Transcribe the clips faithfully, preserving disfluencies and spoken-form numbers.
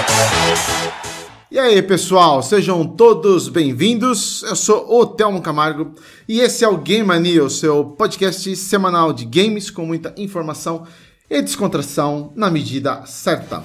E aí, pessoal, sejam todos bem-vindos. Eu sou o Telmo Camargo e esse é o Game Mania, o seu podcast semanal de games com muita informação e descontração na medida certa.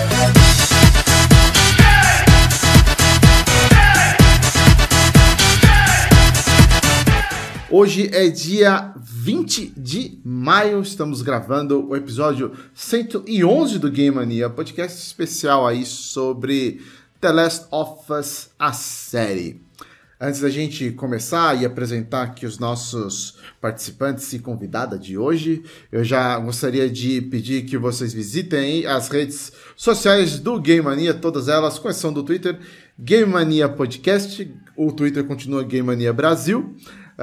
Hoje é dia vinte de maio, estamos gravando o episódio cento e onze do Game Mania, podcast especial aí sobre The Last of Us, a série. Antes da gente começar e apresentar aqui os nossos participantes e convidada de hoje, eu já gostaria de pedir que vocês visitem as redes sociais do Game Mania, todas elas, com exceção do Twitter, Game Mania Podcast, o Twitter continua Game Mania Brasil.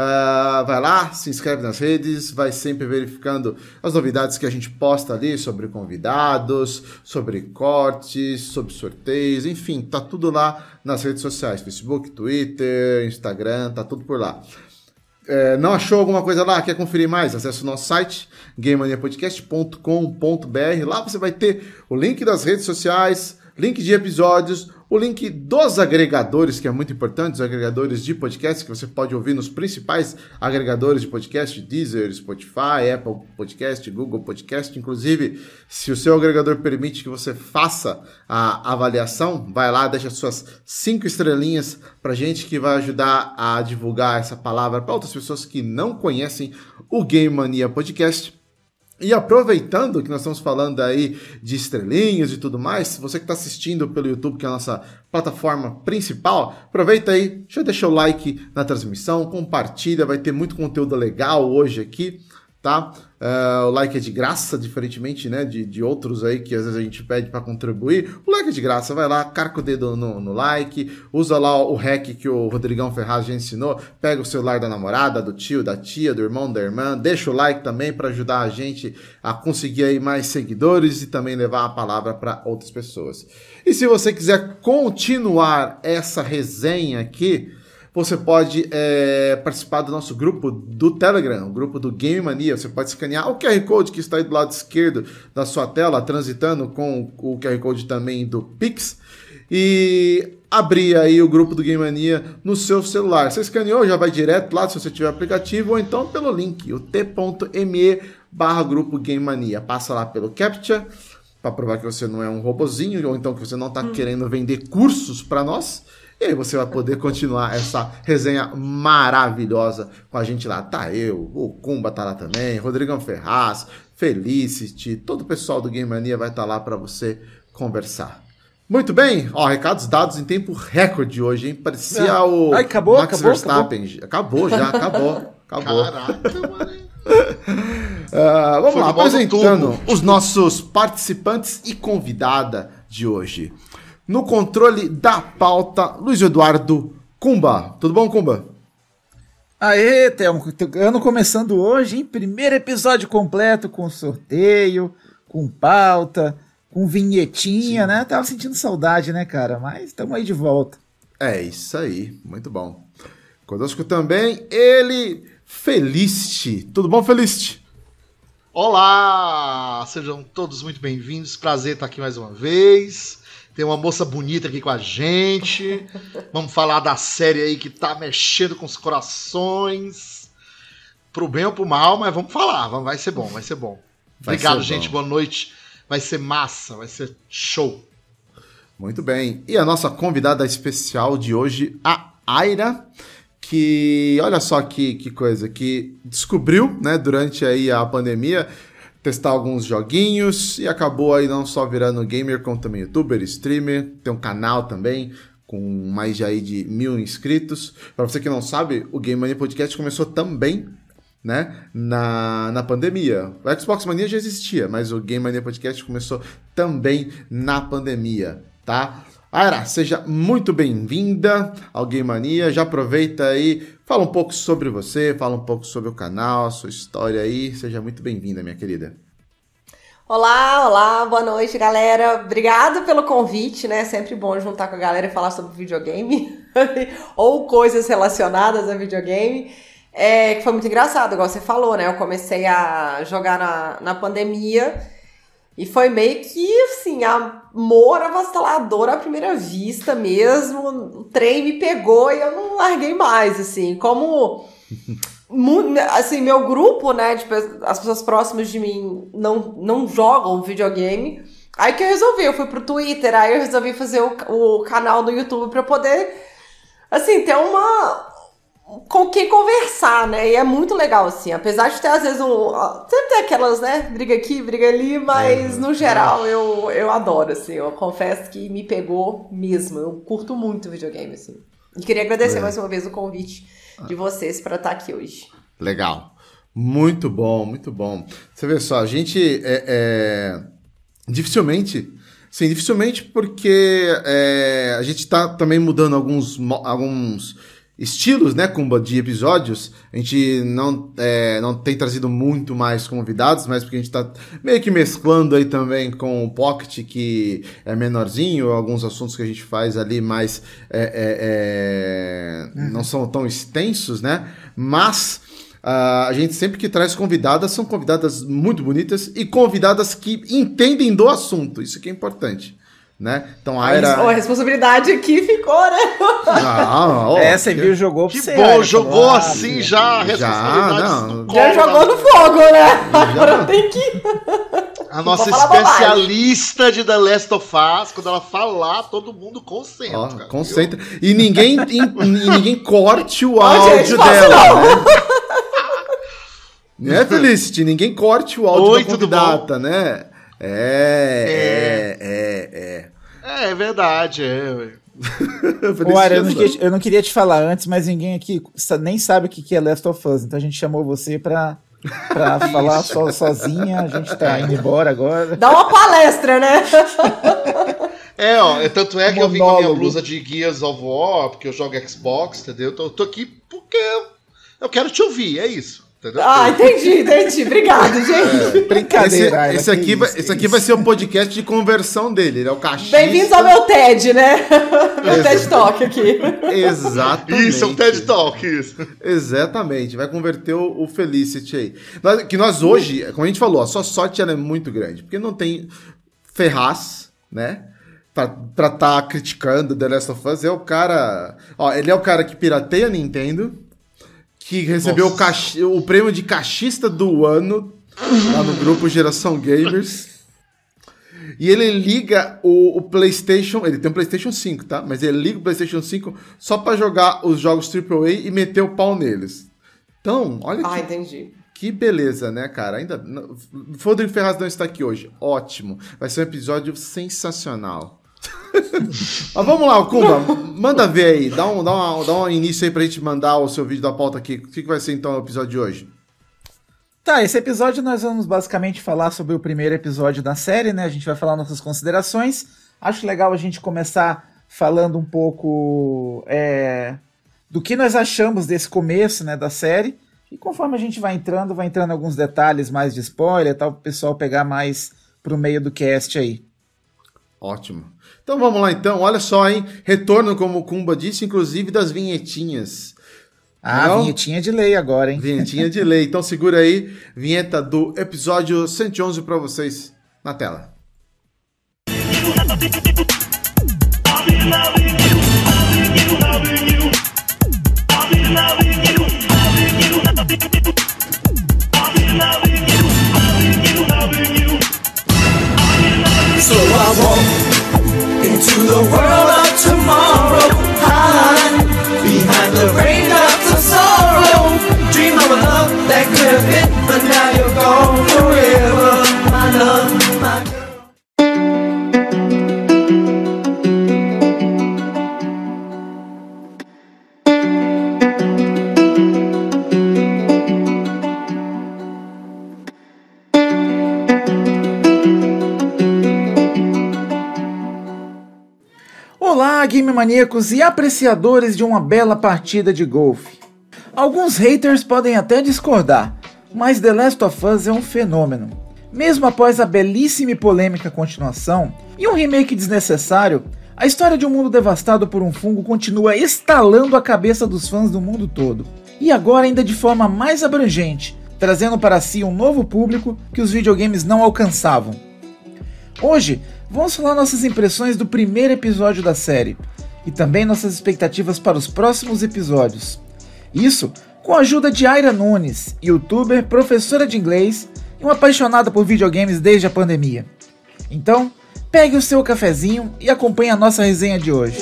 Uh, vai lá, se inscreve nas redes, vai sempre verificando as novidades que a gente posta ali sobre convidados, sobre cortes, sobre sorteios, enfim, tá tudo lá nas redes sociais, Facebook, Twitter, Instagram, tá tudo por lá. É, não achou alguma coisa lá? Quer conferir mais? Acesse o nosso site, game mania podcast ponto com ponto b r. Lá você vai ter o link das redes sociais, link de episódios, o link dos agregadores, que é muito importante, os agregadores de podcast, que você pode ouvir nos principais agregadores de podcast, Deezer, Spotify, Apple Podcast, Google Podcast. Inclusive, se o seu agregador permite que você faça a avaliação, vai lá, deixa suas cinco estrelinhas pra gente, que vai ajudar a divulgar essa palavra para outras pessoas que não conhecem o Game Mania Podcast. E aproveitando que nós estamos falando aí de estrelinhas e tudo mais, você que está assistindo pelo YouTube, que é a nossa plataforma principal, aproveita aí, já deixa o like na transmissão, compartilha, vai ter muito conteúdo legal hoje aqui, tá? Uh, o like é de graça, diferentemente, né, de, de outros aí que às vezes a gente pede para contribuir. O like é de graça, vai lá, carca o dedo no, no like, usa lá o hack que o Rodrigão Ferraz já ensinou, pega o celular da namorada, do tio, da tia, do irmão, da irmã, deixa o like também para ajudar a gente a conseguir aí mais seguidores e também levar a palavra para outras pessoas. E se você quiser continuar essa resenha aqui, você pode é, participar do nosso grupo do Telegram, o grupo do Game Mania. Você pode escanear o Q R Code que está aí do lado esquerdo da sua tela, transitando com o Q R Code também do Pix, e abrir aí o grupo do Game Mania no seu celular. Você escaneou, já vai direto lá se você tiver aplicativo, ou então pelo link, o t.me barra grupo Game Mania. Passa lá pelo CAPTCHA, para provar que você não é um robozinho, ou então que você não está hum. querendo vender cursos para nós. E aí você vai poder continuar essa resenha maravilhosa com a gente lá. Tá eu, o Kumba tá lá também, Rodrigão Ferraz, Felicity, todo o pessoal do Game Mania vai estar tá lá para você conversar. Muito bem, ó, recados dados em tempo recorde hoje, hein? Parecia é. o Ai, acabou, Max acabou, Verstappen. Acabou. acabou já, acabou. acabou. Caraca, mano. uh, vamos Foi lá, apresentando os nossos participantes e convidada de hoje. No controle da pauta, Luiz Eduardo Kumba. Tudo bom, Kumba? Aê, Telmo. Ano começando hoje, hein? Primeiro episódio completo com sorteio, com pauta, com vinhetinha, Sim. né? Tava sentindo saudade, né, cara? Mas estamos aí de volta. É isso aí, muito bom. Conosco também ele, Felicity. Tudo bom, Felicity? Olá! Sejam todos muito bem-vindos. Prazer estar aqui mais uma vez. Tem uma moça bonita aqui com a gente. Vamos falar da série aí que tá mexendo com os corações. Pro bem ou pro mal, mas vamos falar. Vai ser bom, vai ser bom. Vai Obrigado, ser gente. Bom. Boa noite. Vai ser massa, vai ser show. Muito bem. E a nossa convidada especial de hoje, a Aira, que, olha só que, que coisa, que descobriu, né, durante aí a pandemia, testar alguns joguinhos e acabou aí não só virando gamer, como também youtuber, streamer, tem um canal também com mais de, aí de mil inscritos. Para você que não sabe, o Game Mania Podcast começou também, né, na, na pandemia. O Xbox Mania já existia, mas o Game Mania Podcast começou também na pandemia, tá? Aira, seja muito bem-vinda ao Game Mania. Já aproveita aí, fala um pouco sobre você, fala um pouco sobre o canal, a sua história aí. Seja muito bem-vinda, minha querida. Olá, olá, boa noite, galera. Obrigada pelo convite, né? Sempre bom juntar com a galera e falar sobre videogame ou coisas relacionadas a videogame. É, que foi muito engraçado, igual você falou, né? Eu comecei a jogar na, na pandemia E foi meio que, assim, amor avassalador à primeira vista mesmo. O trem me pegou e eu não larguei mais, assim. Como, assim, meu grupo, né, tipo, as pessoas próximas de mim não, não jogam videogame. Aí que eu resolvi, eu fui pro Twitter, aí eu resolvi fazer o, o canal do YouTube pra poder, assim, ter uma... com quem conversar, né? E é muito legal, assim. Apesar de ter, às vezes, um... sempre tem aquelas, né? Briga aqui, briga ali, mas, é, no geral, é. eu, eu adoro, assim. Eu confesso que me pegou mesmo. Eu curto muito videogame, assim. E queria agradecer é. mais uma vez o convite de vocês para estar aqui hoje. Legal. Muito bom, muito bom. Você vê só, a gente é, é... dificilmente... Sim, dificilmente porque é, a gente tá também mudando alguns... alguns estilos, né, Kumba, de episódios. A gente não, é, não tem trazido muito mais convidados, mas porque a gente tá meio que mesclando aí também com o Pocket, que é menorzinho, alguns assuntos que a gente faz ali, mas é, é, é, uhum. não são tão extensos, né, mas uh, a gente sempre que traz convidadas, são convidadas muito bonitas e convidadas que entendem do assunto, isso que é importante. Né? Então a era... A responsabilidade aqui ficou, né? Ah, oh, é, você viu, jogou que pra bom, você, jogou ah, assim já a responsabilidade. Já, não, já jogou no fogo, né? Agora tem que... A nossa especialista de The Last of Us, quando ela falar, todo mundo concentra. Oh, concentra. E ninguém, e, e ninguém corte o oh, áudio gente, dela, né? Né, Felicity? Ninguém corte o áudio Oi, da convidada, né? É, é, é, é. É, é verdade, é. Ô, Ara, eu, não queria, eu não queria te falar antes, mas ninguém aqui nem sabe o que é Last of Us, então a gente chamou você pra, pra falar so, sozinha, a gente tá indo embora agora. Dá uma palestra, né? É, ó, tanto é que Monólogo. Eu vim com a minha blusa de Gears of War, porque eu jogo Xbox, entendeu? Eu tô, eu tô aqui porque eu quero te ouvir, é isso. Entendeu? Ah, entendi, entendi. Obrigado, gente. É, brincadeira. Esse, esse, aqui, vai, esse aqui vai ser o podcast de conversão dele. Ele é o cachista. Bem-vindos ao meu TED, né? Meu TED Talk aqui. Exatamente. Isso, é um TED Talk, isso. Exatamente. Vai converter o, o Felicity aí. Nós, que nós hoje, como a gente falou, a sua sorte ela é muito grande. Porque não tem Ferraz, né? Pra estar tá criticando The Last of Us. É o cara... Ó, ele é o cara que pirateia a Nintendo... que recebeu o, cach... o prêmio de cachista do ano lá no grupo Geração Gamers. E ele liga o, o PlayStation... Ele tem um PlayStation cinco, tá? Mas ele liga o PlayStation cinco só pra jogar os jogos triplo A e meter o pau neles. Então, olha ah, que... entendi. Que beleza, né, cara? Ainda... O Rodrigo Ferraz não está aqui hoje. Ótimo. Vai ser um episódio sensacional. Mas vamos lá, Kumba, manda ver aí, dá um, dá, uma, dá um início aí pra gente mandar o seu vídeo da pauta aqui. O que, que vai ser então o episódio de hoje? Tá, esse episódio nós vamos basicamente falar sobre o primeiro episódio da série, né? A gente vai falar nossas considerações. Acho legal a gente começar falando um pouco é, do que nós achamos desse começo, né, da série. E conforme a gente vai entrando, vai entrando alguns detalhes mais de spoiler, tal, pro pessoal pegar mais pro meio do cast aí. Ótimo. Então vamos lá então, olha só, hein? Retorno, como o Kumba disse, inclusive das vinhetinhas. Ah, então, vinhetinha de lei agora, hein? Vinhetinha de lei. Então segura aí, vinheta do episódio cento e onze para vocês na tela. So I walk into the world of tomorrow, hide behind the rain of sorrow. Dream of a love that could have been, but now you're gone forever. My love, my girl. Olá, game maníacos e apreciadores de uma bela partida de golfe. Alguns haters podem até discordar, mas The Last of Us é um fenômeno. Mesmo após a belíssima e polêmica continuação e um remake desnecessário, a história de um mundo devastado por um fungo continua estalando a cabeça dos fãs do mundo todo. E agora ainda de forma mais abrangente, trazendo para si um novo público que os videogames não alcançavam. Hoje, vamos falar nossas impressões do primeiro episódio da série e também nossas expectativas para os próximos episódios. Isso com a ajuda de Aira Nunes, youtuber, professora de inglês e uma apaixonada por videogames desde a pandemia. Então, pegue o seu cafezinho e acompanhe a nossa resenha de hoje.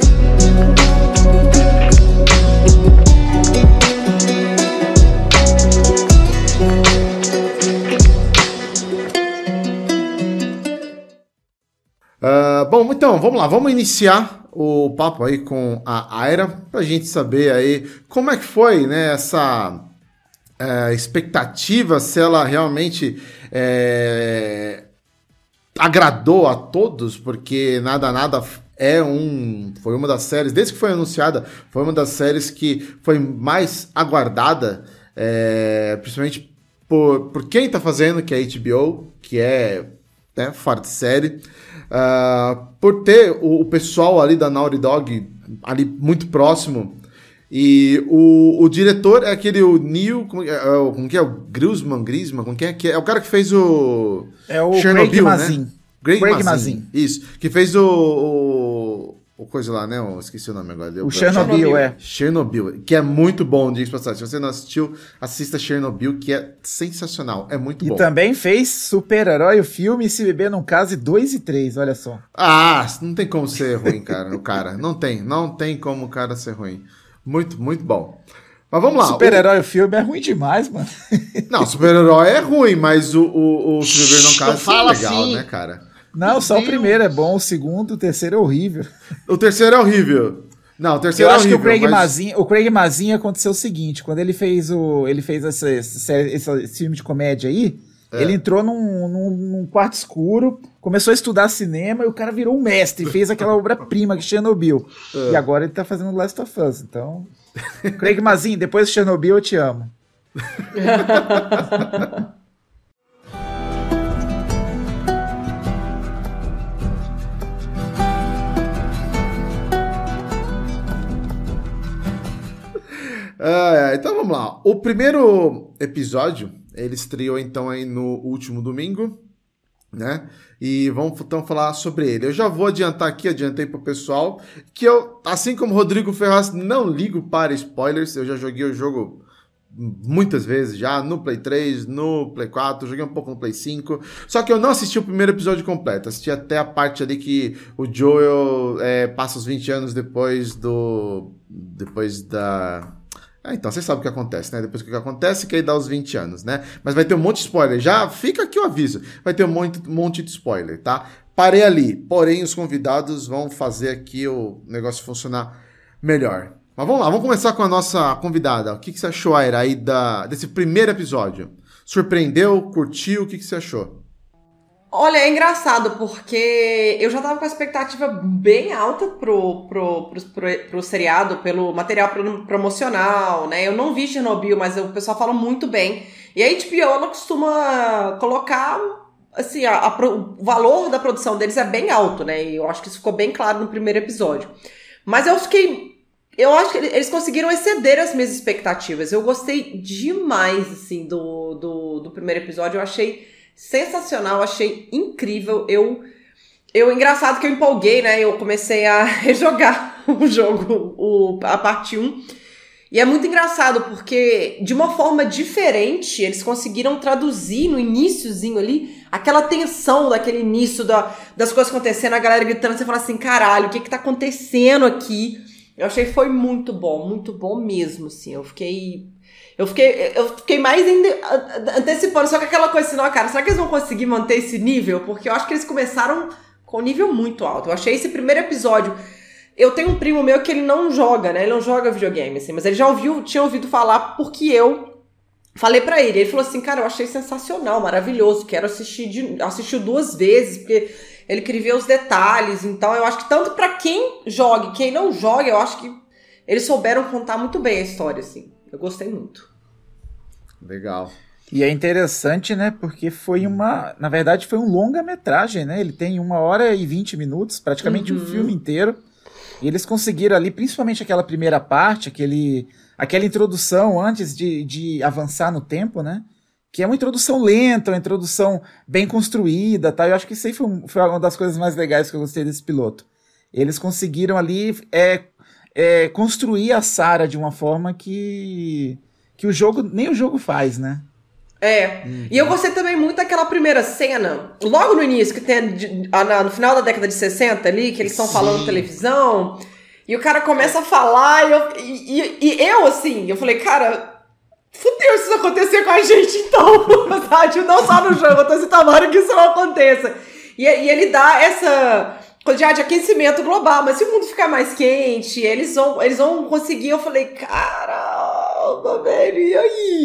Uh, bom, então, vamos lá, vamos iniciar o papo aí com a Aira, pra gente saber aí como é que foi, né, essa uh, expectativa, se ela realmente é, agradou a todos, porque Nada Nada é um, foi uma das séries, desde que foi anunciada, foi uma das séries que foi mais aguardada, é, principalmente por, por quem tá fazendo, que é a H B O, que é, né, fora de série. Uh, por ter o, o pessoal ali da Naughty Dog ali muito próximo, e o, o diretor é aquele o Neil, como, é, como que é? O Griezmann, Griezmann, como que é? Que é o cara que fez o é o Chernobyl, Craig né? Mazin. Craig, Craig Mazin. Mazin. Isso, que fez o, o, o coisa lá, né? Eu esqueci o nome agora. O Chernobyl, Chernobyl, é. Chernobyl, que é muito bom, diga-se de passagem. Se você não assistiu, assista Chernobyl, que é sensacional, é muito e bom. E também fez Super-Herói, o filme Se Beber Não Case dois e três, olha só. Ah, não tem como ser ruim, cara, o cara. Não tem, não tem como o cara ser ruim. Muito, muito bom. Mas vamos lá. Super-Herói, o... o filme é ruim demais, mano. Não, Super-Herói é ruim, mas o, o, o Se Beber Não Case fala é legal, assim. né, cara? Não, só o primeiro é bom, o segundo, o terceiro é horrível. O terceiro é horrível. Não, o terceiro Eu é acho horrível. que o Craig, mas... Mazin, o Craig Mazin aconteceu o seguinte, quando ele fez o, ele fez essa, essa, esse, esse filme de comédia aí, é. ele entrou num, num, num quarto escuro, começou a estudar cinema e o cara virou um mestre, fez aquela obra-prima que é Chernobyl. É. E agora ele tá fazendo Last of Us, então... Craig Mazin, depois de Chernobyl eu te amo. Ah, então vamos lá. O primeiro episódio, ele estreou então aí no último domingo, né? E vamos então falar sobre ele. Eu já vou adiantar aqui, adiantei pro pessoal, que eu, assim como o Rodrigo Ferraz, não ligo para spoilers. Eu já joguei o jogo muitas vezes já, no Play três, no Play quatro, joguei um pouco no Play cinco, só que eu não assisti o primeiro episódio completo, assisti até a parte ali que o Joel é, passa os vinte anos depois do... depois da... Ah, então, você sabe o que acontece, né? Depois que acontece, que aí dá os vinte anos, né? Mas vai ter um monte de spoiler. Já fica aqui o aviso. Vai ter um monte, um monte de spoiler, tá? Parei ali. Porém, os convidados vão fazer aqui o negócio funcionar melhor. Mas vamos lá, vamos começar com a nossa convidada. O que, que você achou, Aira, aí da, desse primeiro episódio? Surpreendeu? Curtiu? O que, que você achou? Olha, é engraçado, porque eu já tava com a expectativa bem alta pro, pro, pro, pro, pro seriado, pelo material promocional, né? Eu não vi Chernobyl, mas o pessoal fala muito bem. E a H B O, ela costuma colocar, assim, a, a, o valor da produção deles é bem alto, né? E eu acho que isso ficou bem claro no primeiro episódio. Mas eu fiquei... Eu acho que eles conseguiram exceder as minhas expectativas. Eu gostei demais, assim, do, do, do primeiro episódio. Eu achei... sensacional, achei incrível. Eu, eu engraçado que eu empolguei, né? Eu comecei a rejogar o jogo, o, a parte um. E é muito engraçado, porque de uma forma diferente, eles conseguiram traduzir no iniciozinho ali, aquela tensão daquele início da, das coisas acontecendo, a galera gritando, você fala assim, caralho, o que que tá acontecendo aqui? Eu achei que foi muito bom, muito bom mesmo, assim. Eu fiquei... Eu fiquei, eu fiquei mais antecipando, só que aquela coisa assim, não, cara, será que eles vão conseguir manter esse nível? Porque eu acho que eles começaram com um nível muito alto. Eu achei esse primeiro episódio... Eu tenho um primo meu que ele não joga, né? Ele não joga videogame, assim, mas ele já ouviu, tinha ouvido falar porque eu falei pra ele. Ele falou assim, cara, eu achei sensacional, maravilhoso, quero assistir, de, assistiu duas vezes, porque ele queria ver os detalhes. Então eu acho que tanto pra quem joga e quem não joga, eu acho que eles souberam contar muito bem a história, assim. Eu gostei muito. Legal. E é interessante, né, porque foi uma... Na verdade, foi um longa-metragem, né? Ele tem uma hora e vinte minutos, praticamente uhum. um filme inteiro. E eles conseguiram ali, principalmente aquela primeira parte, aquele, aquela introdução antes de, de avançar no tempo, né? que é uma introdução lenta, uma introdução bem construída, tá? Eu acho que isso aí foi, foi uma das coisas mais legais que eu gostei desse piloto. Eles conseguiram ali é, é, construir a Sarah de uma forma que, que o jogo, nem o jogo faz, né? É, uhum. E eu gostei também muito daquela primeira cena, logo no início, que tem no final da década de sessenta ali, que eles estão falando na televisão, e o cara começa a falar, e eu, e, e eu assim, eu falei, cara... Fudeu se isso acontecer com a gente, então, verdade, não só no jogo, eu tô assim, tomara que isso não aconteça. E, e ele dá essa quantidade de aquecimento global, mas se o mundo ficar mais quente, eles vão, eles vão conseguir. Eu falei, caramba, velho, e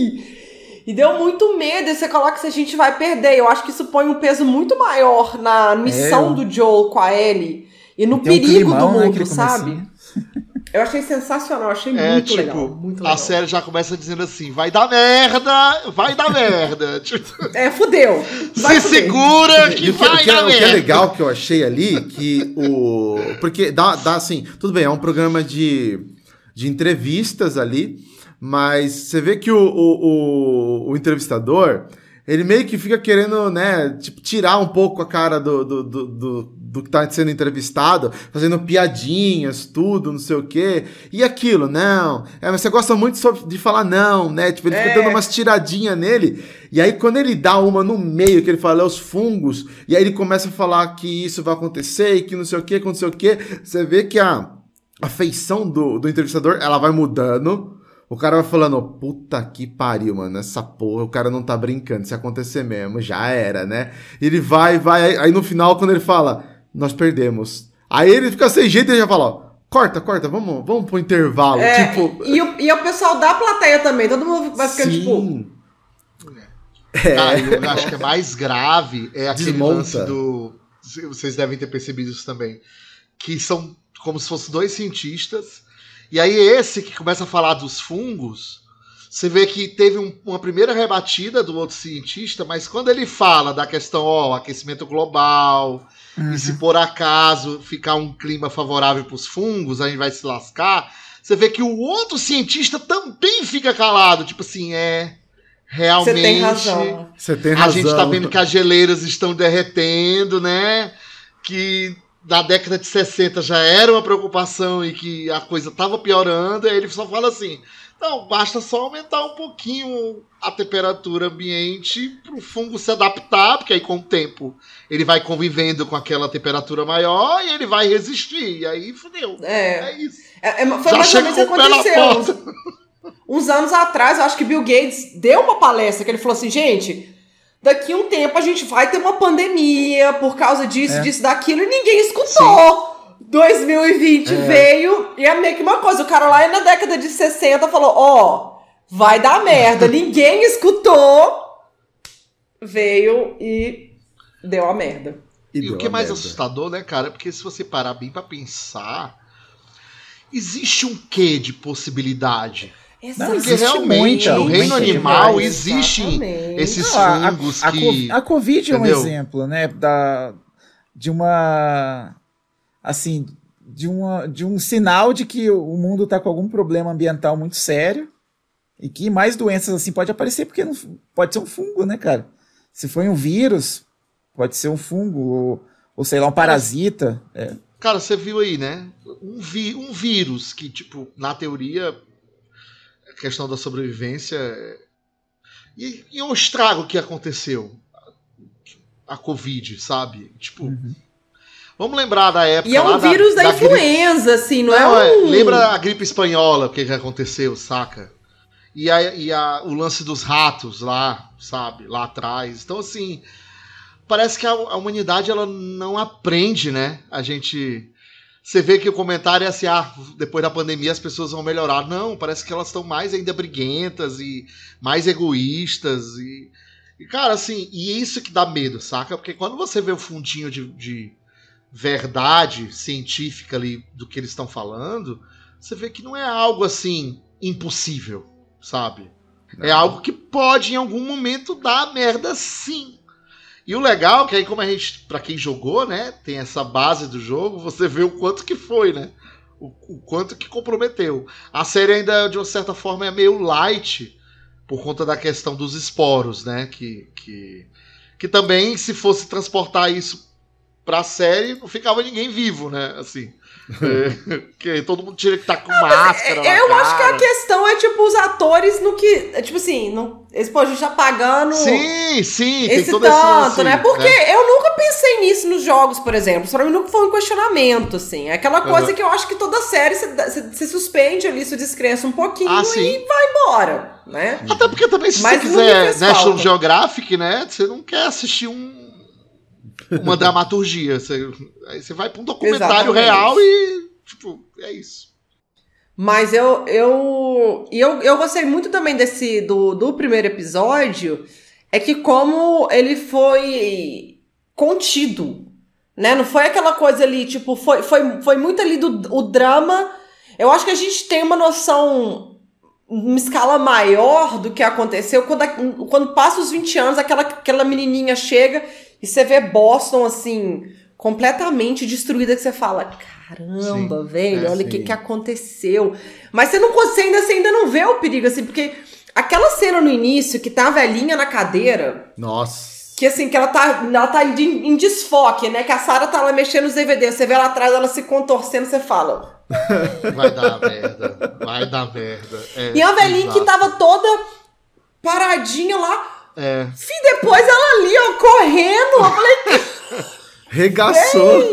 aí? E deu muito medo, e você coloca que a gente vai perder. Eu acho que isso põe um peso muito maior na missão é, do Joel com a Ellie e no perigo um climão, do mundo, né, sabe? Eu achei sensacional, achei é, muito, tipo, legal, muito legal. A série já começa dizendo assim, vai dar merda, vai dar merda. É, fudeu. Se fuder. Segura que, que vai que, dar que, merda. O que é legal que eu achei ali, que o... Porque dá, dá assim, tudo bem, é um programa de, de entrevistas ali, mas você vê que o, o, o, o entrevistador, ele meio que fica querendo, né, tipo, tirar um pouco a cara do... do, do, do do que tá sendo entrevistado, fazendo piadinhas, tudo, não sei o quê, e aquilo, não, é, mas você gosta muito de falar não, né, tipo, ele é. fica dando umas tiradinhas nele, e aí quando ele dá uma no meio, que ele fala, é os fungos, e aí ele começa a falar que isso vai acontecer, e que não sei o quê, que não sei o quê, você vê que a, a feição do, do entrevistador, ela vai mudando, o cara vai falando, puta que pariu, mano, essa porra, o cara não tá brincando, se acontecer mesmo, já era, né, ele vai, vai, aí no final, quando ele fala, nós perdemos. Aí ele fica sem jeito e já fala, ó, corta, corta, vamos, vamos pro intervalo. É, tipo... e, o, e o pessoal da plateia também, todo mundo vai ficando Sim. tipo... É. Cara, eu acho que é mais grave é aquele Desmonta. lance do... Vocês devem ter percebido isso também. Que são como se fossem dois cientistas. E aí esse que começa a falar dos fungos, você vê que teve um, uma primeira rebatida do outro cientista, mas quando ele fala da questão, ó, aquecimento global... Uhum. E se por acaso ficar um clima favorável para os fungos, a gente vai se lascar. Você vê que o outro cientista também fica calado. Tipo assim, é... Realmente... Você tem razão. Você tem a razão. gente tá vendo que as geleiras estão derretendo, né? Que na década de sessenta já era uma preocupação e que a coisa tava piorando. Aí ele só fala assim... Não, basta só aumentar um pouquinho a temperatura ambiente para o fungo se adaptar, porque aí com o tempo ele vai convivendo com aquela temperatura maior e ele vai resistir. E aí fudeu. É, é isso. É, é, foi mais ou menos o que aconteceu. Uns, uns anos atrás, eu acho que Bill Gates deu uma palestra que ele falou assim, gente, daqui a um tempo a gente vai ter uma pandemia por causa disso, é. disso, daquilo, e ninguém escutou. Sim. dois mil e vinte é. veio e é meio que uma coisa. O cara lá na década de sessenta falou, ó, oh, vai dar merda. Ninguém escutou. Veio e deu a merda. E, e o que é mais merda. assustador, né, cara? Porque se você parar bem pra pensar, existe um quê de possibilidade? Não, porque realmente muita, no reino animal existem esses Não, fungos a, a, que... A, a Covid entendeu? é um exemplo, né, da, de uma... assim, de, uma, de um sinal de que o mundo está com algum problema ambiental muito sério e que mais doenças assim pode aparecer, porque não, pode ser um fungo, né, cara? Se foi um vírus, pode ser um fungo, ou, ou sei lá, um parasita. É. Cara, você viu aí, né? Um, vi, um vírus que, tipo, na teoria, a questão da sobrevivência... E, e o estrago que aconteceu? A Covid, sabe? Tipo... Uhum. Vamos lembrar da época. E é um lá vírus da, da, da influenza, gripe... assim, não, não é um. Lembra a gripe espanhola, o que, que aconteceu, saca? E, a, e a, o lance dos ratos lá, sabe? Lá atrás. Então, assim, parece que a, a humanidade ela não aprende, né? A gente. Você vê que o comentário é assim: ah, depois da pandemia as pessoas vão melhorar. Não, parece que elas estão mais ainda briguentas e mais egoístas. E, e, cara, assim, e isso que dá medo, saca? Porque quando você vê o fundinho de. de verdade científica ali do que eles estão falando, você vê que não é algo assim impossível, sabe? Não. É algo que pode em algum momento dar merda sim. E o legal é que aí como a gente, pra quem jogou, né, tem essa base do jogo, você vê o quanto que foi, né? O, o quanto que comprometeu. A série ainda, de uma certa forma, é meio light por conta da questão dos esporos, né? Que, que, que também, se fosse transportar isso pra série, não ficava ninguém vivo, né? Assim. É, que todo mundo tinha que estar com máscara. Eu na acho cara. que a questão é, tipo, os atores no que. Tipo assim, no, eles podem já pagando. Sim, sim, tem esse todo tanto, esse lance, né? Porque né? eu nunca pensei nisso nos jogos, por exemplo. Isso pra mim nunca foi um questionamento, assim. É aquela coisa Uhum. que eu acho que toda série você suspende ali sua descrença um pouquinho Ah, e sim. vai embora, né? Até porque também, se Mas você não me quiser fez National falta. Geographic, né? Você não quer assistir um, uma dramaturgia. Você, aí você vai pra um documentário Exatamente. real e, tipo, é isso. Mas eu eu, e eu eu gostei muito também desse do, do primeiro episódio, é que como ele foi contido, né? Não foi aquela coisa ali, tipo, foi, foi, foi muito ali do o drama. Eu acho que a gente tem uma noção, uma escala maior do que aconteceu quando, a, quando passa os vinte anos, aquela, aquela menininha chega e você vê Boston, assim, completamente destruída, que você fala, caramba, Sim, velho, é, olha o que, sim. que aconteceu. Mas você, não, você, ainda, você ainda não vê o perigo, assim, porque aquela cena no início, que tá a velhinha na cadeira, Nossa. que assim, que ela tá, ela tá em, em desfoque, né, que a Sarah tá lá mexendo nos D V Ds, você vê lá atrás, ela se contorcendo, você fala... Vai dar merda. Vai dar merda. É, E a velhinha exato. que tava toda paradinha lá, É. e depois ela ali, ó, correndo, eu falei... Regaçou.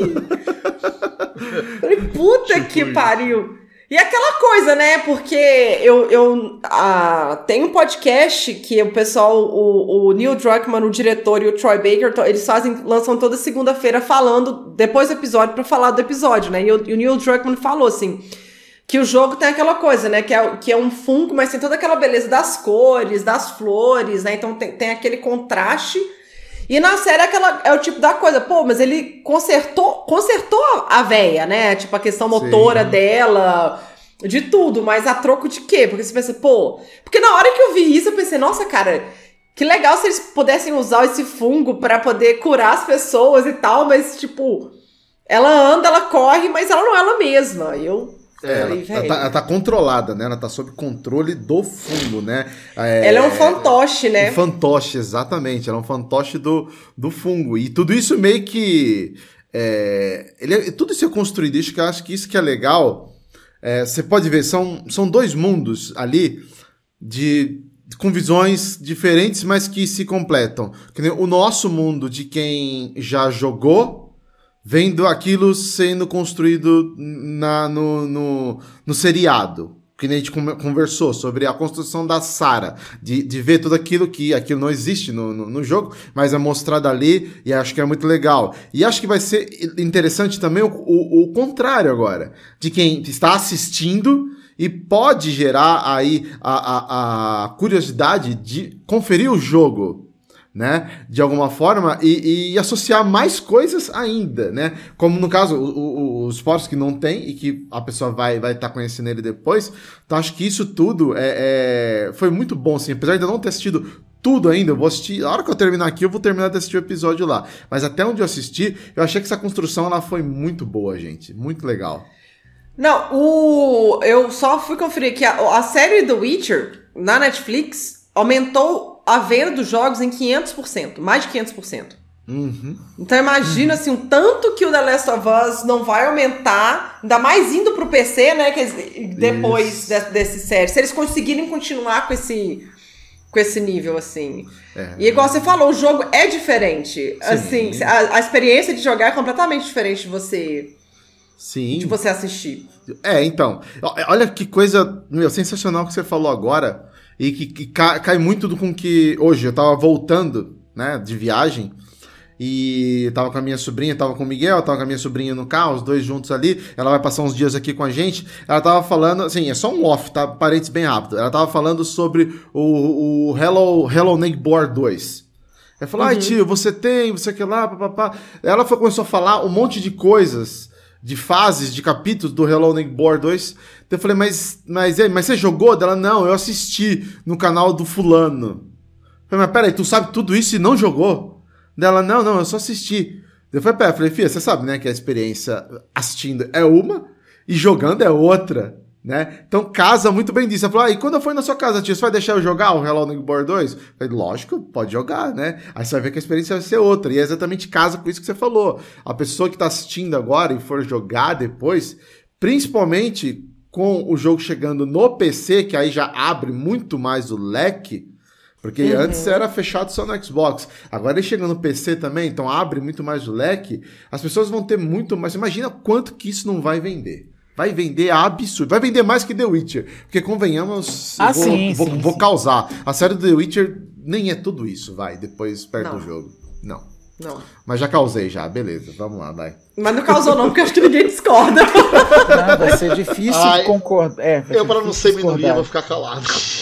Falei, puta Tipo que isso. pariu. E aquela coisa, né? Porque eu, eu ah, tem um podcast que o pessoal, o, o Neil Druckmann, o diretor, e o Troy Baker, to- eles fazem, lançam toda segunda-feira falando, depois do episódio, pra falar do episódio, né? E o, e o Neil Druckmann falou assim, que o jogo tem aquela coisa, né? Que é, que é um funko, mas tem toda aquela beleza das cores, das flores, né? Então tem, tem aquele contraste. E na série aquela, é o tipo da coisa, pô, mas ele consertou, consertou a, a véia, né? Tipo, a questão motora Sim. dela, de tudo, mas a troco de quê? Porque você pensa, pô... Porque na hora que eu vi isso, eu pensei, nossa, cara, que legal se eles pudessem usar esse fungo pra poder curar as pessoas e tal, mas, tipo, ela anda, ela corre, mas ela não é ela mesma. E eu... É, ela, falei, ela velho, tá, ela tá controlada, né? Ela tá sob controle do fungo, né? É, ela é um fantoche, né? Um fantoche, exatamente. Ela é um fantoche do, do fungo. E tudo isso meio que... É, ele é- tudo isso é construído. Isso que eu acho que isso que é legal. É, você pode ver, são, são dois mundos ali de, com visões diferentes, mas que se completam. Que nem o nosso mundo de quem já jogou, vendo aquilo sendo construído na, no, no, no seriado. Que nem a gente come- conversou sobre a construção da Sarah, de, de ver tudo aquilo que aquilo não existe no, no, no jogo, mas é mostrado ali e acho que é muito legal. E acho que vai ser interessante também o, o, o contrário agora, de quem está assistindo e pode gerar aí a, a, a curiosidade de conferir o jogo, né, de alguma forma, e, e associar mais coisas ainda, né, como no caso, o, o, os portos que não tem e que a pessoa vai vai estar conhecendo ele depois. Então acho que isso tudo é, é, foi muito bom, assim, apesar de eu não ter assistido tudo ainda, eu vou assistir, a hora que eu terminar aqui eu vou terminar de assistir o episódio lá, mas até onde eu assisti, eu achei que essa construção ela foi muito boa, gente, muito legal. Não, o eu só fui conferir que a, a série The Witcher, na Netflix, aumentou a venda dos jogos em quinhentos por cento, mais de quinhentos por cento. Uhum. Então imagina, assim, o tanto que o The Last of Us não vai aumentar, ainda mais indo pro P C, né, que eles- depois de, desse série, se eles conseguirem continuar com esse, com esse nível, assim. É. E igual você falou, o jogo é diferente, assim, Sim. a, a experiência de jogar é completamente diferente de você, Sim. de você assistir. É, então, ó, olha que coisa, meu, sensacional que você falou agora, e que, que ca- cai muito do com que hoje eu tava voltando, né, de viagem, e tava com a minha sobrinha, tava com o Miguel, tava com a minha sobrinha no carro, os dois juntos ali, ela vai passar uns dias aqui com a gente, ela tava falando, assim, é só um off, tá, parênteses bem rápido, ela tava falando sobre o, o Hello, Hello Neighbor dois. Ela falou, ai tio, você tem, você quer lá, papapá. Ela foi, começou a falar um monte de coisas, de fases, de capítulos do Hello Neighbor dois. Então eu falei, mas, mas, mas você jogou? Dela, não, eu assisti no canal do fulano. Eu falei, mas peraí, tu sabe tudo isso e não jogou? Dela, não, não, eu só assisti. Eu falei, pera, eu falei, filha, você sabe, né, que a experiência assistindo é uma e jogando é outra, né? Então casa muito bem disso. Você falou, ah, e quando eu for na sua casa, tia, você vai deixar eu jogar o Hello Neighbor dois? Eu falei, lógico, pode jogar, né? Aí você vai ver que a experiência vai ser outra. E é exatamente casa com isso que você falou. A pessoa que tá assistindo agora e for jogar depois, principalmente com o jogo chegando no P C, que aí já abre muito mais o leque, porque uhum. antes era fechado só no Xbox. Agora ele chega no P C também, então abre muito mais o leque. As pessoas vão ter muito mais... Imagina quanto que isso não vai vender. Vai vender absurdo. Vai vender mais que The Witcher. Porque, convenhamos, ah, vou, sim, vou, sim, vou sim. causar. A série do The Witcher nem é tudo isso, vai, depois perto não. do jogo. Não. Não. Mas já causei já, beleza. Vamos lá, vai. Mas não causou não, porque acho que ninguém discorda. Não, vai ser difícil Ai, de concordar. É, eu, para não ser minoria, vou ficar calado.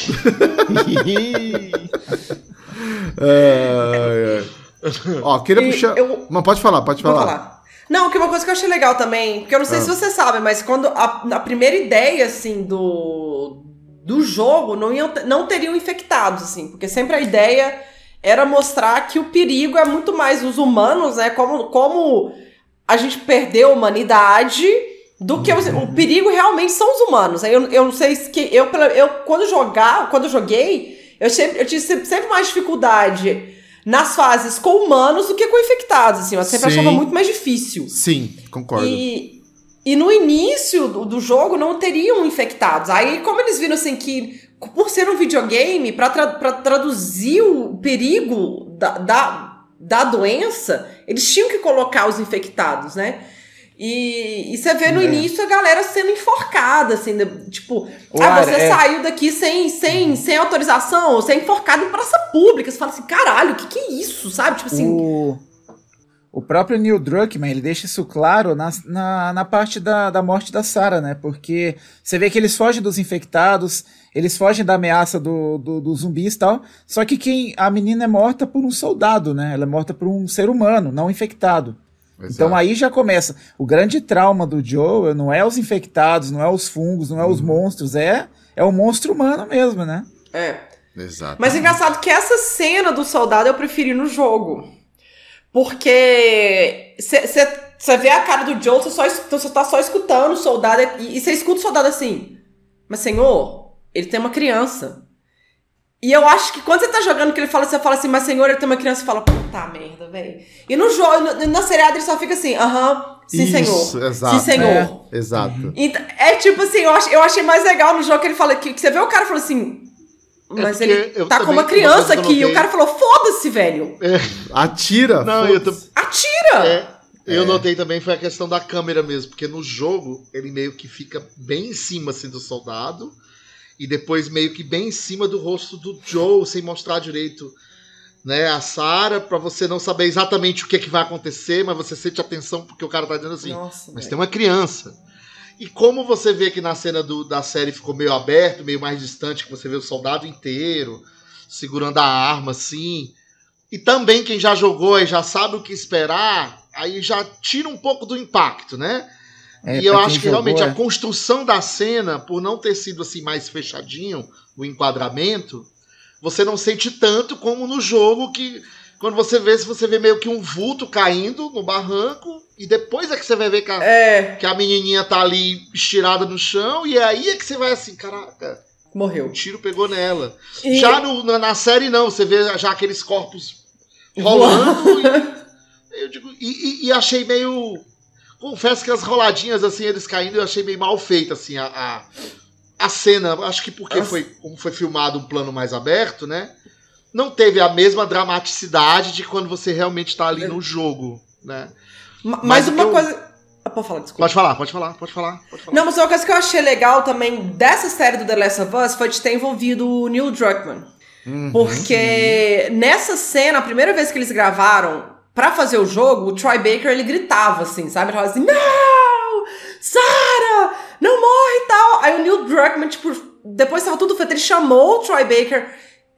é, é. Ó, queria E puxar... eu- Mas pode falar, pode falar. Vou falar. Não, que uma coisa que eu achei legal também, porque eu não sei Ah. se você sabe, mas quando a, a primeira ideia, assim, do, do jogo, não, iam, não teriam infectados, assim, porque sempre a ideia era mostrar que o perigo é muito mais os humanos, né, como, como a gente perdeu a humanidade, do que o, o perigo realmente são os humanos. Eu, eu não sei se que eu, eu quando jogar, quando eu joguei, eu, sempre, eu tive sempre mais dificuldade nas fases com humanos do que com infectados, assim. Eu sempre Sim. achava muito mais difícil. Sim, concordo. E, e no início do, do jogo não teriam infectados. Aí, como eles viram, assim, que por ser um videogame, pra, tra pra traduzir o perigo da, da, da doença, eles tinham que colocar os infectados, né? E, e você vê no É. início a galera sendo enforcada, assim, de- tipo, O ah, ar, você é. saiu daqui sem, sem, sem autorização, você é enforcado em praça pública. Você fala assim, caralho, o que que é isso, sabe? Tipo assim, O, o próprio Neil Druckmann, ele deixa isso claro na, na, na parte da, da morte da Sarah, né? Porque você vê que eles fogem dos infectados, eles fogem da ameaça do, do, dos zumbis e tal, só que quem, a menina é morta por um soldado, né? Ela é morta por um ser humano, não infectado. Exato. Então aí já começa. O grande trauma do Joel não é os infectados, não é os fungos, não é os monstros, é, é o monstro humano mesmo, né? é. Exato. Mas é engraçado que essa cena do soldado eu preferi no jogo. Porque você vê a cara do Joel, você só, es- você tá só escutando o soldado e você escuta o soldado assim, mas senhor, ele tem uma criança. E eu acho que quando você tá jogando que ele fala, você fala assim, mas senhor, ele tem uma criança, você fala, puta merda, velho. E no jogo, no- na seriada ele só fica assim, aham, sim Isso, senhor, exato. sim senhor. É. Exato. Então, é tipo assim, eu, ach, eu achei mais legal no jogo que ele fala que, que você vê o cara falando assim, mas porque ele eu tá com também- uma uma criança coisa que eu aqui. E o notei- cara falou, foda-se, velho. Atira. Não, eu tô... foda-se. Atira! É, eu É. notei também foi a questão da câmera mesmo, porque no jogo ele meio que fica bem em cima assim do soldado e depois meio que bem em cima do rosto do Joe, sem mostrar direito, né, a Sarah, pra você não saber exatamente o que, é que vai acontecer, mas você sente atenção porque o cara tá dizendo assim, Nossa, mas velho. tem uma criança. E como você vê que na cena do, da série ficou meio aberto, meio mais distante, que você vê o soldado inteiro segurando a arma assim. E também quem já jogou e já sabe o que esperar, aí já tira um pouco do impacto, né? É, e eu pra quem acho que jogou, realmente é. a construção da cena, por não ter sido assim mais fechadinho o enquadramento, você não sente tanto como no jogo que quando você vê, se você vê meio que um vulto caindo no barranco e depois é que você vai ver que a, É, que a menininha tá ali estirada no chão e aí é que você vai assim, caraca, o morreu. tiro pegou nela. E- Já no- na, na série não, você vê já aqueles corpos rolando e, eu digo, e, e- e achei meio... Confesso que as roladinhas, assim, eles caindo, eu achei meio mal feita, assim, a, a, a cena. Acho que porque Nossa. foi, como foi filmado um plano mais aberto, né? Não teve a mesma dramaticidade de quando você realmente tá ali no jogo, né? Ma- Mas Mas uma eu- coisa... Ah, pode falar, desculpa. Pode falar, pode falar, pode falar. Pode falar. Não, mas uma coisa que eu achei legal também dessa série do The Last of Us foi de ter envolvido o Neil Druckmann. Uhum. Porque nessa cena, a primeira vez que eles gravaram pra fazer o jogo, o Troy Baker, ele gritava assim, sabe? Ele falava assim, não! Sarah! Não morre e tal! Aí o Neil Druckmann, tipo, depois tava tudo feito, ele chamou o Troy Baker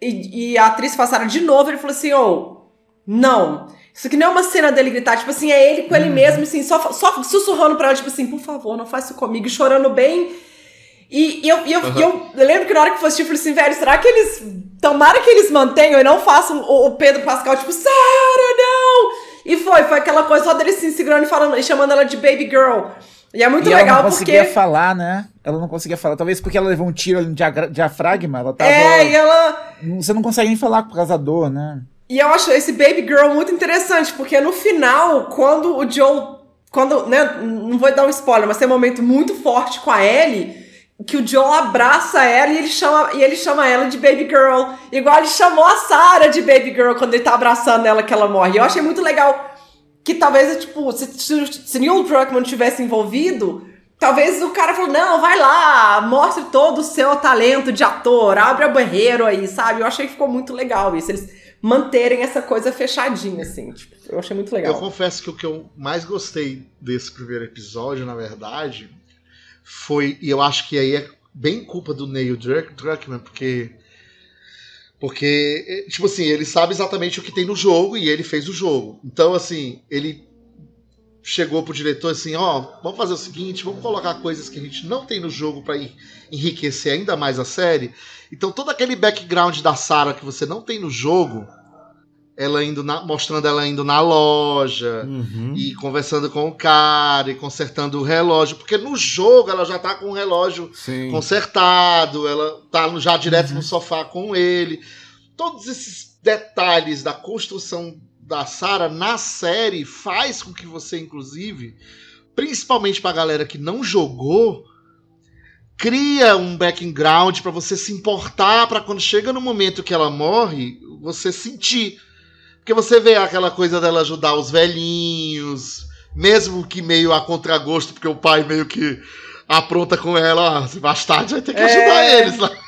e, e a atriz passaram de novo, ele falou assim, ô, não... Isso aqui não é uma cena dele gritar, tipo assim, é ele com ele mesmo, assim, só, só sussurrando pra ela, tipo assim, por favor, não faz isso comigo, e chorando bem. E, e eu, e eu, Uhum. e eu, eu lembro que na hora que fosse, tipo, eu falei assim, velho, será que eles, tomara que eles mantenham e não façam o, o Pedro Pascal, tipo, Sarah, não! E foi, foi aquela coisa só dele se segurando e, falando, e chamando ela de baby girl. E é muito e legal ela não porque... conseguia falar, né? Ela não conseguia falar. Talvez porque ela levou um tiro ali no diagra- diafragma. Ela tava... É, e ela... Você não consegue nem falar por causa da dor, né? E eu acho esse baby girl muito interessante, porque no final, quando o Joel... Quando, né, não vou dar um spoiler, mas tem um momento muito forte com a Ellie, que o Joel abraça ela e ele chama, e ele chama ela de baby girl. Igual ele chamou a Sarah de baby girl quando ele tá abraçando ela que ela morre. E eu achei muito legal que talvez, tipo, se, se, se Neil Druckmann tivesse envolvido, talvez o cara falou, não, vai lá, mostre todo o seu talento de ator, abre a barreira aí, sabe? Eu achei que ficou muito legal isso, eles manterem essa coisa fechadinha, assim, tipo, eu achei muito legal. Eu confesso que o que eu mais gostei desse primeiro episódio, na verdade, foi, e eu acho que aí é bem culpa do Neil Druckmann, porque... Porque, tipo assim, ele sabe exatamente o que tem no jogo e ele fez o jogo. Então, assim, ele chegou pro diretor assim, ó, oh, vamos fazer o seguinte, vamos colocar coisas que a gente não tem no jogo pra enriquecer ainda mais a série. Então, todo aquele background da Sarah que você não tem no jogo, ela indo na, mostrando ela indo na loja, uhum. e conversando com o cara, e consertando o relógio, porque no jogo ela já tá com o relógio Sim. consertado, ela tá já direto uhum. no sofá com ele. Todos esses detalhes da construção da Sarah na série faz com que você, inclusive, principalmente pra galera que não jogou, cria um background pra você se importar, pra quando chega no momento que ela morre, você sentir. Porque você vê aquela coisa dela ajudar os velhinhos, mesmo que meio a contragosto, porque o pai meio que apronta com ela, ah, bastardo vai ter que ajudar é... eles lá.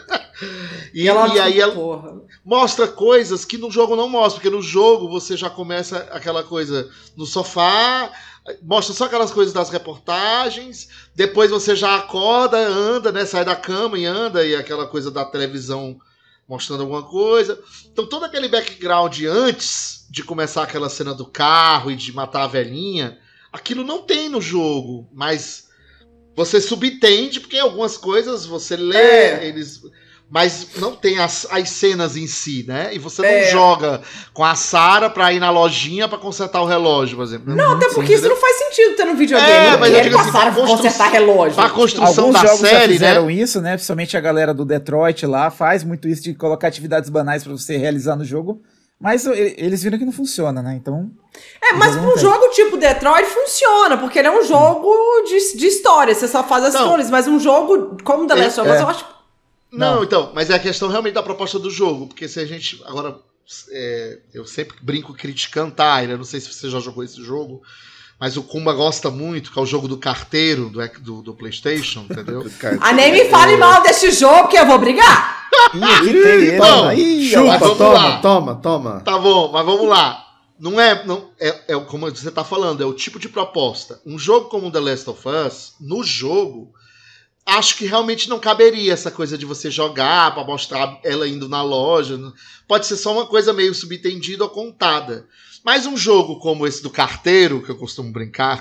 e, e, e aí ela porra. mostra coisas que no jogo não mostra, porque no jogo você já começa aquela coisa no sofá, mostra só aquelas coisas das reportagens, depois você já acorda, anda, né, sai da cama e anda, e aquela coisa da televisão mostrando alguma coisa. Então todo aquele background antes de começar aquela cena do carro e de matar a velhinha, aquilo não tem no jogo, mas você subentende, porque algumas coisas você lê, é. eles... mas não tem as, as cenas em si, né? E você não é. joga com a Sarah pra ir na lojinha pra consertar o relógio, por exemplo. Não, até porque isso não faz sentido ter no videogame. É, mas eu digo assim, pra consertar relógio. Pra construção Alguns da jogos série, já fizeram né? isso, né? Principalmente a galera do Detroit lá faz muito isso de colocar atividades banais pra você realizar no jogo. Mas eles viram que não funciona, né? Então... É, mas pra um jogo tipo Detroit funciona, porque ele é um jogo de, de história, você só faz as histórias, mas um jogo como The Last of Us, eu acho... Não, não, então, mas é a questão realmente da proposta do jogo, porque se a gente, agora, é, eu sempre brinco criticando, tá, eu não sei se você já jogou esse jogo, mas o Kumba gosta muito, que é o jogo do carteiro do, do, do PlayStation, entendeu? Ah, nem me fale mal desse jogo que eu vou brigar! Ih, então, Ih, chupa, toma, lá. toma, toma. Tá bom, mas vamos lá. Não é, não, é, é como você tá falando, é o tipo de proposta. Um jogo como The Last of Us, no jogo, acho que realmente não caberia essa coisa de você jogar pra mostrar ela indo na loja. Pode ser só uma coisa meio subentendida ou contada. Mas um jogo como esse do carteiro, que eu costumo brincar,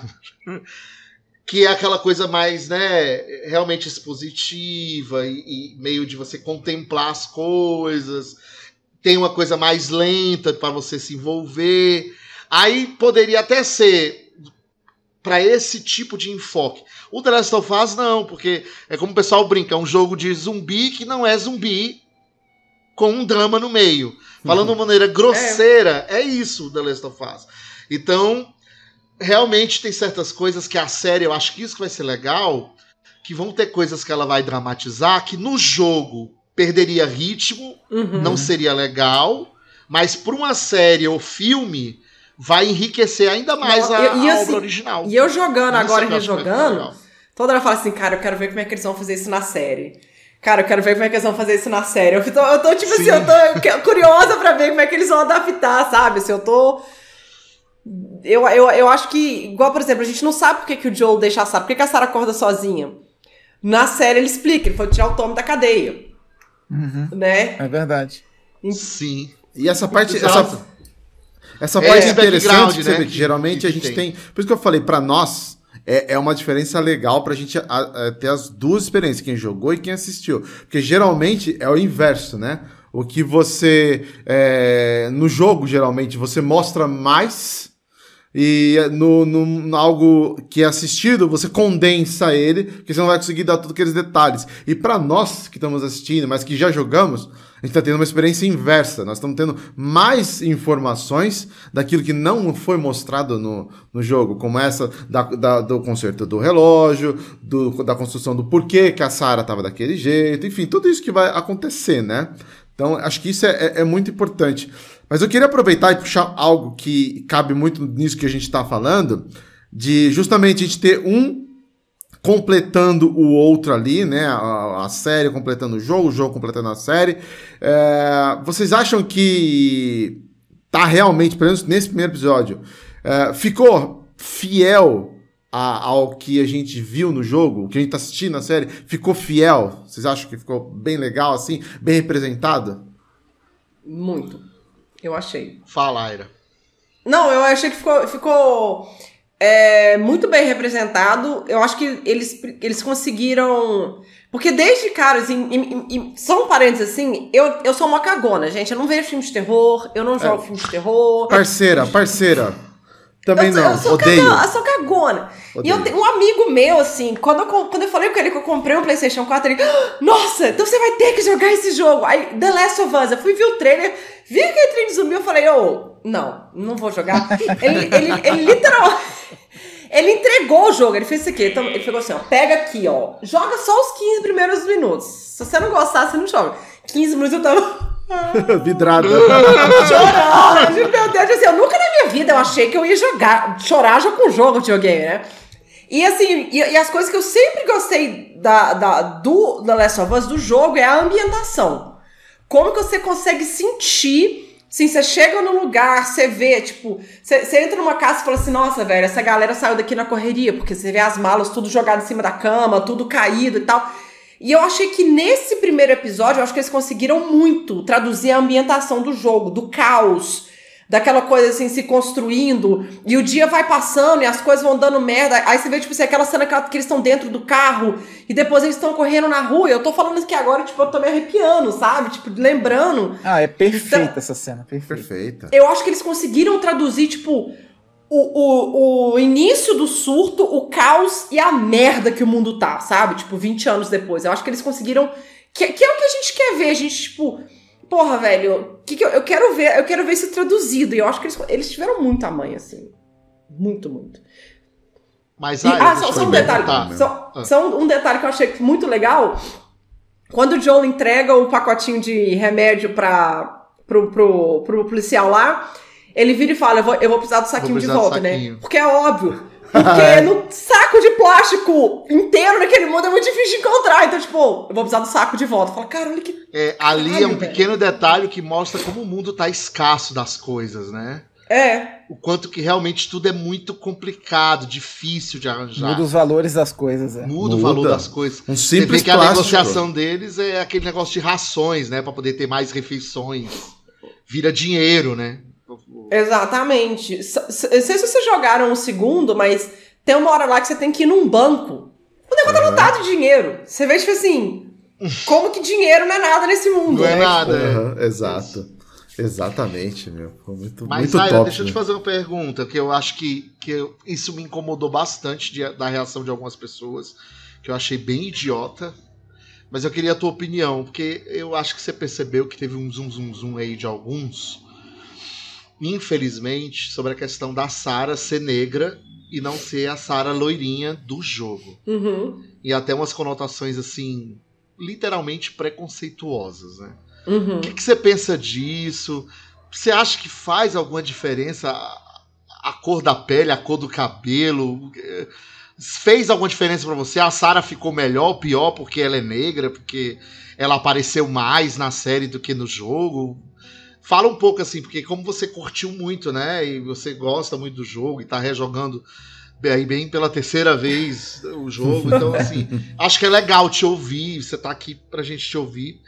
que é aquela coisa mais, né, realmente expositiva e, e meio de você contemplar as coisas, tem uma coisa mais lenta para você se envolver. Aí poderia até ser para esse tipo de enfoque. O The Last of Us não, porque é como o pessoal brinca, é um jogo de zumbi que não é zumbi com um drama no meio. Falando uhum. de maneira grosseira, é. é isso o The Last of Us. Então, realmente tem certas coisas que a série, eu acho que isso que vai ser legal, que vão ter coisas que ela vai dramatizar, que no jogo perderia ritmo, uhum. não seria legal, mas para uma série ou filme vai enriquecer ainda mais a, e, e a assim, obra original. E eu jogando isso agora e rejogando, toda hora eu falo assim, cara, eu quero ver como é que eles vão fazer isso na série. Cara, eu quero ver como é que eles vão fazer isso na série. Eu tô, eu tô tipo Sim. assim, eu tô curiosa pra ver como é que eles vão adaptar, sabe? Assim, eu tô... Eu, eu, eu acho que, igual, por exemplo, a gente não sabe por que, que o Joel deixa a Sarah, por que, que a Sarah acorda sozinha. Na série ele explica, ele foi tirar o Tommy da cadeia. Uhum. Né? É verdade. Sim. E essa parte... Essa, essa parte é, é interessante, né? Que geralmente que a gente tem... tem... Por isso que eu falei, pra nós... É, é uma diferença legal pra gente a, a, ter as duas experiências, quem jogou e quem assistiu. Porque geralmente é o inverso, né? O que você... É, no jogo, geralmente, você mostra mais E no, no, no algo que é assistido, você condensa ele, porque você não vai conseguir dar todos aqueles detalhes. E para nós que estamos assistindo, mas que já jogamos, a gente está tendo uma experiência inversa. Nós estamos tendo mais informações daquilo que não foi mostrado no, no jogo, como essa da, da, do conserto do relógio, do, da construção do porquê que a Sarah estava daquele jeito, enfim, tudo isso que vai acontecer, né? Então, acho que isso é, é, é muito importante. Mas eu queria aproveitar e puxar algo que cabe muito nisso que a gente está falando, de justamente a gente ter um completando o outro ali, né? A, a série completando o jogo, o jogo completando a série. É, vocês acham que tá realmente, pelo menos nesse primeiro episódio, é, ficou fiel a, ao que a gente viu no jogo, o que a gente tá assistindo na série? Ficou fiel? Vocês acham que ficou bem legal, assim? Bem representado? Muito. Eu achei. Fala, Aira. Não, eu achei que ficou, ficou é, muito bem representado. Eu acho que eles, eles conseguiram... Porque desde, cara, assim, em, em, só um parênteses assim, eu, eu sou uma cagona, gente. Eu não vejo filme de terror, eu não jogo é. filme de terror. Parceira, parceira. Também eu, não, eu sou odeio. Cagona, eu sou cagona. Odeio. E eu tenho um amigo meu, assim, quando eu, quando eu falei com ele que eu comprei um PlayStation quatro, ele... Nossa, então você vai ter que jogar esse jogo. Aí, The Last of Us, eu fui ver o trailer, vi aquele trailer de zumbi, eu falei, ô, oh, não, não vou jogar. ele, ele, ele literalmente... Ele entregou o jogo, ele fez isso aqui, então, ele pegou assim, ó, pega aqui, ó, joga só os quinze primeiros minutos. Se você não gostar, você não joga. quinze minutos eu tava... Vidrada. Chorando. Meu Deus, assim, eu nunca na minha vida eu achei que eu ia jogar, chorar já com jogo de videogame, né? E assim, e, e as coisas que eu sempre gostei da, da, do The Last of Us, do jogo, é a ambientação. Como que você consegue sentir, assim, você chega num lugar, você vê, tipo, você, você entra numa casa e fala assim, nossa, velho, essa galera saiu daqui na correria, porque você vê as malas tudo jogado em cima da cama, tudo caído e tal. E eu achei que nesse primeiro episódio, eu acho que eles conseguiram muito traduzir a ambientação do jogo, do caos, daquela coisa assim, se construindo, e o dia vai passando e as coisas vão dando merda. Aí você vê, tipo assim, aquela cena que eles estão dentro do carro e depois eles estão correndo na rua. Eu tô falando aqui agora, tipo, eu tô me arrepiando, sabe? Tipo, lembrando. Ah, é perfeita então, essa cena, perfeita. Perfeita. Eu acho que eles conseguiram traduzir, tipo... O, o, o início do surto, o caos e a merda que o mundo tá, sabe? Tipo, vinte anos depois. Eu acho que eles conseguiram... Que, que é o que a gente quer ver. A gente, tipo... Porra, velho... Que que eu, eu quero ver eu quero ver isso traduzido. E eu acho que eles, eles tiveram muita mãe, assim. Muito, muito. Mas, e, ah, ah, só, só um detalhe. tá, só, ah. só um, um detalhe que eu achei muito legal. Quando o Joel entrega o pacotinho de remédio pra, pro, pro, pro policial lá... Ele vira e fala, eu vou, eu vou precisar do saquinho de volta, né? Porque é óbvio. Porque no saco de plástico inteiro naquele mundo é muito difícil de encontrar. Então, tipo, eu vou precisar do saco de volta. Fala, cara, olha que... É, ali caralho, é um velho. pequeno detalhe que mostra como o mundo tá escasso das coisas, né? É. O quanto que realmente tudo é muito complicado, difícil de arranjar. Muda os valores das coisas, é. Muda o Muda. valor das coisas. Um Você simples vê que a plástico. negociação deles é aquele negócio de rações, né? Pra poder ter mais refeições. Vira dinheiro, né? Exatamente. S- s- Não sei se vocês jogaram o segundo, mas tem uma hora lá que você tem que ir num banco. O negócio tá lotado de dinheiro. Você vê, tipo assim, como que dinheiro não é nada nesse mundo, Não é né? nada, é. Uhum, exato. Exatamente, meu. Foi muito, Mas, muito Aira, top. deixa eu te né? fazer uma pergunta, que eu acho que, que eu- isso me incomodou bastante de- da reação de algumas pessoas, que eu achei bem idiota. Mas eu queria a tua opinião, porque eu acho que você percebeu que teve um zoom, zoom, zoom aí de alguns, infelizmente, sobre a questão da Sarah ser negra e não ser a Sarah loirinha do jogo. Uhum, E até umas conotações, assim, literalmente preconceituosas, né? uhum. O que, que você pensa disso? Você acha que faz alguma diferença a, a cor da pele, a cor do cabelo? Fez alguma diferença pra você? A Sarah ficou melhor ou pior porque ela é negra? Porque ela apareceu mais na série do que no jogo? Fala um pouco assim, porque como você curtiu muito, né? E você gosta muito do jogo e tá rejogando bem, bem pela terceira vez o jogo. Então, assim, acho que é legal te ouvir. Você tá aqui pra gente te ouvir.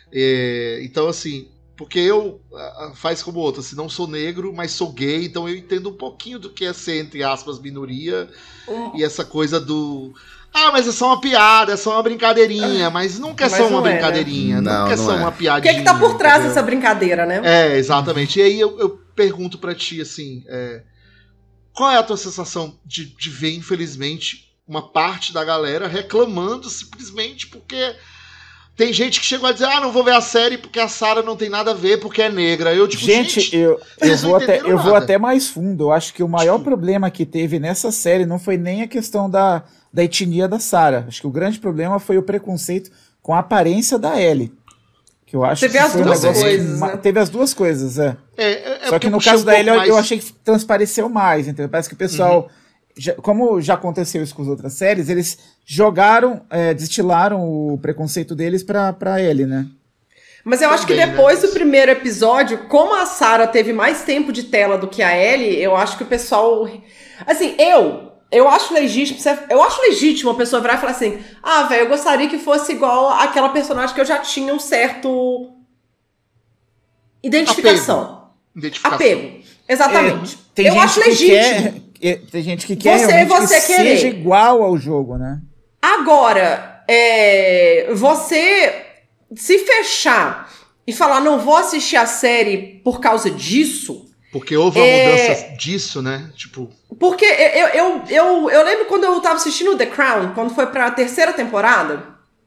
É, então, assim, porque eu faz como outra, assim, não sou negro, mas sou gay, então eu entendo um pouquinho do que é ser, entre aspas, minoria, Hum. e essa coisa do... Ah, mas é só uma piada, é só uma brincadeirinha, mas nunca é Mas só uma não é, né? brincadeirinha, Não, nunca é não só é. uma O que piadinha. é que tá por trás entendeu? dessa brincadeira, né? É, exatamente. E aí eu, eu pergunto pra ti, assim, é, qual é a tua sensação de, de ver, infelizmente, uma parte da galera reclamando simplesmente porque tem gente que chegou a dizer, ah, não vou ver a série porque a Sarah não tem nada a ver, porque é negra. Eu digo, gente, gente eu, eu, vou, até, eu vou nada. até mais fundo. Eu acho que o maior problema que teve nessa série não foi nem a questão da, da etnia da Sarah. Acho que o grande problema foi o preconceito com a aparência da Ellie. Que eu acho teve que as foi um duas negócio coisas, que, né? Teve as duas coisas, é. É, é, é Só que no caso um da Ellie, mais... eu achei que transpareceu mais, entendeu? Parece que o pessoal, uhum. já, como já aconteceu isso com as outras séries, eles jogaram, é, destilaram o preconceito deles pra, pra Ellie, né? Mas eu acho Também, que depois né? do primeiro episódio, como a Sarah teve mais tempo de tela do que a Ellie, eu acho que o pessoal... Assim, eu... Eu acho legítimo, eu acho legítimo a pessoa virar e falar assim, ah, velho, eu gostaria que fosse igual àquela personagem que eu já tinha um certo identificação. Apego. Identificação. Apego. Exatamente. É, tem eu gente acho que legítimo. Quer, tem gente que quer você, você que querer. seja igual ao jogo, né? Agora, é, você se fechar e falar, não vou assistir a série por causa disso... Porque houve uma é... mudança disso, né? Tipo... Porque eu, eu, eu, eu lembro quando eu tava assistindo The Crown, quando foi pra terceira temporada,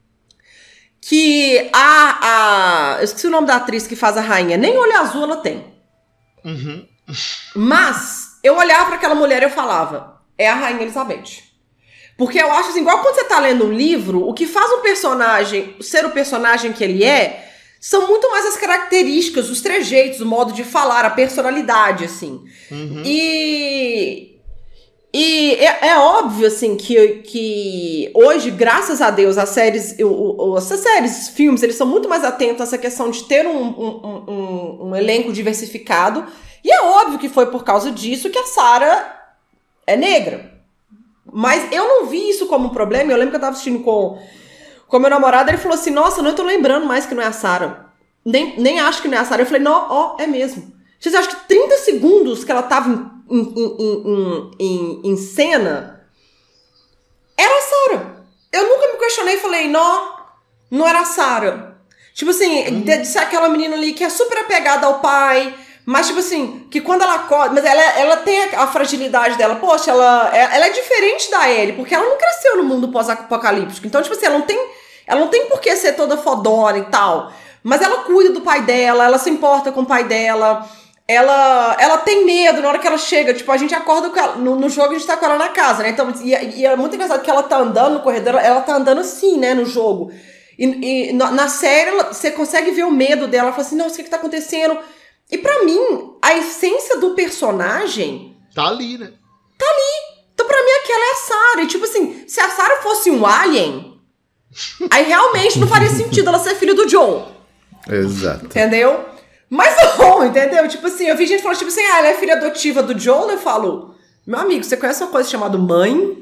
que a, a... Eu esqueci o nome da atriz que faz a rainha. Nem olho azul ela tem. Uhum. Mas eu olhava pra aquela mulher e eu falava, é a Rainha Elizabeth. Porque eu acho assim, igual quando você tá lendo um livro, o que faz um personagem ser o personagem que ele é... São muito mais as características, os trejeitos, o modo de falar, a personalidade, assim. Uhum. E, e é, é óbvio, assim, que, que hoje, graças a Deus, as séries, o, o, essas séries, filmes, eles são muito mais atentos a essa questão de ter um, um, um, um elenco diversificado. E é óbvio que foi por causa disso que a Sarah é negra. Mas eu não vi isso como um problema. Eu lembro que eu tava assistindo com... Com meu namorado, ele falou assim, nossa, não tô lembrando mais que não é a Sarah. Nem, nem acho que não é a Sarah. Eu falei, não, ó, é mesmo. Vocês acham que trinta segundos que ela tava em, em, em, em, em cena era a Sarah. Eu nunca me questionei e falei, não, não era a Sarah. Tipo assim, uhum. de, de ser aquela menina ali que é super apegada ao pai, mas tipo assim, que quando ela acorda, mas ela, ela tem a, a fragilidade dela, poxa, ela, ela é diferente da Ellie, porque ela não cresceu no mundo pós-apocalíptico. Então, tipo assim, ela não tem, ela não tem por que ser toda fodona e tal. Mas ela cuida do pai dela, ela se importa com o pai dela, ela, ela tem medo na hora que ela chega. Tipo, a gente acorda com ela, no, no jogo a gente tá com ela na casa, né? Então, e, e é muito engraçado que ela tá andando no corredor, ela tá andando assim, né, no jogo. E, e na, na série, ela, você consegue ver o medo dela, ela fala assim, nossa, o que que tá acontecendo? E pra mim, a essência do personagem... Tá ali, né? Tá ali. Então pra mim aquela é a Sarah. E tipo assim, se a Sarah fosse um alien, aí realmente não faria sentido ela ser filha do Joel. Exato. Entendeu? Mas não, entendeu? Tipo assim, eu vi gente falando tipo assim, ah, ela é filha adotiva do Joel. Eu falo, meu amigo, você conhece uma coisa chamada mãe?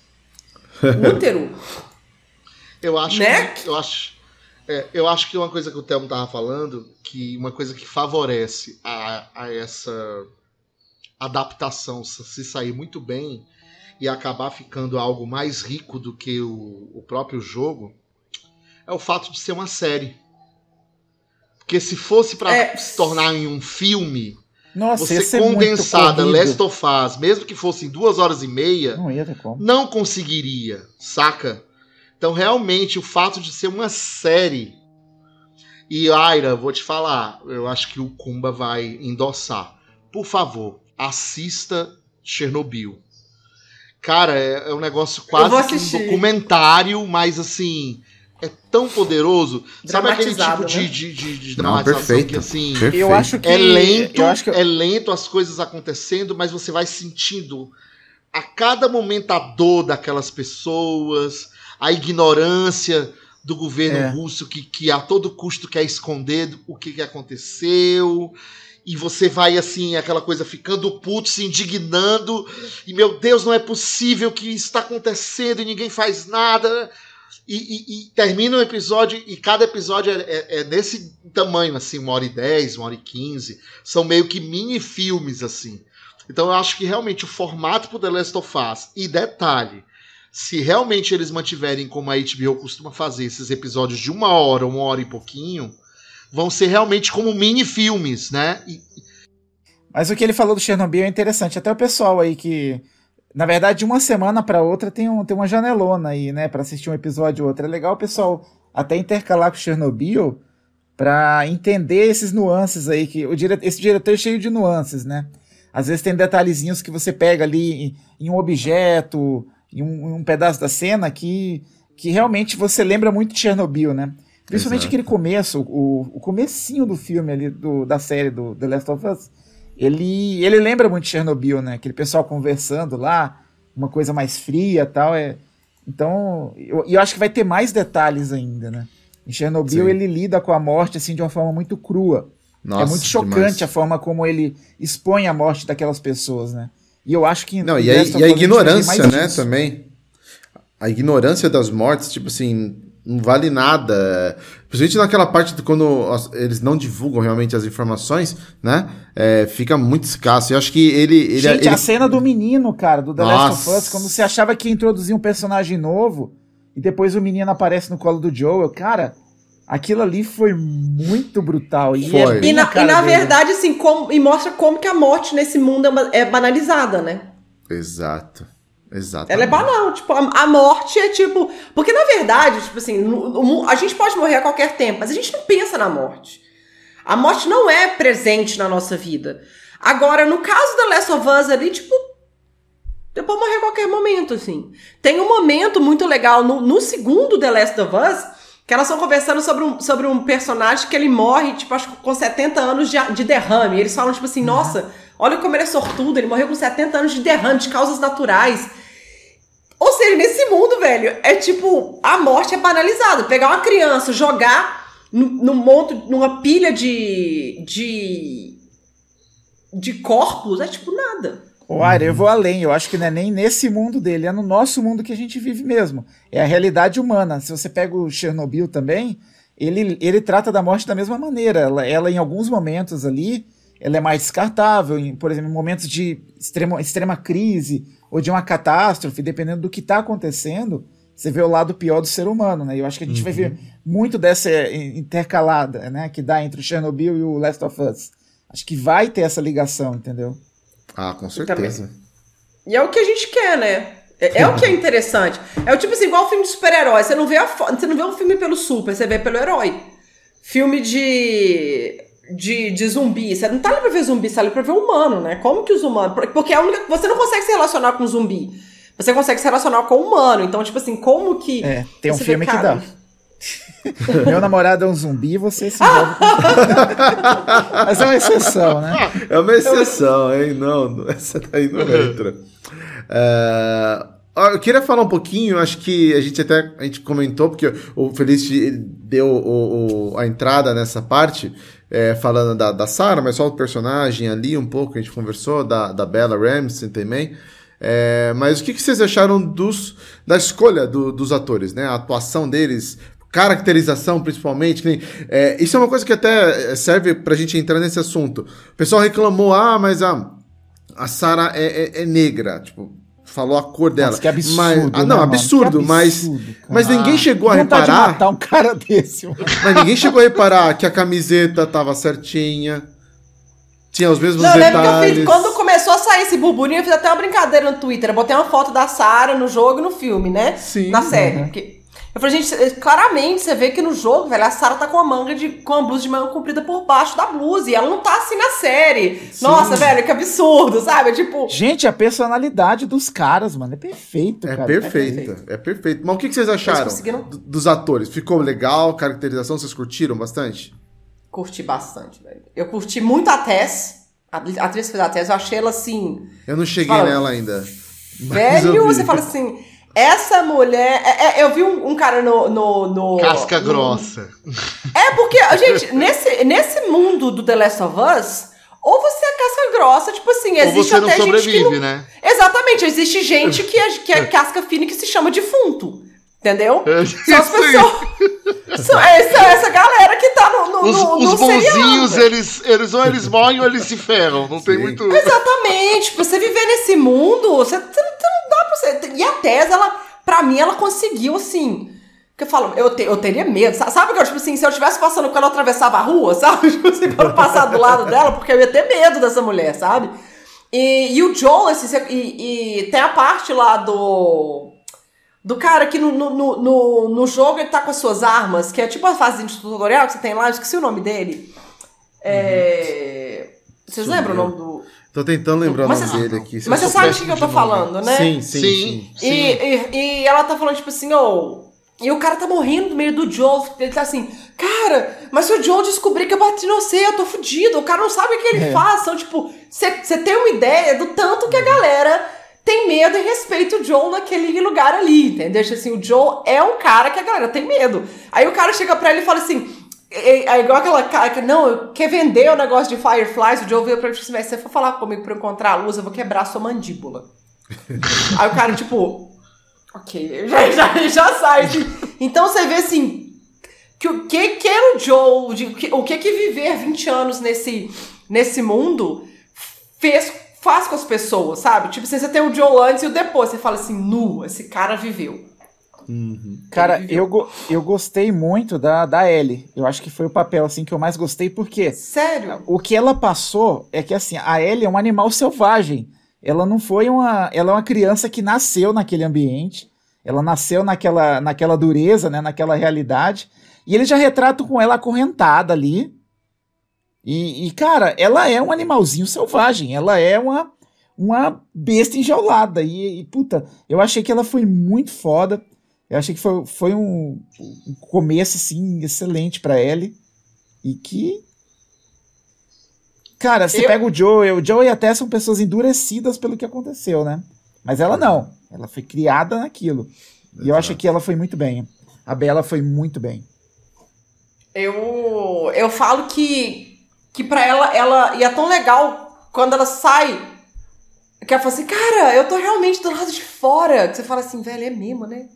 Útero? Eu acho né? que... Eu acho... É, eu acho que uma coisa que o Thelmo tava falando, que uma coisa que favorece a, a essa adaptação se sair muito bem e acabar ficando algo mais rico do que o, o próprio jogo, é o fato de ser uma série. Porque se fosse para é... se tornar em um filme, Nossa, você condensada é Last of Us, mesmo que fosse em duas horas e meia, não ia ter como. Não conseguiria, saca? Então, realmente, o fato de ser uma série... E, Aira, vou te falar, eu acho que o Kumba vai endossar. Por favor, assista Chernobyl. Cara, é, é um negócio quase que um documentário, mas, assim, é tão poderoso. Sabe aquele tipo né? de, de, de, de Não, dramatização perfeito, que, assim... perfeito. Eu acho que... É lento, eu acho que... é lento as coisas acontecendo, mas você vai sentindo a cada momento a dor daquelas pessoas... A ignorância do governo é. russo que, que a todo custo quer esconder o que, que aconteceu. E você vai, assim, aquela coisa ficando puto, se indignando. E, meu Deus, não é possível que isso está acontecendo e ninguém faz nada. E, e, e termina o episódio, e cada episódio é, é, é nesse tamanho, assim, uma hora e dez, uma hora e quinze. São meio que mini-filmes, assim. Então eu acho que realmente o formato pro The Last of Us, e detalhe, se realmente eles mantiverem como a H B O costuma fazer, esses episódios de uma hora, uma hora e pouquinho, vão ser realmente como mini-filmes, né? E... Mas o que ele falou do Chernobyl é interessante. Até o pessoal aí que, na verdade, de uma semana para outra tem, um, tem uma janelona aí, né? Para assistir um episódio ou outro. É legal o pessoal até intercalar com o Chernobyl para entender esses nuances aí. Que o dire... Esse diretor é cheio de nuances, né? Às vezes tem detalhezinhos que você pega ali em, em um objeto, em um, em um pedaço da cena que, que realmente você lembra muito de Chernobyl, né? Principalmente Exato. Aquele começo, o, o comecinho do filme ali, do, da série do The Last of Us, ele, ele lembra muito de Chernobyl, né? Aquele pessoal conversando lá, uma coisa mais fria e tal. É... Então, eu, eu acho que vai ter mais detalhes ainda, né? Em Chernobyl Sim. ele lida com a morte assim, de uma forma muito crua. Nossa, é muito chocante demais. A forma como ele expõe a morte daquelas pessoas, né? E eu acho que... Não, e a, e a ignorância, né, disso. Também. A ignorância das mortes, tipo assim... Não vale nada. Principalmente naquela parte de quando eles não divulgam realmente as informações, né? É, fica muito escasso. Eu acho que ele... ele Gente, ele... a cena do menino, cara, do The Nossa. Last of Us, quando você achava que ia introduzir um personagem novo e depois o menino aparece no colo do Joel, cara, aquilo ali foi muito brutal. E, foi. É e, na, e na verdade, assim, como, e mostra como que a morte nesse mundo é banalizada, né? Exato. Exatamente. Ela é banal, tipo, a, a morte é tipo... Porque, na verdade, tipo assim, no, no, a gente pode morrer a qualquer tempo, mas a gente não pensa na morte. A morte não é presente na nossa vida. Agora, no caso da Last of Us ali, tipo... Eu posso morrer a qualquer momento, assim. Tem um momento muito legal no, no segundo The Last of Us, que elas estão conversando sobre um, sobre um personagem que ele morre, tipo, acho que com setenta anos de, de derrame. E eles falam, tipo assim, uhum. nossa, olha como ele é sortudo, ele morreu com setenta anos de derrame, de causas naturais. Ou seja, nesse mundo, velho, é tipo, a morte é banalizada. Pegar uma criança, jogar num monte, numa pilha de, de, de corpos, é tipo nada. Ô, Aira, eu vou além. Eu acho que não é nem nesse mundo dele, é no nosso mundo que a gente vive mesmo. É a realidade humana. Se você pega o Chernobyl também, ele, ele trata da morte da mesma maneira. Ela, ela, em alguns momentos ali, ela é mais descartável. Em, por exemplo, em momentos de extrema, extrema crise ou de uma catástrofe, dependendo do que está acontecendo, você vê o lado pior do ser humano, né? Eu acho que a gente uhum. vai ver muito dessa intercalada, né, que dá entre o Chernobyl e o Last of Us. Acho que vai ter essa ligação, entendeu? Ah, com certeza. E é o que a gente quer, né? É, é o que é interessante. É o tipo assim, igual o filme de super-herói. Você não vê a fo- você não vê um filme pelo super, você vê pelo herói. Filme de... De, de zumbi, você não tá ali pra ver zumbi, você tá ali pra ver humano, né? Como que os humanos... Porque é a única, você não consegue se relacionar com zumbi, você consegue se relacionar com o humano. Então, tipo assim, como que... É, tem um filme vê, cara... que dá. Meu namorado é um zumbi e você se envolve com... Mas é uma exceção, né? É uma exceção, hein? Não, essa daí não entra. É... Eu queria falar um pouquinho, acho que a gente até a gente comentou, porque o Feliz deu o, o, a entrada nessa parte, é, falando da, da Sarah, mas só o personagem ali um pouco, a gente conversou, da, da Bella Ramsey também. É, mas o que, que vocês acharam dos, da escolha do, dos atores, né? A atuação deles, caracterização principalmente. Que nem, é, isso é uma coisa que até serve pra gente entrar nesse assunto. O pessoal reclamou, ah, mas a, a Sarah é, é, é negra, tipo... Falou a cor dela. Nossa, que absurdo. Mas, ah, não, né, absurdo, absurdo, mas, mas ninguém chegou a reparar. reparar. De matar um cara desse. Mano. Mas ninguém chegou a reparar que a camiseta tava certinha. Tinha os mesmos não, detalhes. Não, eu fiz, quando começou a sair esse burburinho, eu fiz até uma brincadeira no Twitter. Eu botei uma foto da Sarah no jogo e no filme, né? Sim. Na série. Uhum. Porque eu falei, gente, claramente você vê que no jogo, velho, a Sarah tá com a manga de. com a blusa de manga comprida por baixo da blusa. E ela não tá assim na série. Sim. Nossa, velho, que absurdo, sabe? Tipo. Gente, a personalidade dos caras, mano, é perfeito, é cara. Perfeito, é perfeito, é perfeito. Mas o que vocês acharam conseguiram... dos atores? Ficou legal? Caracterização, vocês curtiram bastante? Curti bastante, velho. Eu curti muito a Tess. A atriz que fez a Tess, eu achei ela assim. Eu não cheguei fala, nela ainda. Velho, você fala assim. Essa mulher... É, é, eu vi um, um cara no, no, no... Casca no, grossa. É, porque, gente, nesse, nesse mundo do The Last of Us, ou você é casca grossa, tipo assim, existe ou você até não gente sobrevive, que não... né? Exatamente, existe gente que é, que é casca fina e que se chama defunto. Entendeu? É, são as pessoas... São essa, essa galera que tá no, no, os, no, os no bonzinhos, serial, eles, eles ou eles morrem ou eles se ferram. Não Sim. tem muito... Exatamente. Você viver nesse mundo, você, você, não, você não dá pra você... E a Tess, ela... Pra mim, ela conseguiu, assim, Porque eu falo, eu, te, eu teria medo, sabe? Sabe que eu, tipo assim, se eu estivesse passando quando eu atravessava a rua, sabe? Tipo assim, quando eu passar do lado dela, porque eu ia ter medo dessa mulher, sabe? E, e o Joel, assim, e, e tem a parte lá do... Do cara que no, no, no, no jogo ele tá com as suas armas, que é tipo a fase de tutorial que você tem lá, eu esqueci o nome dele. É... Uhum. Vocês lembram o nome do... Tô tentando lembrar mas o nome você, dele aqui. Mas você sabe de que eu tô falando, né? Sim, sim, sim. sim, sim. E, e, e ela tá falando, tipo assim, ô... Oh, e o cara tá morrendo no meio do Joel. Ele tá assim, cara, mas se o Joel descobrir que eu bati no você, eu tô fudido. O cara não sabe o que ele é. faz. Então, tipo, você tem uma ideia do tanto que a galera tem medo e respeita o Joel naquele lugar ali, entendeu? Assim, o Joel é um cara que a galera tem medo. Aí o cara chega pra ele e fala assim... É, é igual aquela cara que, não, quer vender o negócio de Fireflies. O Joel veio pra ele e disse assim, se você for falar comigo pra eu encontrar a luz, eu vou quebrar a sua mandíbula. Aí o cara, tipo... Ok, já, já, já sai. Assim. Então você vê assim, que o que, que era o Joel, de, que, o que que viver vinte anos nesse, nesse mundo fez, faz com as pessoas, sabe? Tipo, assim, você tem o Joel antes e o depois, você fala assim, nu, esse cara viveu. Uhum. Cara, viveu. Eu, eu gostei muito da, da Ellie. Eu acho que foi o papel assim, que eu mais gostei, porque... Sério? O que ela passou é que assim, a Ellie é um animal selvagem. Ela não foi uma... Ela é uma criança que nasceu naquele ambiente. Ela nasceu naquela, naquela dureza, né? Naquela realidade. E eles já retratam com ela acorrentada ali. E, e, cara, ela é um animalzinho selvagem. Ela é uma, uma besta enjaulada. E, e, puta, eu achei que ela foi muito foda. Eu achei que foi, foi um, um começo, assim, excelente pra Ellie. E que... Cara, você eu... pega o Joe, o Joe e a Tess são pessoas endurecidas pelo que aconteceu, né? Mas ela não. Ela foi criada naquilo. Exato. E eu acho que ela foi muito bem. A Bella foi muito bem. Eu, eu falo que, que pra ela, ela... E é tão legal quando ela sai... Que ela fala assim, cara, eu tô realmente do lado de fora. Que você fala assim, velho, é mesmo, né?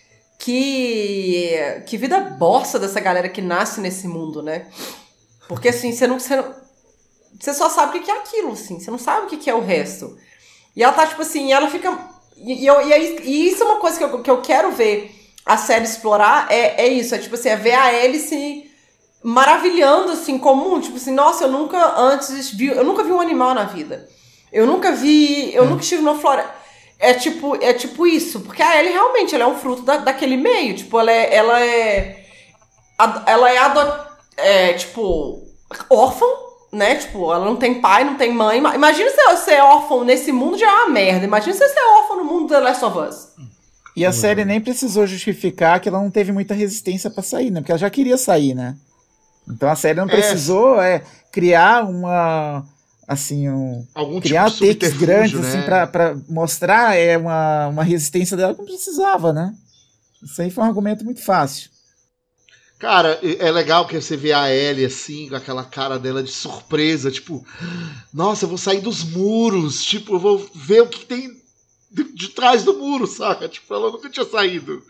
Que... Que vida bosta dessa galera que nasce nesse mundo, né? Porque assim, você não... Você não Você só sabe o que é aquilo, assim. Você não sabe o que é o resto. E ela tá, tipo assim, ela fica... E, eu, e, aí, e isso é uma coisa que eu, que eu quero ver a série explorar, é, é isso. É, tipo assim, é ver a Ellie se maravilhando, assim, comum. Tipo assim, nossa, eu nunca antes vi... Eu nunca vi um animal na vida. Eu nunca vi... Eu hum. nunca estive numa floresta. É tipo, é tipo isso. Porque a Ellie, realmente, ela é um fruto da, daquele meio. Tipo, ela é... Ela é... Ela é, ado, é tipo... órfã. Né, tipo, ela não tem pai, não tem mãe. Imagina se ser órfão nesse mundo já é uma merda. Imagina se ser órfão no mundo The Last of Us. E a série nem precisou justificar que ela não teve muita resistência pra sair, né? Porque ela já queria sair, né? Então a série não precisou é, criar uma... Assim, um... Algum criar tipo de takes grandes, né? assim, pra, pra mostrar é, uma, uma resistência dela que não precisava, né? Isso aí foi um argumento muito fácil. Cara, é legal que você vê a Ellie assim, com aquela cara dela de surpresa, tipo, nossa, eu vou sair dos muros, tipo, eu vou ver o que tem de, de trás do muro, saca? Tipo, ela nunca tinha saído.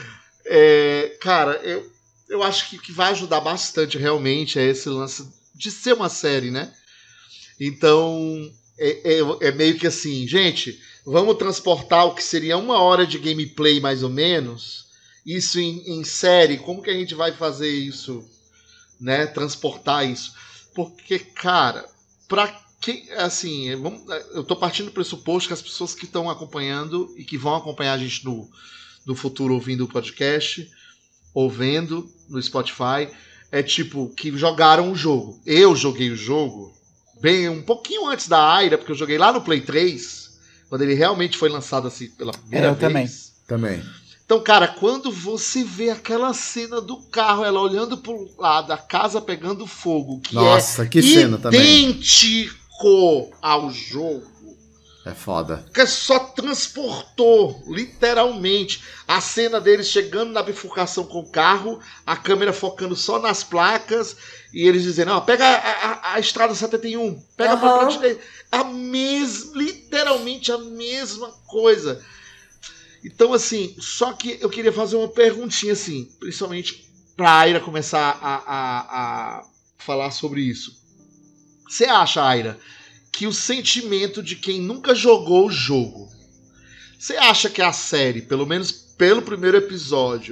É, cara, eu, eu acho que o que vai ajudar bastante realmente é esse lance de ser uma série, né? Então, é, é, é meio que assim, gente, vamos transportar o que seria uma hora de gameplay mais ou menos... Isso em, em série, como que a gente vai fazer isso, né? Transportar isso. Porque, cara, pra que, assim, vamos, eu tô partindo do pressuposto que as pessoas que estão acompanhando e que vão acompanhar a gente no, no futuro ouvindo o podcast, ou vendo no Spotify, é tipo, que jogaram o jogo. Eu joguei o jogo bem um pouquinho antes da Aira, porque eu joguei lá no Play três, quando ele realmente foi lançado assim pela primeira é, eu vez. Também. Também. Então, cara, quando você vê aquela cena do carro, ela olhando pro lado, a casa pegando fogo, que Nossa, é que cena também. idêntico ao jogo. É foda. Que só transportou, literalmente, a cena deles chegando na bifurcação com o carro, a câmera focando só nas placas, e eles dizendo, ó, pega a, a, a estrada setenta e um, pega uhum. pra direita. A mesma, literalmente a mesma coisa. Então, assim, só que eu queria fazer uma perguntinha, assim, principalmente pra Aira começar a, a, a falar sobre isso. Você acha, Aira, que o sentimento de quem nunca jogou o jogo, você acha que a série, pelo menos pelo primeiro episódio,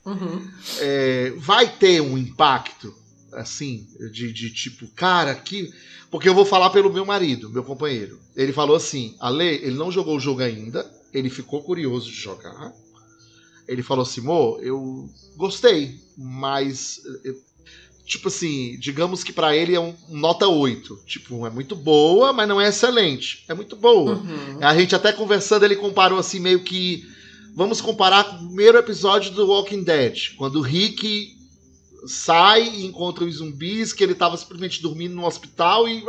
Uhum. É, vai ter um impacto, assim, de, de tipo, cara, que... Porque eu vou falar pelo meu marido, meu companheiro. Ele falou assim, Ale, ele não jogou o jogo ainda, ele ficou curioso de jogar. Ele falou assim, Mo, eu gostei, mas... Tipo assim, digamos que pra ele é um nota oito. Tipo, é muito boa, mas não é excelente. É muito boa. Uhum. A gente até conversando, ele comparou assim, meio que... Vamos comparar com o primeiro episódio do Walking Dead. Quando o Rick sai e encontra os zumbis, que ele tava simplesmente dormindo no hospital e...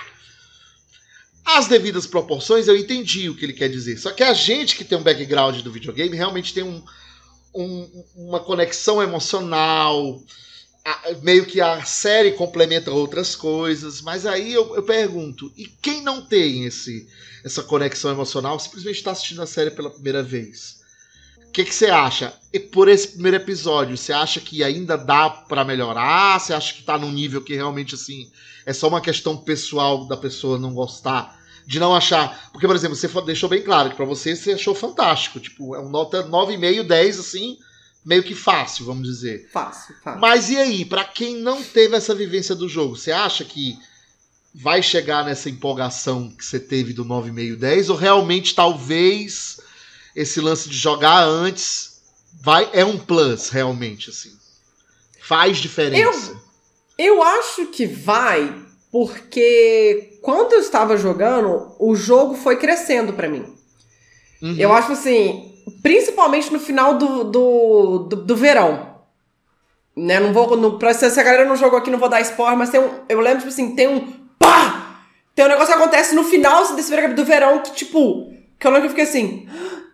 Ah! As devidas proporções, eu entendi o que ele quer dizer. Só que a gente que tem um background do videogame realmente tem um, um, uma conexão emocional... Meio que a série complementa outras coisas, mas aí eu, eu pergunto, e quem não tem esse, essa conexão emocional simplesmente está assistindo a série pela primeira vez? O que, que você acha? E por esse primeiro episódio, você acha que ainda dá para melhorar? Você acha que tá num nível que realmente assim é só uma questão pessoal da pessoa não gostar? De não achar... Porque, por exemplo, você deixou bem claro que para você, você achou fantástico. Tipo, é um nota nove vírgula cinco, dez, assim... meio que fácil, vamos dizer. Fácil, fácil. Mas e aí, pra quem não teve essa vivência do jogo, você acha que vai chegar nessa empolgação que você teve do nove vírgula cinco, dez? Ou realmente, talvez, esse lance de jogar antes vai, é um plus, realmente, assim? Faz diferença? Eu, eu acho que vai, porque quando eu estava jogando, o jogo foi crescendo pra mim. Uhum. Eu acho assim... Principalmente no final do, do, do, do verão. Né? Não vou, não, pra, se a galera não jogou aqui, não vou dar spoiler, mas tem um. Eu lembro, tipo assim, tem um. Pá! Tem um negócio que acontece no final desse do verão que, tipo. Que eu lembro que eu fiquei assim.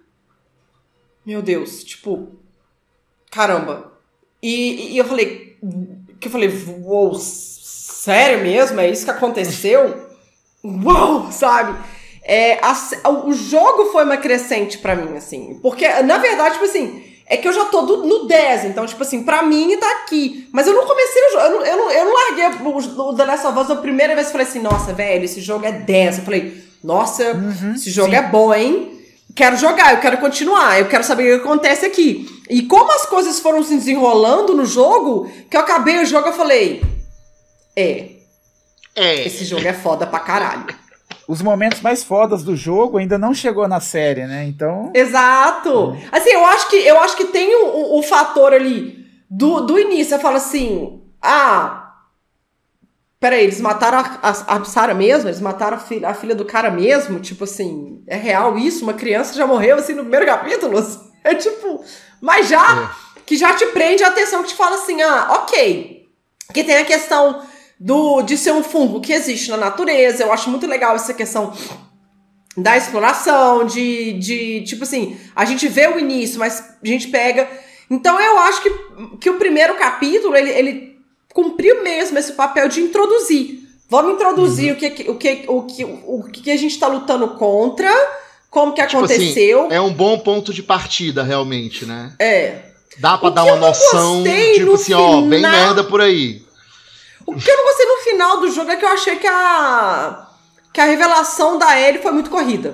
Meu Deus, tipo. Caramba. E, e eu falei. Que eu falei, uou, sério mesmo? É isso que aconteceu? Uau, sabe? É, a, o jogo foi uma crescente pra mim, assim. Porque, na verdade, tipo assim, é que eu já tô do, no dez. Então, tipo assim, pra mim tá aqui. Mas eu não comecei o jogo. Eu não, eu não, eu não larguei o, o The Last of Us a primeira vez. Eu falei assim, nossa, velho, esse jogo é dez. Eu falei, nossa, uhum, esse jogo sim. é bom, hein? Quero jogar, eu quero continuar. Eu quero saber o que acontece aqui. E como as coisas foram se desenrolando no jogo, que eu acabei o jogo, eu falei, é, é. Esse jogo é foda pra caralho. Os momentos mais fodas do jogo ainda não chegou na série, né? Então... Exato! É. Assim, eu acho que, eu acho que tem o, o, o fator ali do, do início. Eu falo assim, ah, peraí, eles mataram a, a, a Sarah mesmo? Eles mataram a filha, a filha do cara mesmo? Tipo assim, é real isso? Uma criança já morreu assim no primeiro capítulo? É tipo... Mas já, é. que já te prende a atenção, que te fala assim, ah, ok. Que tem a questão... Do, de ser um fungo que existe na natureza. Eu acho muito legal essa questão da exploração, de, de tipo assim, a gente vê o início, mas a gente pega... Então eu acho que, que o primeiro capítulo, ele, ele cumpriu mesmo esse papel de introduzir. Vamos introduzir uhum. o, que, o, que, o, que, o que a gente tá lutando contra, como que tipo aconteceu. Assim, é um bom ponto de partida, realmente, né? É. Dá pra o dar uma noção, tipo assim, final... ó, bem merda por aí. O que eu não gostei no final do jogo é que eu achei que a que a revelação da Ellie foi muito corrida.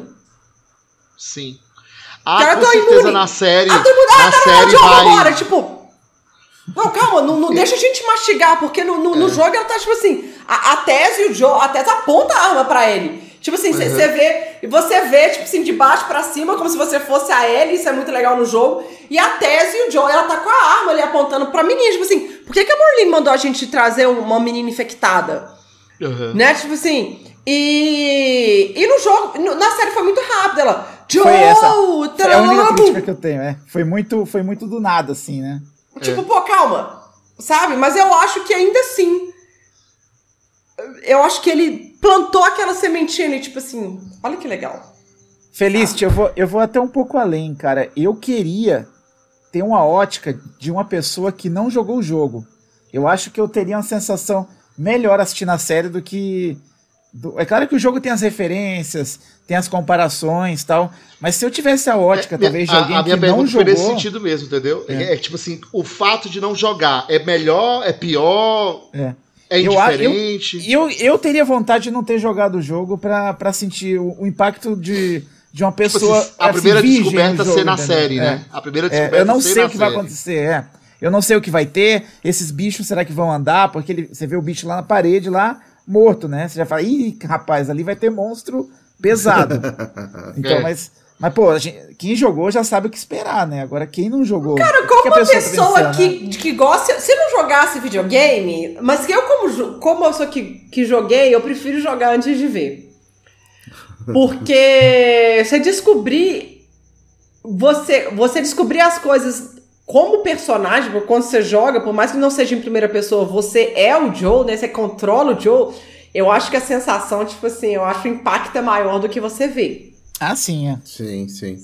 Sim. Ah, com certeza imune. na série, ah, imune. Ah, na tá, série não, vai... agora, tipo... Não, calma, não, não deixa a gente mastigar, porque no, no, é. no jogo ela tá, tipo assim, a, a Tess e o Joe, a Tess aponta a arma pra Ellie. Tipo assim, você uhum. vê, você vê, tipo assim, de baixo pra cima, como se você fosse a Ellie, isso é muito legal no jogo. E a Tess e o Joe, ela tá com a arma ali apontando pra menina, tipo assim, por que que a Morlin mandou a gente trazer uma menina infectada? Uhum. Né, tipo assim, e... E no jogo, no, na série foi muito rápido, ela... Joe, foi essa, é a única crítica que eu tenho, é. Foi muito, foi muito do nada, assim, né? Tipo, é. pô, calma, sabe? Mas eu acho que ainda assim... Eu acho que ele plantou aquela sementinha ali, tipo assim, olha que legal. Felicity, eu vou, eu vou até um pouco além, cara. Eu queria ter uma ótica de uma pessoa que não jogou o jogo. Eu acho que eu teria uma sensação melhor assistindo a série do que... Do... É claro que o jogo tem as referências, tem as comparações e tal, mas se eu tivesse a ótica, é, talvez, de alguém a, a que não jogou... A minha pergunta foi nesse sentido mesmo, entendeu? É. é tipo assim, o fato de não jogar é melhor, é pior... É. É indiferente. Eu, eu, eu, eu teria vontade de não ter jogado o jogo pra, pra sentir o, o impacto de, de uma pessoa... Tipo, a assim, primeira virgem no descoberta jogo, ser na entendeu? série, É. né? A primeira É, descoberta eu não ser sei na o que vai série. acontecer, é. Eu não sei o que vai ter. Esses bichos, será que vão andar? Porque ele, você vê o bicho lá na parede, lá, morto, né? Você já fala, ih, rapaz, ali vai ter monstro pesado. Então, É. mas... Mas, pô, a gente- quem jogou já sabe o que esperar, né? Agora, quem não jogou... Cara, o que como que a uma pessoa tá pessoa pensando, que, né? que gosta. Se não jogasse videogame, mas que eu, como, jo- como eu sou que, que joguei, eu prefiro jogar antes de ver. Porque você descobrir. Você, você descobrir as coisas como personagem, porque quando você joga, por mais que não seja em primeira pessoa, você é o Joe, né? Você controla o Joe. Eu acho que a sensação, tipo assim, eu acho que o impacto é maior do que você vê. Ah, sim, é. Sim, sim.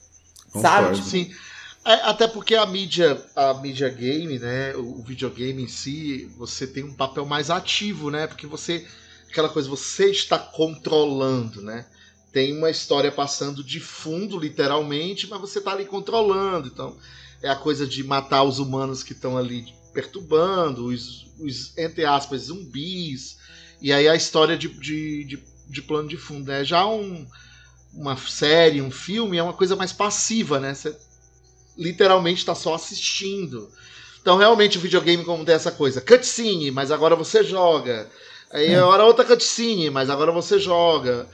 Sabe? Concordo. Sim. É, até porque a mídia, a mídia game, né, o, o videogame em si, você tem um papel mais ativo, né? Porque você, aquela coisa, você está controlando, né? Tem uma história passando de fundo, literalmente, mas você está ali controlando. Então, é a coisa de matar os humanos que estão ali perturbando, os, os, entre aspas, zumbis. E aí a história de, de, de, de plano de fundo, né? Já um, uma série, um filme, é uma coisa mais passiva, né? Você literalmente está só assistindo. Então, realmente, o videogame, como tem essa coisa, cutscene, mas agora você joga. Aí é hora outra cutscene, mas agora você joga.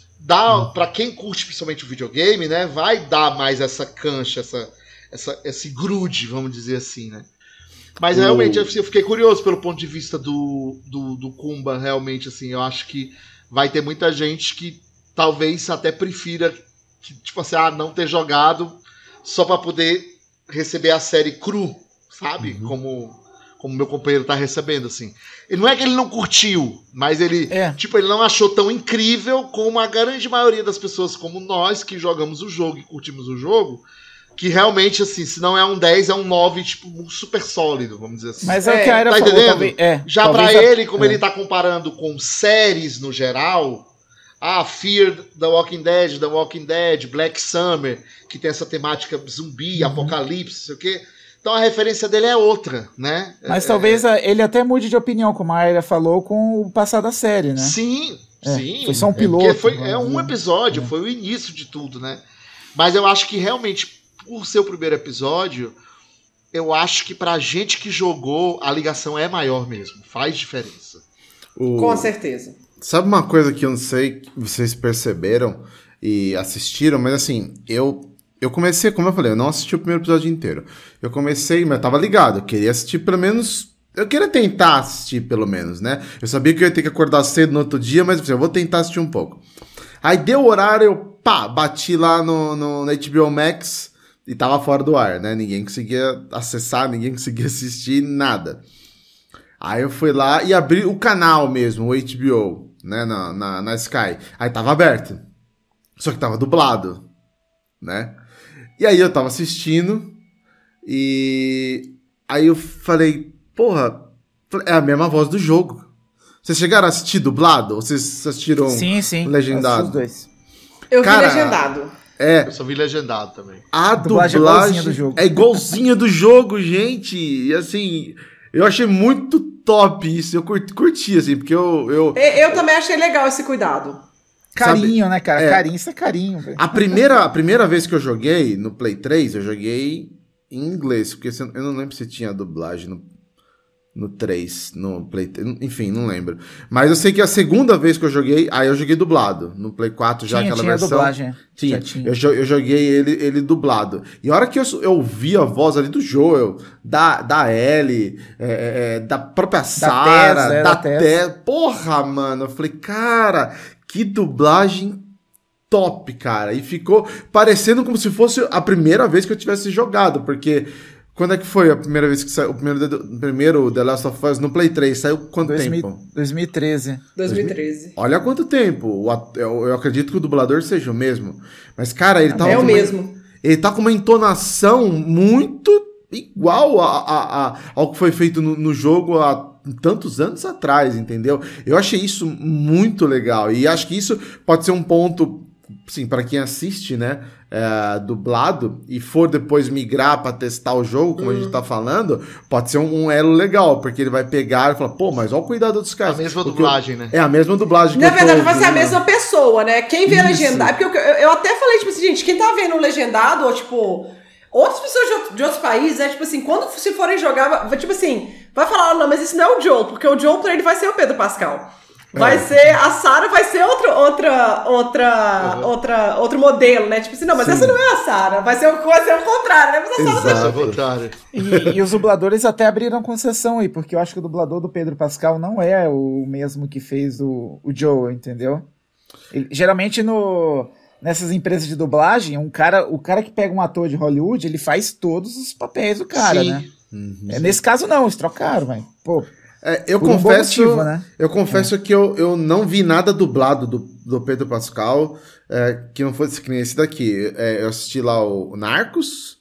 Dá, para quem curte principalmente o videogame, né? Vai dar mais essa cancha, essa, essa, esse grude, vamos dizer assim, né? Mas O- realmente, eu fiquei curioso pelo ponto de vista do, do, do Kumba, realmente, assim, eu acho que vai ter muita gente que talvez até prefira, que, tipo assim, ah, não ter jogado só para poder receber a série cru, sabe? Uhum. Como como meu companheiro tá recebendo, assim. E não é que ele não curtiu, mas ele, É. tipo, ele não achou tão incrível como a grande maioria das pessoas, como nós, que jogamos o jogo e curtimos o jogo, que realmente, assim, se não é um dez, é um nove, tipo, super sólido, vamos dizer assim. Mas é, o É, que a Aira tá falou, entendendo? talvez... É, Já talvez pra a- ele, como é. ele tá comparando com séries no geral, ah, Fear the Walking Dead, The Walking Dead, Black Summer, que tem essa temática zumbi, Uhum. apocalipse, não sei o quê. Então a referência dele é outra, né? Mas É, talvez a- ele até mude de opinião, como a Aira falou, com o passar da série, né? Sim, É, sim. foi só um É porque piloto, foi, vamos é um dizer. episódio, É. foi o início de tudo, né? Mas eu acho que realmente, por ser o primeiro episódio, eu acho que pra gente que jogou, a ligação é maior mesmo. Faz diferença. O- Com certeza. Sabe uma coisa que eu não sei que vocês perceberam e assistiram, mas assim, eu eu comecei, como eu falei, eu não assisti o primeiro episódio inteiro. Eu comecei, mas eu tava ligado, eu queria assistir pelo menos, eu queria tentar assistir pelo menos, né? Eu sabia que eu ia ter que acordar cedo no outro dia, mas assim, eu vou tentar assistir um pouco. Aí deu o horário, eu pá, bati lá no, no, no H B O Max e tava fora do ar, né? Ninguém conseguia acessar, ninguém conseguia assistir, nada. Aí eu fui lá e abri o canal mesmo, o H B O, né, na, na, na Sky. Aí tava aberto, só que tava dublado, né? E aí eu tava assistindo e aí eu falei, porra, é a mesma voz do jogo. Vocês chegaram a assistir dublado? Ou vocês assistiram Sim, sim. legendado? Os dois. Eu Cara, vi legendado. É, Eu só vi legendado também. a dublagem dublagem, é igualzinha do jogo. é igualzinha do jogo, gente. E assim, eu achei muito top isso. Eu curti, curti assim, porque eu, eu E- Eu também achei legal esse cuidado. Carinho, né, cara? É. Carinho, isso é carinho, velho. A primeira, a primeira vez que eu joguei no Play três, eu joguei em inglês, porque se- eu não lembro se tinha dublagem no, no três, no Play três, enfim, não lembro. Mas eu sei que a segunda vez que eu joguei, aí eu joguei dublado. No Play quatro já Tinha, aquela tinha versão. dublagem, é. Tinha. Já tinha. Eu, jo- eu joguei ele, ele dublado. E a hora que eu, eu ouvi a voz ali do Joel, da, da Ellie, é, é, da própria Sarah, Tess, é, da da Tess. Tess. Porra, mano, eu falei, cara, que dublagem top, cara. E ficou parecendo como se fosse a primeira vez que eu tivesse jogado, porque quando é que foi a primeira vez que saiu o primeiro, o primeiro The Last of Us no Play três? Saiu quanto dois mil, tempo? dois mil e treze. dois mil e treze. Olha quanto tempo. O at- Eu, eu acredito que o dublador seja o mesmo. Mas, cara, ele tá É com o uma- mesmo. Ele tá com uma entonação muito igual a, a- a- ao que foi feito no, no jogo há tantos anos atrás, entendeu? Eu achei isso muito legal. E acho que isso pode ser um ponto sim, para quem assiste, né, é, dublado e for depois migrar para testar o jogo, como hum. a gente tá falando, pode ser um, um elo legal, porque ele vai pegar e falar, pô, mas olha o cuidado dos caras. A mesma dublagem, eu, né? É a mesma dublagem. Na verdade, vai ser a mesma pessoa, né? Quem vê legendado, porque eu, eu, eu até falei, tipo assim, gente, quem tá vendo legendado, ou tipo, outras pessoas de, de outros países, é tipo assim, quando se forem jogar, vai, tipo assim, vai falar, não, mas esse não é o Joe, porque o Joe pra ele vai ser o Pedro Pascal. Vai é. ser, a Sarah vai ser outra, outra, outra, uhum. outra, outro modelo, né? Tipo assim, não, mas Sim. essa não é a Sarah, vai ser, vai ser o contrário, né? Mas a Sarah vai ser o contrário. E, e os dubladores até abriram concessão aí, porque eu acho que o dublador do Pedro Pascal não é o mesmo que fez o, o Joe, entendeu? Ele, geralmente no, nessas empresas de dublagem, um cara, o cara que pega um ator de Hollywood, ele faz todos os papéis do cara, Sim. né? Uhum. É, nesse caso não, eles trocaram, velho. Pô. É, eu, confesso, um motivo, né? eu confesso é. que eu, eu não vi nada dublado do, do Pedro Pascal é, que não fosse que nem esse daqui. É, eu assisti lá o, o Narcos,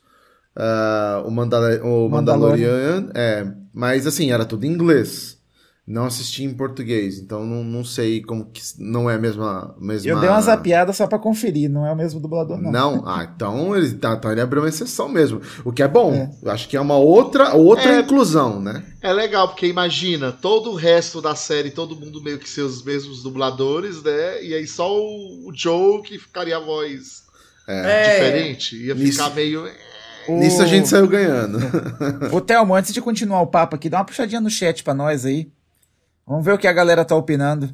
uh, o, Mandal- o Mandalorian, é, mas assim, era tudo em inglês. Não assisti em português, então não, não sei como que não é a mesma, mesma... Eu dei uma zapiada só pra conferir, não é o mesmo dublador, não. Não? Ah, então ele, tá, então ele abriu uma exceção mesmo, o que é bom. É. Eu acho que é uma outra, outra é, inclusão, né? É legal, porque imagina, todo o resto da série, todo mundo meio que seus mesmos dubladores, né? E aí só o, o Joe que ficaria a voz é. diferente, ia ficar Isso. meio... O... Nisso a gente saiu ganhando. Ô, Thelmo, antes de continuar o papo aqui, dá uma puxadinha no chat pra nós aí. Vamos ver o que a galera tá opinando.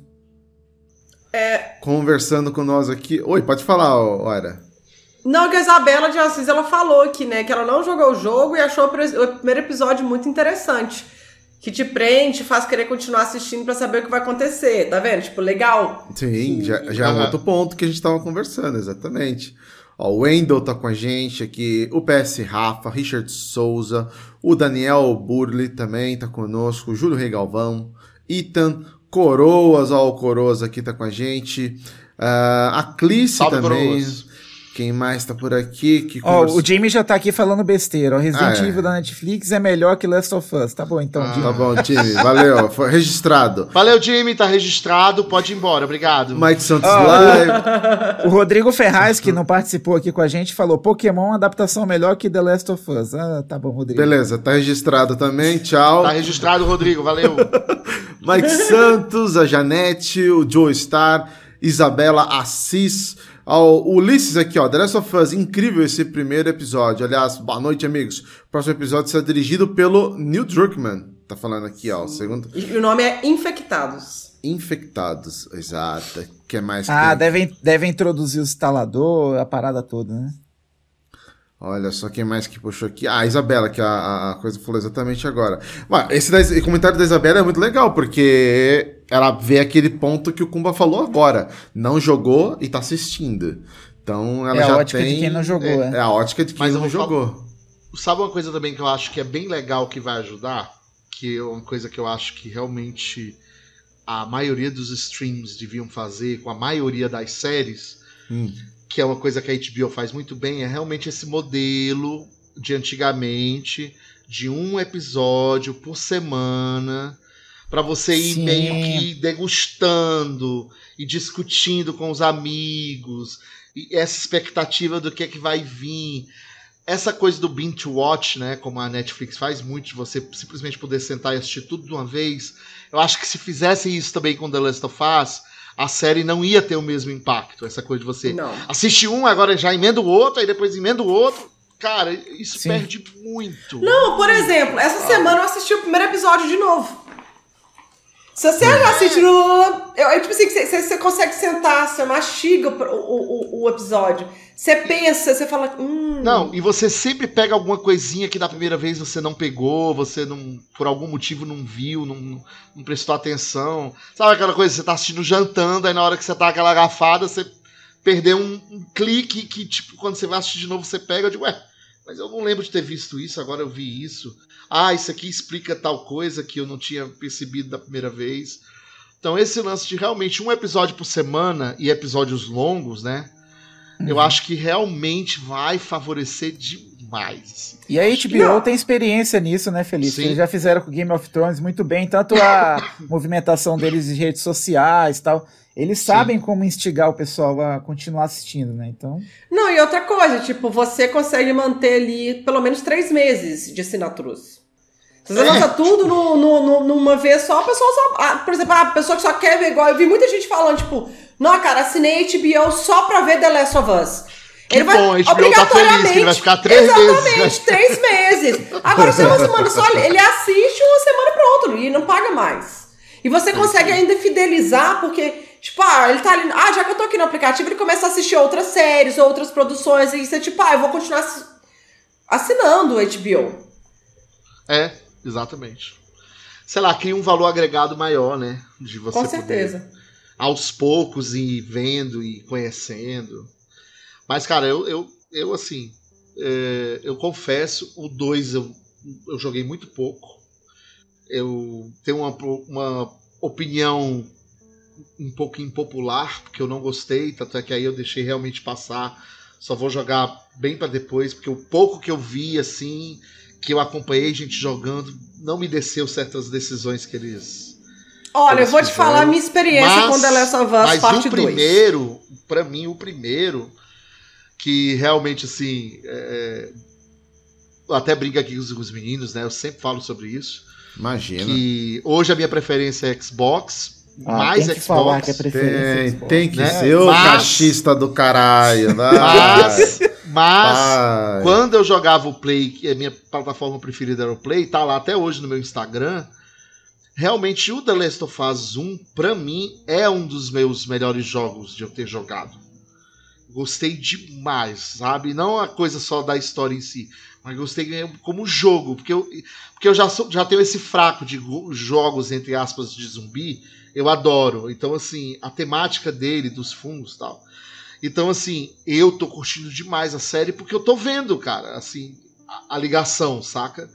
É... Conversando com nós aqui. Oi, pode falar, Ora. Não, que a Isabela de Assis, ela falou aqui, né, que ela não jogou o jogo e achou o primeiro episódio muito interessante. Que te prende, faz querer continuar assistindo pra saber o que vai acontecer, tá vendo? Tipo, legal. Sim, já, já uhum. é um outro ponto que a gente tava conversando, exatamente. Ó, o Wendel tá com a gente aqui, o P S Rafa, Richard Souza, o Daniel Burli também tá conosco, o Júlio Rei Galvão, Ethan, Coroas, ó, o Coroas aqui tá com a gente. Uh, a Clice também. Coroas. Quem mais tá por aqui? Que ó, conversa... o Jimmy já tá aqui falando besteira. O Resident ah, é. Evil da Netflix é melhor que Last of Us. Tá bom, então, ah, Jimmy. Tá bom, Jimmy. Valeu. Foi registrado. Valeu, Jimmy. Tá registrado. Pode ir embora. Obrigado. Mike Santos oh, Live. O Rodrigo Ferraz, que não participou aqui com a gente, falou Pokémon adaptação melhor que The Last of Us. Ah, tá bom, Rodrigo. Beleza. Tá registrado também. Tchau. Tá registrado, Rodrigo. Valeu. Mike Santos, a Janete, o Joe Star, Isabela Assis... O Ulisses aqui, ó, The Last of Us, incrível esse primeiro episódio. Aliás, boa noite, amigos. O próximo episódio será dirigido pelo Neil Druckmann. Tá falando aqui, ó, o segundo... E o nome é Infectados. Infectados, exato. Que é mais... Ah, que... devem, devem introduzir o instalador, a parada toda, né? Olha só quem mais que puxou aqui. Ah, a Isabela, que a, a coisa falou exatamente agora. Mas esse, da, esse comentário da Isabela é muito legal, porque ela vê aquele ponto que o Kumba falou agora. Não jogou e tá assistindo. Então ela é já a ótica tem... de quem não jogou, é. É, é a ótica de quem Mas não jogou. Falar... Sabe uma coisa também que eu acho que é bem legal que vai ajudar? Que é uma coisa que eu acho que realmente a maioria dos streams deviam fazer com a maioria das séries... Hum. Que é uma coisa que a H B O faz muito bem, é realmente esse modelo de antigamente, de um episódio por semana, para você ir Sim. meio que degustando e discutindo com os amigos, e essa expectativa do que é que vai vir. Essa coisa do binge to watch, né, como a Netflix faz muito, de você simplesmente poder sentar e assistir tudo de uma vez, eu acho que se fizesse isso também com The Last of Us, a série não ia ter o mesmo impacto. Essa coisa de você não. assiste um, agora já emenda o outro, aí depois emenda o outro. Cara, isso Sim. perde muito. Não, por exemplo, essa ah. semana eu assisti o primeiro episódio de novo. Se você já assiste no... Eu, eu, tipo assim, você, você consegue sentar, você mastiga o, o, o episódio. Você pensa, você fala... Hum. Não, e você sempre pega alguma coisinha que da primeira vez você não pegou, você não, por algum motivo não viu, não, não prestou atenção. Sabe aquela coisa, você tá assistindo jantando, aí na hora que você tá aquela garfada, você perdeu um, um clique que, tipo, quando você vai assistir de novo, você pega, eu digo, ué, mas eu não lembro de ter visto isso, agora eu vi isso. Ah, isso aqui explica tal coisa que eu não tinha percebido da primeira vez. Então esse lance de realmente um episódio por semana e episódios longos, né? Uhum. Eu acho que realmente vai favorecer demais. E a H B O tem experiência nisso, né, Felipe? Eles já fizeram com Game of Thrones muito bem, tanto a movimentação deles em redes sociais e tal. eles sabem Sim. como instigar o pessoal a continuar assistindo, né? Então... Não, e outra coisa, tipo, você consegue manter ali pelo menos três meses de assinaturas. Se você lança tudo no, no, no, numa vez só, a pessoa só... Ah, por exemplo, a pessoa que só quer ver igual... Eu vi muita gente falando, tipo... Não, cara, assinei H B O só pra ver The Last of Us. Que ele bom, vai, H B O tá feliz, que ele vai ficar três exatamente, meses. Exatamente, três meses. Agora, se uma semana só, ele assiste uma semana pronto e não paga mais. E você consegue ainda fidelizar, porque, tipo, ah, ele tá ali... Ah, já que eu tô aqui no aplicativo, ele começa a assistir outras séries, outras produções, e você, tipo, ah, eu vou continuar assinando o H B O. É, exatamente. Sei lá, cria um valor agregado maior, né? De você Com certeza. Poder, aos poucos, ir vendo e conhecendo. Mas, cara, eu, eu, eu assim, é, eu confesso, o dois eu, eu joguei muito pouco. Eu tenho uma, uma opinião um pouco impopular, porque eu não gostei, tanto é que aí eu deixei realmente passar. Só vou jogar bem pra depois, porque o pouco que eu vi, assim, que eu acompanhei gente jogando, não me desceu certas decisões que eles... Olha, que eles eu vou te fizeram. falar a minha experiência mas, com The Last of Us mas parte o primeiro, pra mim, o primeiro, que realmente, assim, é, eu até brinco aqui com os meninos, né? Eu sempre falo sobre isso. Imagina. Que hoje a minha preferência é Xbox, ah, mais tem que Xbox. Falar que é preferência tem, Xbox, tem que né? ser o Mas- cachista do caralho. Vai. Mas, mas Vai. quando eu jogava o Play, que a minha plataforma preferida era o Play, tá lá até hoje no meu Instagram. Realmente o The Last of Us um, pra mim, é um dos meus melhores jogos de eu ter jogado. Gostei demais, sabe? Não a coisa só da história em si, mas gostei como jogo, porque eu, porque eu já, sou, já tenho esse fraco de go- jogos, entre aspas, de zumbi, eu adoro. Então, assim, a temática dele, dos fungos e tal. Então, assim, eu tô curtindo demais a série, porque eu tô vendo, cara, assim, a, a ligação, saca?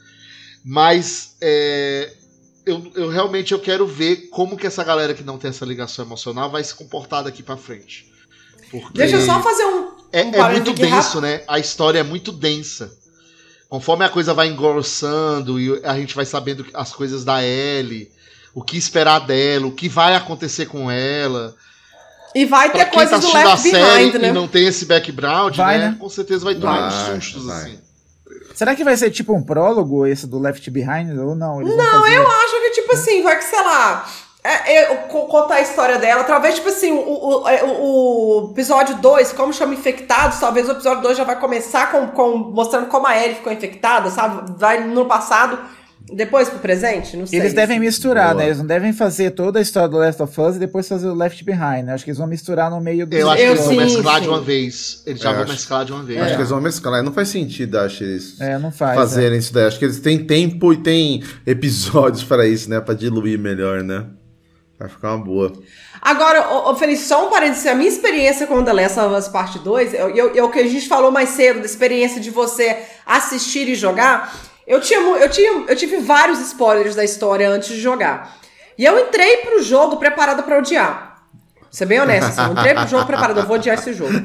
Mas, é... Eu, eu realmente eu quero ver como que essa galera que não tem essa ligação emocional vai se comportar daqui pra frente. Porque Deixa eu só fazer um. é, um é parênteses muito aqui denso, rápido. né? A história é muito densa. Conforme a coisa vai engrossando e a gente vai sabendo as coisas da Ellie, o que esperar dela, o que vai acontecer com ela. E vai Pra ter quem coisas tá do assistindo a Left série Behind, né? e não tem esse background, Vai, né? né? Com certeza vai tomar uns Vai, sustos, vai. assim. Será que vai ser tipo um prólogo esse do Left Behind ou não? Eles vão Não, fazer... eu acho que, tipo assim, vai que, sei lá, é, é, co- contar a história dela, talvez, tipo assim, o, o, é, o, o episódio dois, como chama Infectados, talvez o episódio dois já vai começar com, com, mostrando como a Ellie ficou infectada, sabe? Vai no passado, depois pro presente, não sei. Eles devem misturar, Boa. né? Eles não devem fazer toda a história do Last of Us e depois fazer o Left Behind, né? Acho que eles vão misturar no meio do... Eu acho Eu que eles vão sim, mesclar sim. de uma vez. Eles já É, vão acho- mesclar de uma vez. Acho já. que eles vão mesclar. Não faz sentido, acho, eles É, não faz. fazerem isso daí. Acho que eles têm tempo e têm episódios para isso, né? Pra diluir melhor, né? Vai ficar uma boa. Agora, ô, ô, Feliz, só um parênteses, a minha experiência com The Last of Us Parte dois, eu, eu, eu, o que a gente falou mais cedo, da experiência de você assistir e jogar, eu, tinha, mu- eu, tinha, eu tive vários spoilers da história antes de jogar. E eu entrei pro jogo preparada pra odiar. Vou ser bem honesto, assim, eu entrei pro jogo preparada, eu vou odiar esse jogo.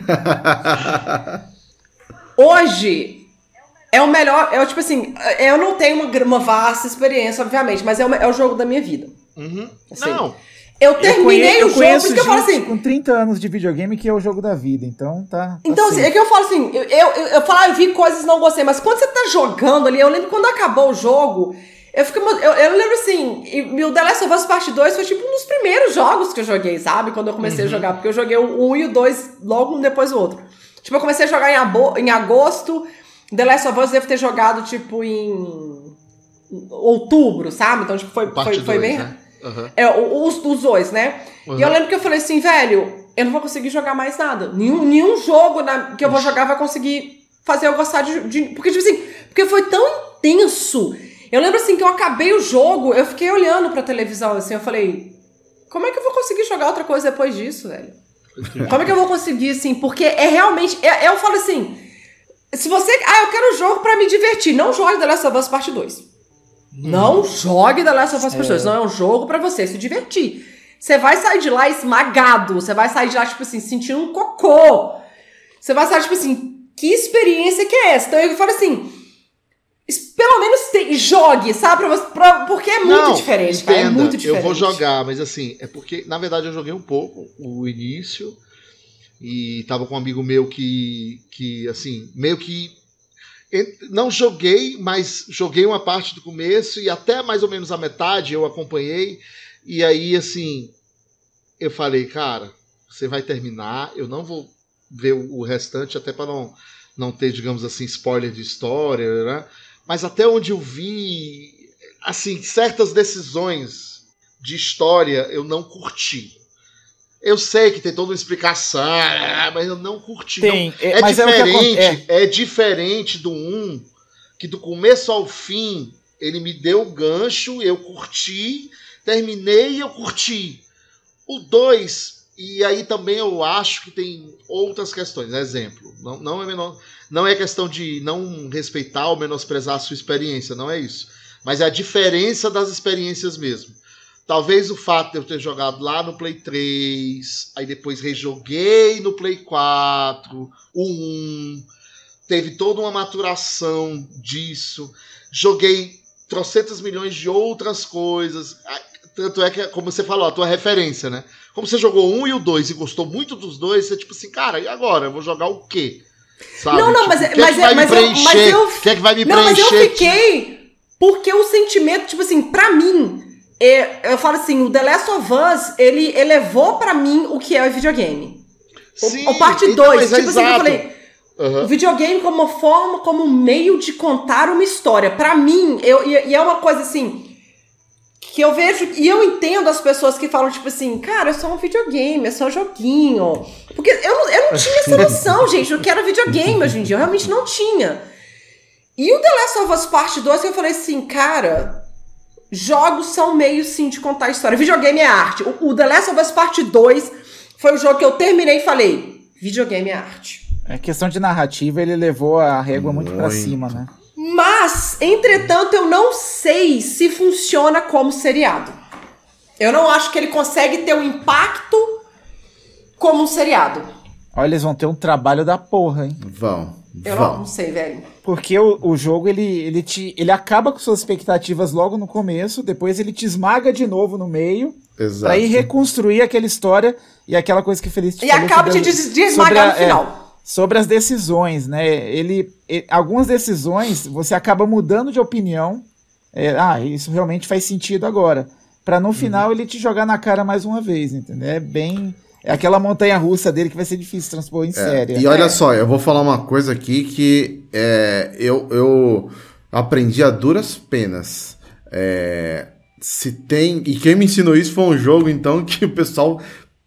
Hoje, é o melhor, é o tipo assim, eu não tenho uma, gr- uma vasta experiência, obviamente, mas é o, é o jogo da minha vida. Uhum. Assim, Não, Eu Eu terminei conhe- eu o jogo, por conheço isso que eu falo gente assim, com trinta anos de videogame que é o jogo da vida, então tá... tá então, assim, safe. é que eu falo assim, eu, eu, eu, eu falo, ah, eu vi coisas e não gostei, mas quando você tá jogando ali, eu lembro quando acabou o jogo, eu fico, eu, eu lembro assim, e, e o The Last of Us Part dois foi tipo um dos primeiros jogos que eu joguei, sabe? Quando eu comecei a jogar, porque eu joguei o um e o dois logo um depois do outro. Tipo, eu comecei a jogar em, abo, em agosto, The Last of Us devo ter jogado, tipo, em outubro, sabe? Então, tipo, foi, parte foi, foi dois, bem... né? Uhum. É, os, os dois, né? Uhum. E eu lembro que eu falei assim, velho, eu não vou conseguir jogar mais nada. Nenhum, nenhum jogo na, que eu vou jogar vai conseguir fazer eu gostar de, de... Porque, tipo assim, porque foi tão intenso. Eu lembro, assim, que eu acabei o jogo, eu fiquei olhando pra televisão, assim, eu falei, como é que eu vou conseguir jogar outra coisa depois disso, velho? Como é que eu vou conseguir, assim? Porque é realmente... É, eu falo assim, se você... Ah, eu quero um jogo pra me divertir. Não jogue The Last of Us Parte dois. Não jogue The Last of Us Part dois. Não é um jogo pra você se divertir. Você vai sair de lá esmagado. Você vai sair de lá, tipo assim, sentindo um cocô. Você vai sair, tipo assim, que experiência que é essa? Então eu falo assim, pelo menos te, jogue, sabe? Pra, pra, porque é muito Não, diferente, entenda, cara. É muito diferente. Eu vou jogar, mas assim, é porque, na verdade, eu joguei um pouco o início e tava com um amigo meu que, que assim, meio que não joguei, mas joguei uma parte do começo e até mais ou menos a metade eu acompanhei. E aí, assim, eu falei, cara, você vai terminar, eu não vou ver o restante, até para não, não ter, digamos assim, spoiler de história, né? Mas até onde eu vi, assim, certas decisões de história eu não curti. Eu sei que tem toda uma explicação, mas eu não curti. Tem, não. É, mas diferente, é, o que é. é diferente do um, que do começo ao fim ele me deu o gancho, eu curti, terminei e eu curti. O dois, e aí também eu acho que tem outras questões. Exemplo, não, não, é, menor, não é questão de não respeitar ou menosprezar a sua experiência, não é isso. Mas é a diferença das experiências mesmo. Talvez o fato de eu ter jogado lá no Play três, aí depois rejoguei no Play quatro, o um, teve toda uma maturação disso, joguei trocentos milhões de outras coisas, tanto é que, como você falou, a tua referência, né? Como você jogou um e o dois e gostou muito dos dois, você tipo assim, cara, e agora? Eu vou jogar o quê? Sabe? Não, não, tipo, mas, que mas, é que vai mas, me eu, mas eu... O que é que vai me não, preencher? Não, mas eu fiquei... Porque o sentimento, tipo assim, pra mim... É, eu falo assim, o The Last of Us, ele elevou pra mim o que é o videogame. Sim, o, o parte então, dois, é tipo assim, eu falei, uhum. o videogame como forma, como meio de contar uma história. Pra mim, eu, e, e é uma coisa assim, que eu vejo, e eu entendo as pessoas que falam, tipo assim, cara, é só um videogame, é só um joguinho. Porque eu, eu não tinha essa noção, gente, o que era videogame hoje em dia, eu realmente não tinha. E o The Last of Us Parte dois, eu falei assim, cara... Jogos são meios, sim, de contar a história. Videogame é arte. O, o The Last of Us Parte dois foi o jogo que eu terminei e falei, videogame é arte. É questão de narrativa, ele levou a régua muito, muito pra cima, né? Mas, entretanto, eu não sei se funciona como seriado. Eu não acho que ele consegue ter um impacto como um seriado. Olha, eles vão ter um trabalho da porra, hein? Vão. Eu não, não sei, velho. Porque o, o jogo, ele, ele, te, ele acaba com suas expectativas logo no começo, depois ele te esmaga de novo no meio, Exato. Pra ir reconstruir aquela história e aquela coisa que Feliz te E falou acaba sobre te as, de esmagar a, no final. É, sobre as decisões, né? Ele, ele, algumas decisões, você acaba mudando de opinião. É, ah, isso realmente faz sentido agora. Pra no final, uhum. ele te jogar na cara mais uma vez, entendeu? É bem... É aquela montanha-russa dele que vai ser difícil transpor em é, série. E olha é. só, eu vou falar uma coisa aqui que é, eu, eu aprendi a duras penas. É, se tem... E quem me ensinou isso foi um jogo, então, que o pessoal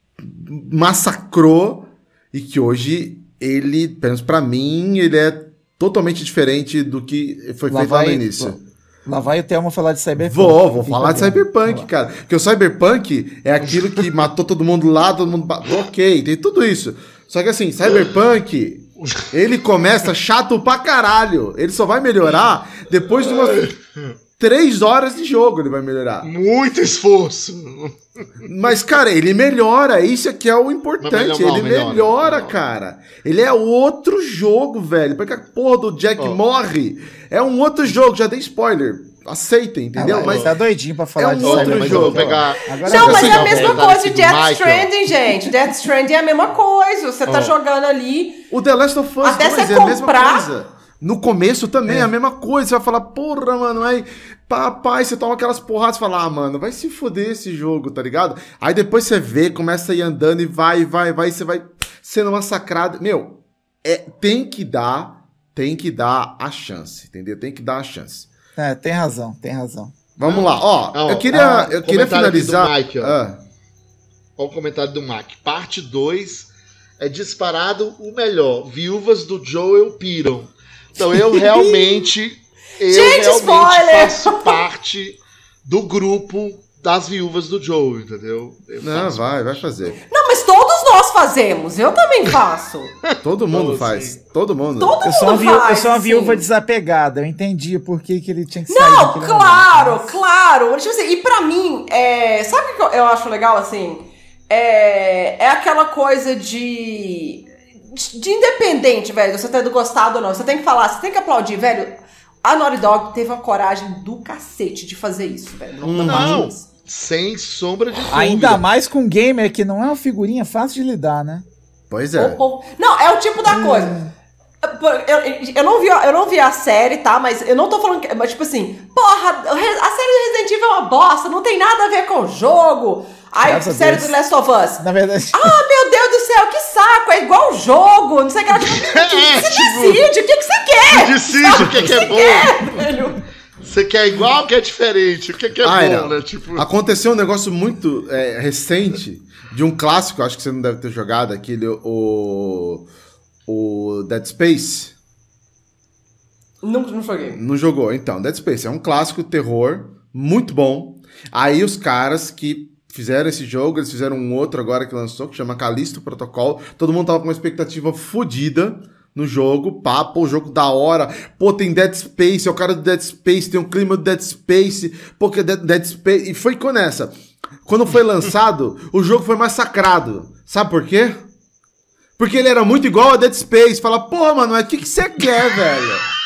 massacrou e que hoje ele, pelo menos pra mim, ele é totalmente diferente do que foi lá feito vai, lá no início. Lá vai o Thelma falar de Cyberpunk. Vou, vou falar de Cyberpunk, cara. Porque o Cyberpunk é aquilo que matou todo mundo lá, todo mundo... Ok, tem tudo isso. Só que assim, Cyberpunk, ele começa chato pra caralho. Ele só vai melhorar depois de umas três horas de jogo, ele vai melhorar. Muito esforço. Mas, cara, ele melhora. Isso aqui é o importante. Melhor, ele melhora, melhora cara. Ele é outro jogo, velho. Porque a porra do Jack oh. morre. É um outro jogo. Já dei spoiler. Aceitem, entendeu? Ah, mas tá doidinho pra falar é um outro Cyber, jogo. Pegar... Agora não, mas é a mesma coisa de Death Stranding, gente. Death Stranding é a mesma coisa. Você tá oh. jogando ali. O The Last of Us Até dois você é comprar... a mesma coisa. No começo também é a mesma coisa. Você vai falar, porra, mano, aí, papai, você toma aquelas porradas e fala, ah, mano, vai se foder esse jogo, tá ligado? Aí depois você vê, começa a ir andando e vai, vai, vai, você vai sendo massacrado. Meu, é, tem que dar, tem que dar a chance, entendeu? Tem que dar a chance. É, tem razão, tem razão. Vamos lá, ó, oh, eu queria, ah, eu queria finalizar... Mike, ó. Ah. Olha o comentário do Mac. Parte dois é disparado o melhor. Viúvas do Joel piram. Então eu realmente, eu Gente, realmente spoiler! faço parte do grupo das viúvas do Joe, entendeu? Eu Não, vai, vai fazer. Não, mas todos nós fazemos, eu também faço. Todo mundo então, faz, assim, todo mundo. Todo eu sou mundo viúva, faz, eu sou uma sim. viúva desapegada, eu entendi por que, que ele tinha que sair. Não, claro, momento. claro. Tipo assim, e pra mim, é, sabe o que eu acho legal, assim? É, é aquela coisa de... de independente, velho, você tendo gostado ou não, você tem que falar, você tem que aplaudir, velho. A Naughty Dog teve uma coragem do cacete de fazer isso, velho. Não, Não, não. sem sombra de dúvida. Ainda mais com um gamer que não é uma figurinha fácil de lidar, né? Pois é. O povo- Não, é o tipo da coisa. Eu, eu, eu não vi, eu não vi a série, tá? Mas eu não tô falando que. Mas, tipo assim, porra, a série do Resident Evil é uma bosta, não tem nada a ver com o jogo. Aí, Graças a série Deus. do Last of Us. Na verdade. Ah, meu Deus do céu, que saco, é igual o jogo, não sei o que. Ela, tipo, É, você tipo, decide, o que, que você quer? Decide o que, que é bom. É, velho. Você quer igual ou quer diferente? O que, que é Ah, bom, não. né? Tipo, Aconteceu um negócio muito é, recente de um clássico, acho que você não deve ter jogado, aquele, o, o Dead Space. Não, não joguei. Não jogou? Então, Dead Space é um clássico terror, muito bom. Aí os caras que fizeram esse jogo, eles fizeram um outro agora que lançou, que chama Callisto Protocol. Todo mundo tava com uma expectativa fodida no jogo. Pá, pô, o jogo da hora. Pô, tem Dead Space, é o cara do Dead Space, tem um clima do Dead Space. Pô, que é Dead, Dead Space. E foi com essa. Quando foi lançado, o jogo foi massacrado. Sabe por quê? Porque ele era muito igual a Dead Space. Fala, porra, mano, mas o que que você quer, velho?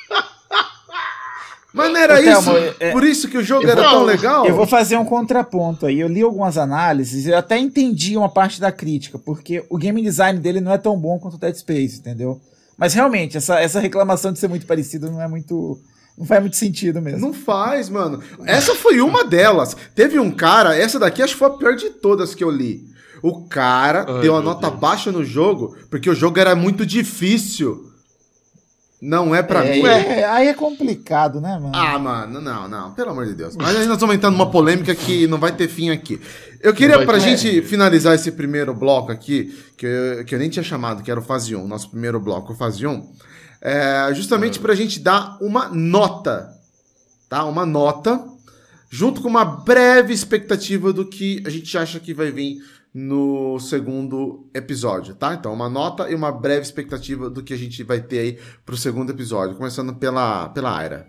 Mas não era Ô, isso? Thelma, é- Por isso que o jogo eu era vou- tão legal? Eu vou fazer um contraponto aí. Eu li algumas análises e eu até entendi uma parte da crítica, porque o game design dele não é tão bom quanto o Dead Space, entendeu? Mas realmente, essa, essa reclamação de ser muito parecido não é muito. Não faz muito sentido mesmo. Não faz, mano. Essa foi uma delas. Teve um cara, essa daqui acho que foi a pior de todas que eu li. O cara Ai, deu uma meu nota Deus. baixa no jogo, porque o jogo era muito difícil. Não é pra É, mim. é, aí é complicado, né, mano? Ah, mano, não, não, pelo amor de Deus. Mas aí nós vamos entrar numa polêmica que não vai ter fim aqui. Eu queria, Não vai pra ter. gente finalizar esse primeiro bloco aqui, que eu, que eu nem tinha chamado, que era o Fase um, nosso primeiro bloco, o Fase um, é, justamente pra gente dar uma nota, tá? Uma nota, junto com uma breve expectativa do que a gente acha que vai vir no segundo episódio, tá? Então, uma nota e uma breve expectativa do que a gente vai ter aí pro segundo episódio, começando pela, pela Aira.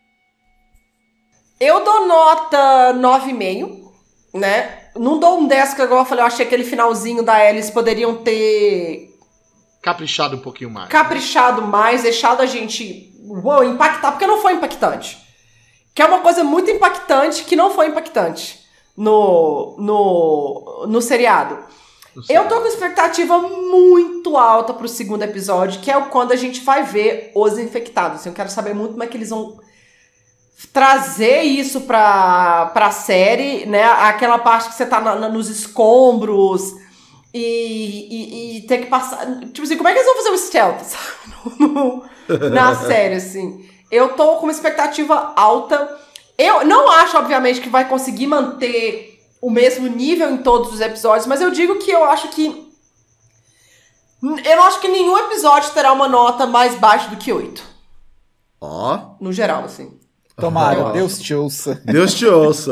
Eu dou nota nove vírgula cinco, né? Não dou um dez, que igual eu falei, eu achei que aquele finalzinho da Alice poderiam ter caprichado um pouquinho mais. caprichado mais, deixado a gente uou, impactar, porque não foi impactante. Que é uma coisa muito impactante que não foi impactante no, no, no seriado. Não sei. Eu tô com expectativa muito alta pro segundo episódio, que é o quando a gente vai ver os infectados. Assim, eu quero saber muito como é que eles vão trazer isso pra, pra série, né? Aquela parte que você tá na- na- nos escombros e, e, e ter que passar... Tipo assim, como é que eles vão fazer o stealth, sabe? No- no- na série, assim. Eu tô com uma expectativa alta. Eu não acho, obviamente, que vai conseguir manter o mesmo nível em todos os episódios, mas eu digo que eu acho que... Eu não acho que nenhum episódio terá uma nota mais baixa do que oito. Ó, No geral, assim. Tomara, Ó. Deus te ouça. Deus te ouça.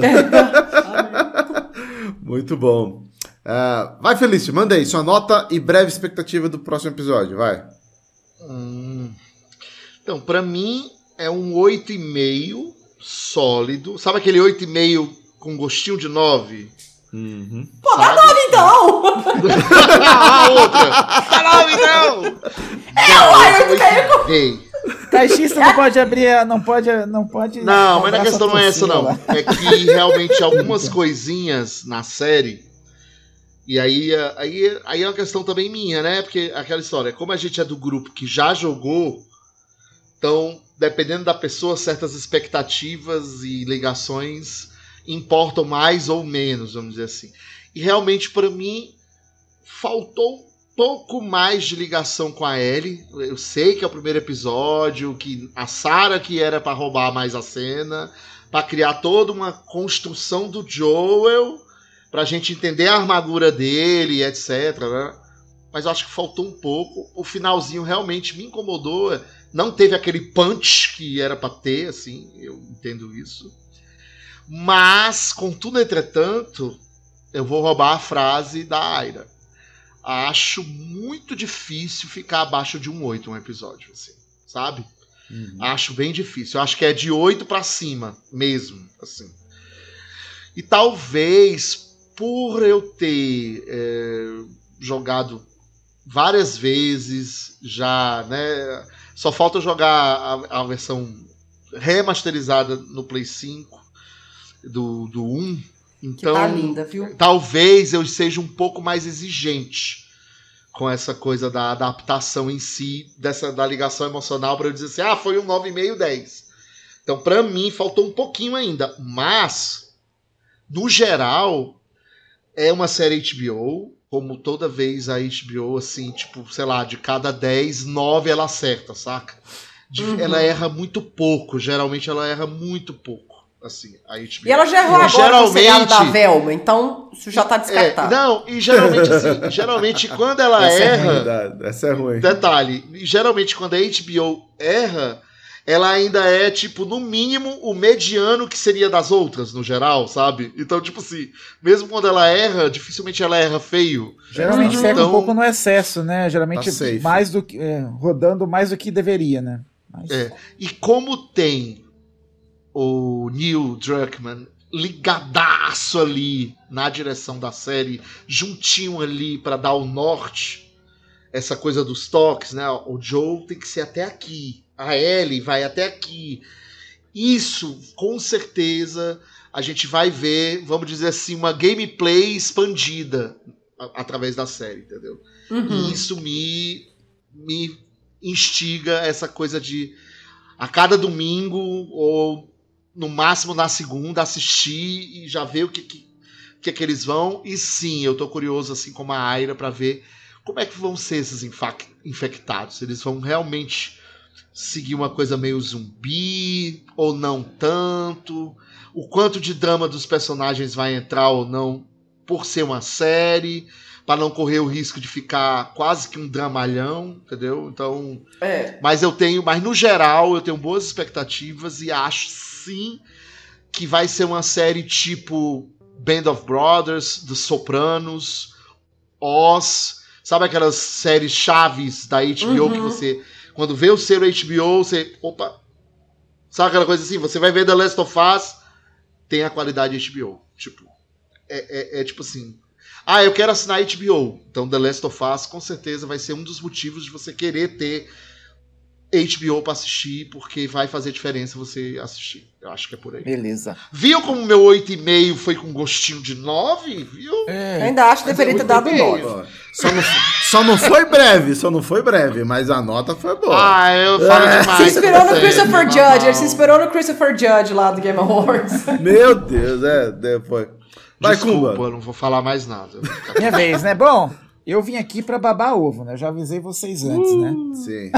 Muito bom. Ah, vai, Felício, manda aí sua nota e breve expectativa do próximo episódio, vai. Hum. Então, pra mim, é um oito e meio sólido. Sabe aquele oito e meio com gostinho de nove? Pô, dá nove então! Ah, outra! Ah, não, então! É, uai, eu fiquei com... Ei. Caixista não pode abrir, não pode, não pode. Não, mas a comprar questão essa não é essa, torcida não. lá. É que realmente algumas coisinhas na série. E aí, aí, aí é uma questão também minha, né? Porque aquela história, como a gente é do grupo que já jogou, então, dependendo da pessoa, certas expectativas e ligações importam mais ou menos, vamos dizer assim. E realmente, pra mim, faltou um pouco mais de ligação com a Ellie. Eu sei que é o primeiro episódio, que a Sarah que era pra roubar mais a cena, pra criar toda uma construção do Joel, pra gente entender a armadura dele, etcétera, né? Mas eu acho que faltou um pouco. O finalzinho realmente me incomodou. Não teve aquele punch que era pra ter, assim, eu entendo isso. Mas, contudo, entretanto, eu vou roubar a frase da Aira. Acho muito difícil ficar abaixo de um oito um episódio, assim, sabe? Uhum. Acho bem difícil. Eu acho que é de oito pra cima, mesmo, assim. E talvez, por eu ter é, jogado várias vezes já, né? Só falta eu jogar a, a versão remasterizada no Play cinco do, do um. Então, que tá linda, viu? Talvez eu seja um pouco mais exigente com essa coisa da adaptação em si, dessa, da ligação emocional, para eu dizer assim, ah, foi um nove vírgula cinco, dez. Então, para mim, faltou um pouquinho ainda. Mas, no geral, é uma série H B O, como toda vez a H B O, assim, tipo, sei lá, de cada dez, nove ela acerta, saca? De, uhum. Ela erra muito pouco, geralmente ela erra muito pouco. Assim, a H B O. E ela já errou agora geralmente, com o seriado da Velma, então isso já tá descartado. É, não, e geralmente assim, geralmente quando ela essa erra... É ruim, essa é ruim. Detalhe, geralmente quando a H B O erra, ela ainda é, tipo, no mínimo, o mediano que seria das outras, no geral, sabe? Então, tipo assim, mesmo quando ela erra, dificilmente ela erra feio. Geralmente então, pega um pouco no excesso, né? Geralmente tá mais do que, é, rodando mais do que deveria, né? Mas... É. E como tem o Neil Druckmann ligadaço ali na direção da série, juntinho ali para dar o norte, essa coisa dos toques, né? O Joe tem que ser até aqui, a Ellie vai até aqui. Isso, com certeza, a gente vai ver, vamos dizer assim, uma gameplay expandida a, através da série, entendeu? Uhum. E isso me, me instiga essa coisa de a cada domingo ou no máximo na segunda, assistir e já ver o que, que, que, que eles vão. E sim, eu tô curioso, assim como a Aira, para ver como é que vão ser esses infectados. Eles vão realmente seguir uma coisa meio zumbi, ou não tanto. O quanto de drama dos personagens vai entrar ou não, por ser uma série, para não correr o risco de ficar quase que um dramalhão, entendeu? Então, é. Mas eu tenho, mas no geral, eu tenho boas expectativas e acho sim que vai ser uma série tipo Band of Brothers, dos Sopranos, Oz, sabe aquelas séries chaves da H B O, uhum, que você, quando vê o selo H B O, você, opa, sabe aquela coisa assim, você vai ver The Last of Us, tem a qualidade H B O, tipo, é, é, é tipo assim, ah, eu quero assinar H B O, então The Last of Us com certeza vai ser um dos motivos de você querer ter H B O pra assistir, porque vai fazer diferença você assistir. Eu acho que é por aí. Beleza. Viu como meu oito e meio foi com gostinho de nove? Viu? É. Ainda acho que deveria ter dado nove. Só não, só não foi breve, só não foi breve, mas a nota foi boa. Ah, eu falo é. demais. Se inspirou no Christopher Judge, mal. ele se inspirou no Christopher Judge lá do Game Awards. Meu Deus, é, depois. Vai, Desculpa, Cuba. Eu não vou falar mais nada. Minha vez, né? Bom, eu vim aqui pra babar ovo, né? Eu já avisei vocês antes, uh, né? Sim.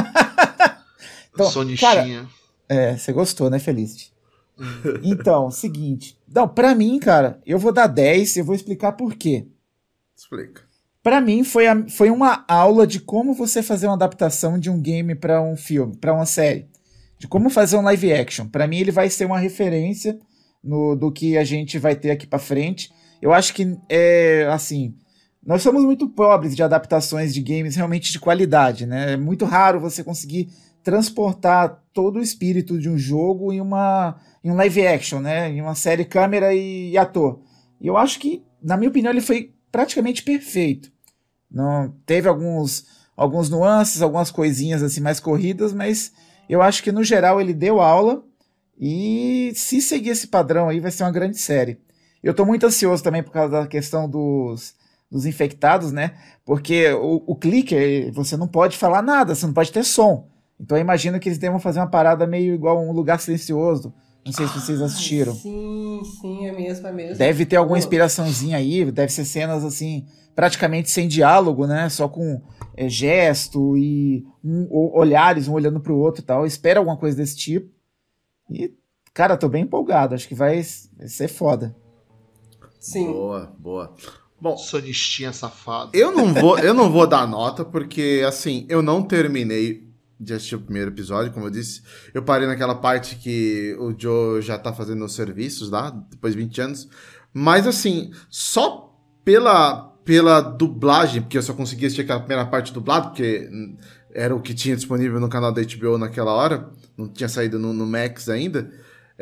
Então, Sonichinha. Cara, é, você gostou, né, Felicity? Então, seguinte. Não, pra mim, cara, eu vou dar dez e eu vou explicar por quê. Explica. Pra mim, foi, a, foi uma aula de como você fazer uma adaptação de um game pra um filme, pra uma série. De como fazer um live action. Pra mim, ele vai ser uma referência no, do que a gente vai ter aqui pra frente. Eu acho que, é, assim, nós somos muito pobres de adaptações de games realmente de qualidade, né? É muito raro você conseguir transportar todo o espírito de um jogo em, uma, em um live action, né? Em uma série câmera e, e ator. E eu acho que, na minha opinião, ele foi praticamente perfeito. Não, teve alguns, alguns nuances, algumas coisinhas assim mais corridas, mas eu acho que no geral ele deu aula e se seguir esse padrão aí vai ser uma grande série. Eu tô muito ansioso também por causa da questão dos, dos infectados, né? Porque o, o clicker, você não pode falar nada, você não pode ter som. Então eu imagino que eles devam fazer uma parada meio igual Um Lugar Silencioso. Não sei se vocês assistiram. Ah, sim, sim, é mesmo, é mesmo. Deve ter alguma inspiraçãozinha aí, deve ser cenas assim, praticamente sem diálogo, né? Só com é, gesto e um, olhares, um olhando pro outro e tal. Espera alguma coisa desse tipo. E, cara, tô bem empolgado. Acho que vai, vai ser foda. Sim. Boa, boa. Bom, sonistinha safado. Eu não vou, eu não vou dar nota, porque, assim, eu não terminei de assistir o primeiro episódio, como eu disse. Eu parei naquela parte que o Joe já tá fazendo os serviços lá, depois de vinte anos. Mas, assim, só pela, pela dublagem, porque eu só consegui assistir aquela primeira parte dublada, porque era o que tinha disponível no canal da H B O naquela hora, não tinha saído no, no Max ainda.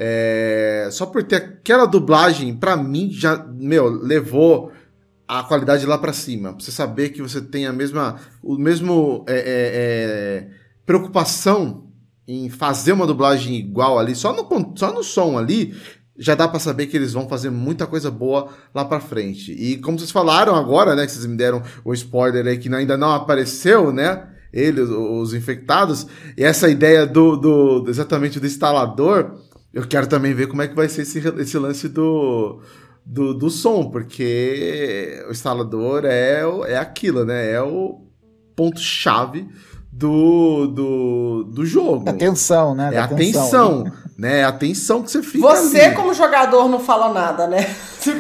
É, só por ter aquela dublagem, pra mim, já, meu, levou a qualidade lá pra cima. Pra você saber que você tem a mesma, o mesmo é, é, é, preocupação em fazer uma dublagem igual ali, só no, só no som ali, já dá pra saber que eles vão fazer muita coisa boa lá pra frente. E como vocês falaram agora, né, que vocês me deram o spoiler aí que ainda não apareceu, né, ele, os, os infectados, e essa ideia do, do, exatamente do instalador, eu quero também ver como é que vai ser esse, esse lance do, do, do som, porque o instalador é, é aquilo, né, é o ponto-chave do, do, do jogo. Atenção, né? É a tensão, né? É a tensão que você fica Você, ali. como jogador, não fala nada, né?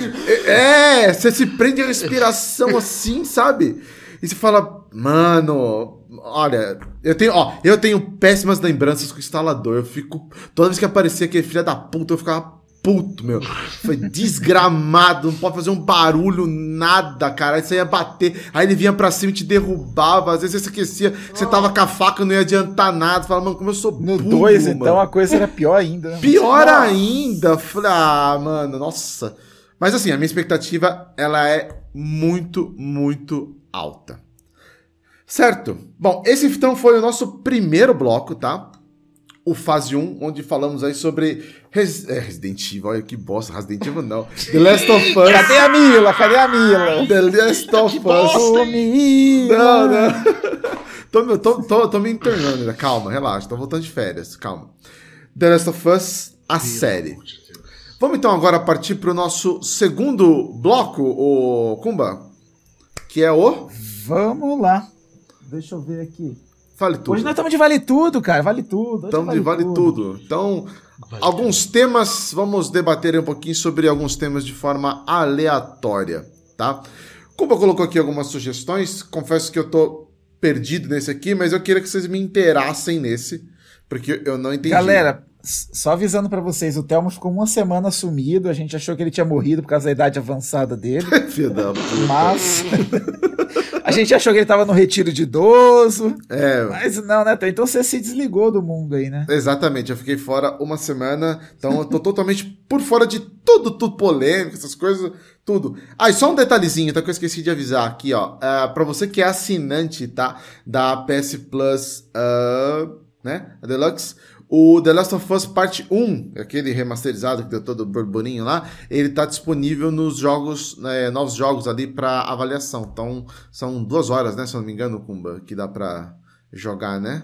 É, você se prende a respiração assim, sabe? E você fala, mano, olha, eu tenho, ó, eu tenho péssimas lembranças com o instalador. Eu fico, toda vez que aparecia aquele filho da puta, eu ficava puto, meu. Foi desgramado, não pode fazer um barulho, nada, cara. Aí você ia bater, aí ele vinha pra cima e te derrubava. Às vezes você esquecia que você tava com a faca, não ia adiantar nada. Você falava, mano, como eu sou burro, no dois, mano. então, a coisa era pior ainda, né? Pior ainda. Falei, ah, mano, nossa. Mas assim, a minha expectativa, ela é muito, muito alta. Certo? Bom, esse então foi o nosso primeiro bloco, tá? O fase um, onde falamos aí sobre Res... é, Resident Evil, olha que bosta, Resident Evil não. The Last of Us. Cadê a Mila? Cadê a Mila? The Last of Us. Ô, Mila! Não, não. tô, tô, tô, tô me internando ainda, calma, relaxa, tô voltando de férias, calma. The Last of Us, a série. Vamos então agora partir pro nosso segundo bloco, o Kumba, que é o... Vamos lá. Deixa eu ver aqui. Vale tudo. Hoje nós estamos de vale tudo, cara. Vale tudo. Estamos de vale tudo. tudo. Então, vale alguns tudo. temas, vamos debater um pouquinho sobre alguns temas de forma aleatória, tá? Kumba colocou aqui algumas sugestões. Confesso que eu tô perdido nesse aqui, mas eu queria que vocês me inteirassem nesse, porque eu não entendi. Galera, só avisando pra vocês, o Thelmo ficou uma semana sumido, a gente achou que ele tinha morrido por causa da idade avançada dele. Filho da puta. Mas... a gente achou que ele tava no retiro de idoso. É. Mas não, né? Então você se desligou do mundo aí, né? Exatamente, eu fiquei fora uma semana, então eu tô totalmente por fora de tudo, tudo polêmico, essas coisas, tudo. Ah, e só um detalhezinho, tá, que eu esqueci de avisar aqui, ó. Uh, pra você que é assinante, tá? Da P S Plus, uh, né? A Deluxe. O The Last of Us Parte um, aquele remasterizado que deu todo o burburinho lá, ele tá disponível nos jogos, né, novos jogos ali pra avaliação. Então, são duas horas, né, se eu não me engano, Kumba, que dá pra jogar, né?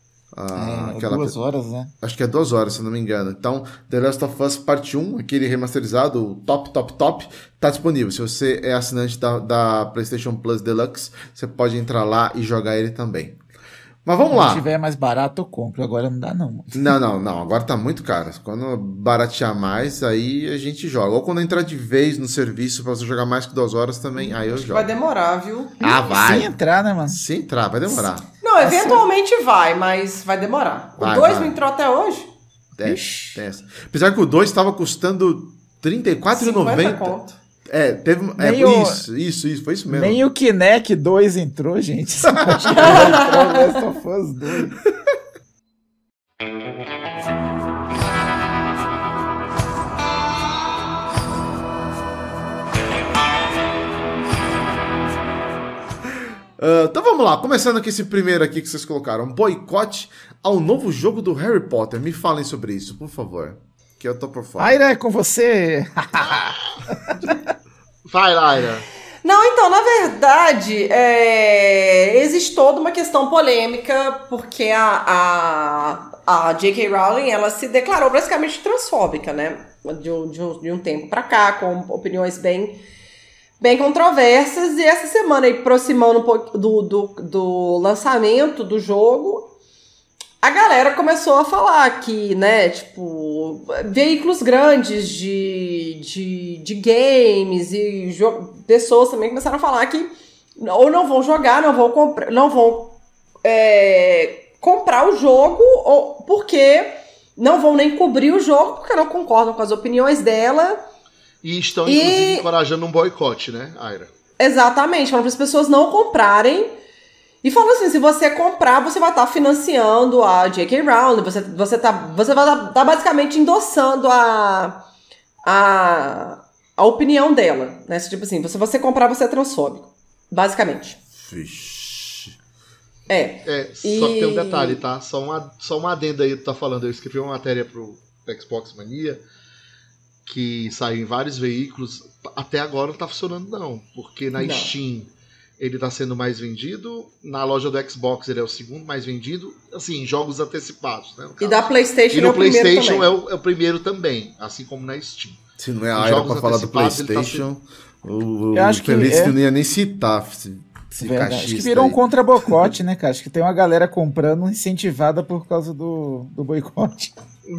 Ah, é, aquela... duas horas, né? Acho que é duas horas, se eu não me engano. Então, The Last of Us Parte um, aquele remasterizado, o top, top, top, tá disponível. Se você é assinante da, da PlayStation Plus Deluxe, você pode entrar lá e jogar ele também. Mas vamos lá. Se tiver mais barato, eu compro. Agora não dá, não. Mano. Não, não, não. Agora tá muito caro. Quando baratear mais, aí a gente joga. Ou quando entrar de vez no serviço pra você jogar mais que duas horas também, aí eu Acho que jogo. vai demorar, viu? Ah, vai. Se entrar, né, mano? Se entrar, vai demorar. Não, eventualmente vai, mas vai demorar. Vai, o dois vai. não entrou até hoje? É, tem essa. Apesar que o dois estava custando trinta e quatro reais e noventa centavos. Conto. É, teve. É, Nem o- isso, isso, isso, foi isso mesmo. Nem o Kinect dois entrou, gente. Você pode entrar o Last of Us dois. Ah, então vamos lá, começando aqui esse primeiro aqui que vocês colocaram. Boicote ao novo jogo do Harry Potter. Me falem sobre isso, por favor. Que eu tô por fora. Aira, é com você. Vai, Laira. Não, então, na verdade, é, existe toda uma questão polêmica, porque a, a, a J K. Rowling, ela se declarou basicamente transfóbica, né? De um, de um, de um tempo pra cá, com opiniões bem, bem controversas, e essa semana, aí, aproximando um pouco do, do, do lançamento do jogo, a galera começou a falar que, né, tipo, veículos grandes de, de, de games e jo- pessoas também começaram a falar que ou não vão jogar, não vão, comprar, não vão é, comprar o jogo, ou porque não vão nem cobrir o jogo, porque não concordam com as opiniões dela. E estão, E- inclusive, encorajando um boicote, né, Aira? Exatamente, falando para as pessoas não comprarem. E falando assim, se você comprar, você vai estar financiando a J K. Rowling, você, você, tá, você vai estar tá basicamente endossando a, a, a opinião dela, né? Tipo assim, se você comprar, você é transfóbico, basicamente. Vixe. É. É, E- só que tem um detalhe, tá? Só uma, só uma adenda aí, tu tá falando. Eu escrevi uma matéria pro Xbox Mania que saiu em vários veículos. Até agora não tá funcionando, não. Porque na Não. Steam ele tá sendo mais vendido, na loja do Xbox ele é o segundo mais vendido, assim, jogos antecipados, né? no E caso. da PlayStation E é no o primeiro PlayStation também. é o, é o primeiro também, assim como na Steam. Se não é a Os Aira jogos pra falar do antecipados, ele tá PlayStation, o, Eu o acho que Feliz é. não ia nem citar esse, esse Verdade. Acho que cachista virou um aí. contra-boicote, né, cara? Acho que tem uma galera comprando incentivada por causa do, do boicote.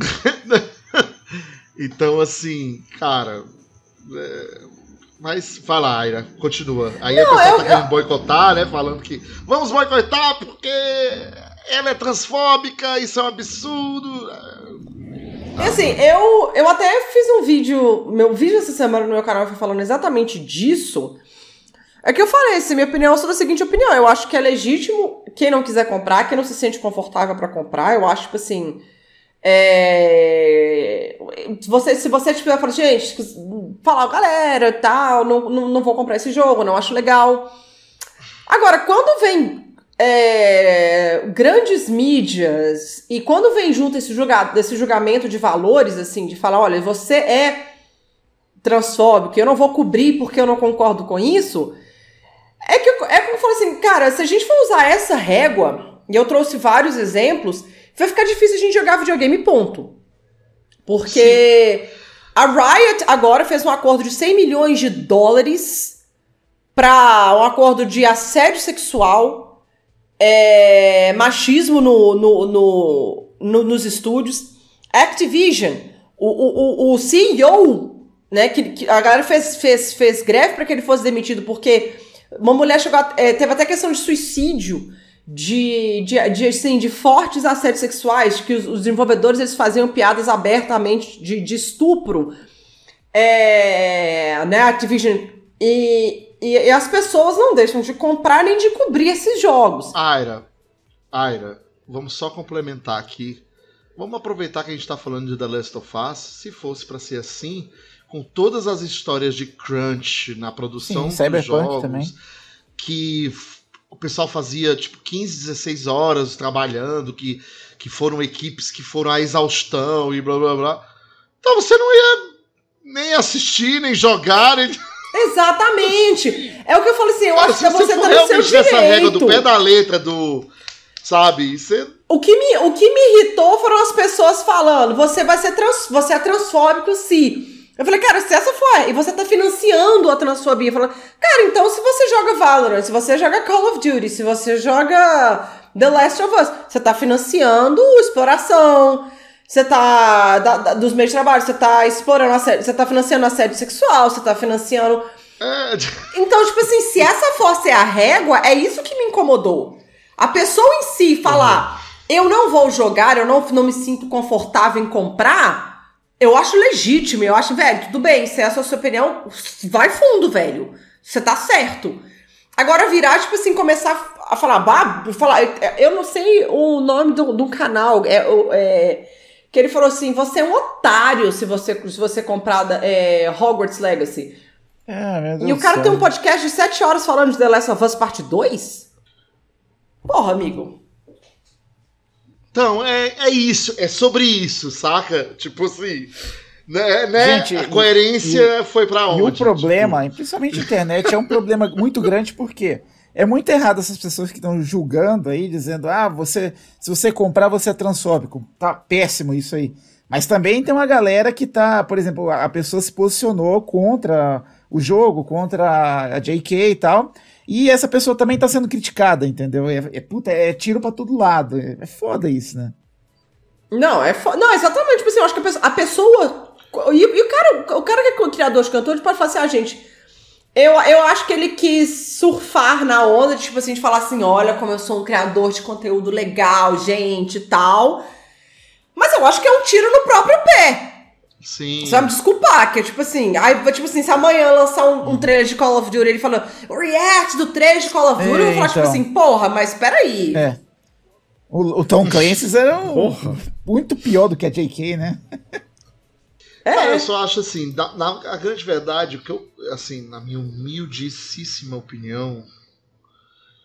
Então, assim, cara. é, Mas vai lá, Aira, continua. Aí a pessoa eu- tá querendo boicotar, né? Falando que vamos boicotar porque ela é transfóbica, isso é um absurdo. E assim, eu, eu até fiz um vídeo, meu vídeo essa semana no meu canal foi falando exatamente disso. É que eu falei, assim, minha opinião é sobre a seguinte opinião. Eu acho que é legítimo quem não quiser comprar, quem não se sente confortável pra comprar. Eu acho, tipo assim. É... Você, se você tipo, falar, gente, falar, galera e tal, não, não, não vou comprar esse jogo, não acho legal. Agora, quando vem é, grandes mídias e quando vem junto esse, julga, esse julgamento de valores, assim, de falar, olha, você é transfóbico, eu não vou cobrir porque eu não concordo com isso, é que é como eu falo assim, cara, se a gente for usar essa régua, e eu trouxe vários exemplos, vai ficar difícil a gente jogar videogame, ponto. Porque a Riot agora fez um acordo de cem milhões de dólares para um acordo de assédio sexual, é, machismo no, no, no, no- nos estúdios. Activision, o, o, o, o C E O, né, que, que a galera fez, fez, fez greve para que ele fosse demitido, porque uma mulher chegou a, é, teve até questão de suicídio, de, de, de, assim, de fortes assédios sexuais, que os, os desenvolvedores eles faziam piadas abertamente de, de estupro, é, né, Activision, e, e, e as pessoas não deixam de comprar nem de cobrir esses jogos. Aira, Aira, vamos só complementar aqui. Vamos aproveitar que a gente tá falando de The Last of Us. Se fosse pra ser assim, com todas as histórias de crunch na produção Sim, dos Cyberpunk jogos, também. que f- o pessoal fazia tipo quinze, dezesseis horas trabalhando, que, que foram equipes que foram à exaustão e blá blá blá. Então você não ia nem assistir, nem jogar, nem... Exatamente! É o que eu falo assim, eu Cara, acho se que você você for tá no seu realmente nessa regra do direito. pé da letra do... Sabe? Você... O que, me, o que me irritou foram as pessoas falando, você vai ser trans, você é transfóbico se... Eu falei, cara, se essa for... E você tá financiando a transfobia. Falando, cara, então se você joga Valorant, se você joga Call of Duty, se você joga The Last of Us, você tá financiando exploração, você tá... Da, da, dos meios de trabalho, você tá explorando assédio, você tá financiando assédio sexual, você tá financiando... É... Então, tipo assim, se essa for ser a régua, é isso que me incomodou. A pessoa em si falar, eu não vou jogar, eu não, não me sinto confortável em comprar... Eu acho legítimo, eu acho, velho, tudo bem, se essa é a sua opinião, vai fundo, velho. Você tá certo. Agora virar, tipo assim, começar a falar, bah, falar, eu não sei o nome do, do canal, é, é, que ele falou assim, você é um otário se você, se você comprar é, Hogwarts Legacy. É, meu Deus E o cara do tem céu. um podcast de sete horas falando de The Last of Us parte dois? Porra, amigo. Então, é, é isso, é sobre isso, saca? Tipo assim, né? né? Gente, a coerência e- foi pra onde? E o problema, Tipo, principalmente a internet, é um problema muito grande porque é muito errado essas pessoas que estão julgando aí, dizendo, ah, você, se você comprar, você é transfóbico. Tá péssimo isso aí. Mas também tem uma galera que tá, por exemplo, a pessoa se posicionou contra o jogo, contra a J K e tal, e essa pessoa também tá sendo criticada, entendeu? É, é, puta, é tiro pra todo lado. É, é foda isso, né? Não, é fo... Não, exatamente. Tipo assim, eu acho que a pessoa. A pessoa e, e o, cara, o cara que é criador de cantor, ele pode falar assim, ah, gente. Eu, eu acho que ele quis surfar na onda, de, tipo assim, de falar assim, olha como eu sou um criador de conteúdo legal, gente e tal. Mas eu acho que é um tiro no próprio pé. sim. Você vai me desculpar, que é tipo assim, aí, tipo assim, se amanhã lançar um, um trailer de Call of Duty, ele falando, o react do trailer de Call of Duty, eu vou falar, tipo então. assim, porra, mas peraí. É. O, o Tom Clancy era um- Porra. muito pior do que a J K, né? Cara, É. eu só acho assim, na, na- a grande verdade, o que eu, assim, na minha humildíssima opinião,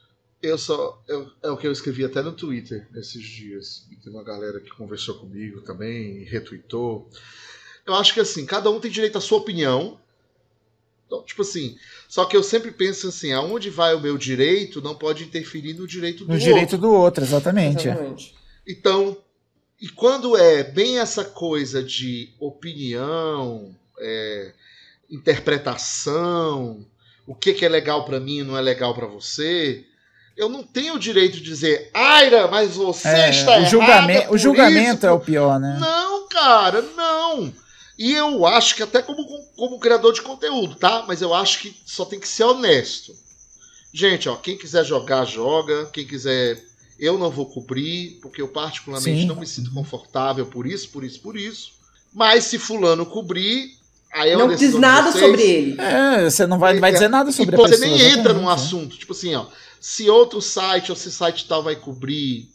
eu só. Eu, é o que eu escrevi até no Twitter esses dias. E tem uma galera que conversou comigo também, retweetou. Eu acho que assim, cada um tem direito à sua opinião. Então, tipo assim, só que eu sempre penso assim, aonde vai o meu direito não pode interferir no direito do no outro. No direito do outro, exatamente. Exatamente. Então, e quando é bem essa coisa de opinião, é, interpretação, o que, que é legal pra mim e não é legal pra você, eu não tenho o direito de dizer, Aira, mas você é, está o julgamento, errada. O julgamento isso. é o pior, né? Não, cara, não. E eu acho que até como, como criador de conteúdo, tá? Mas eu acho que só tem que ser honesto. Gente, ó, quem quiser jogar, joga. Quem quiser, eu não vou cobrir, porque eu particularmente Sim. não me sinto confortável por isso, por isso, por isso. Mas se fulano cobrir, aí é uma Não diz decisão de nada vocês. sobre ele. É, você não vai, vai dizer nada sobre e a você pessoa. nem entra exatamente, num é. assunto. Tipo assim, ó. Se outro site ou se site tal vai cobrir,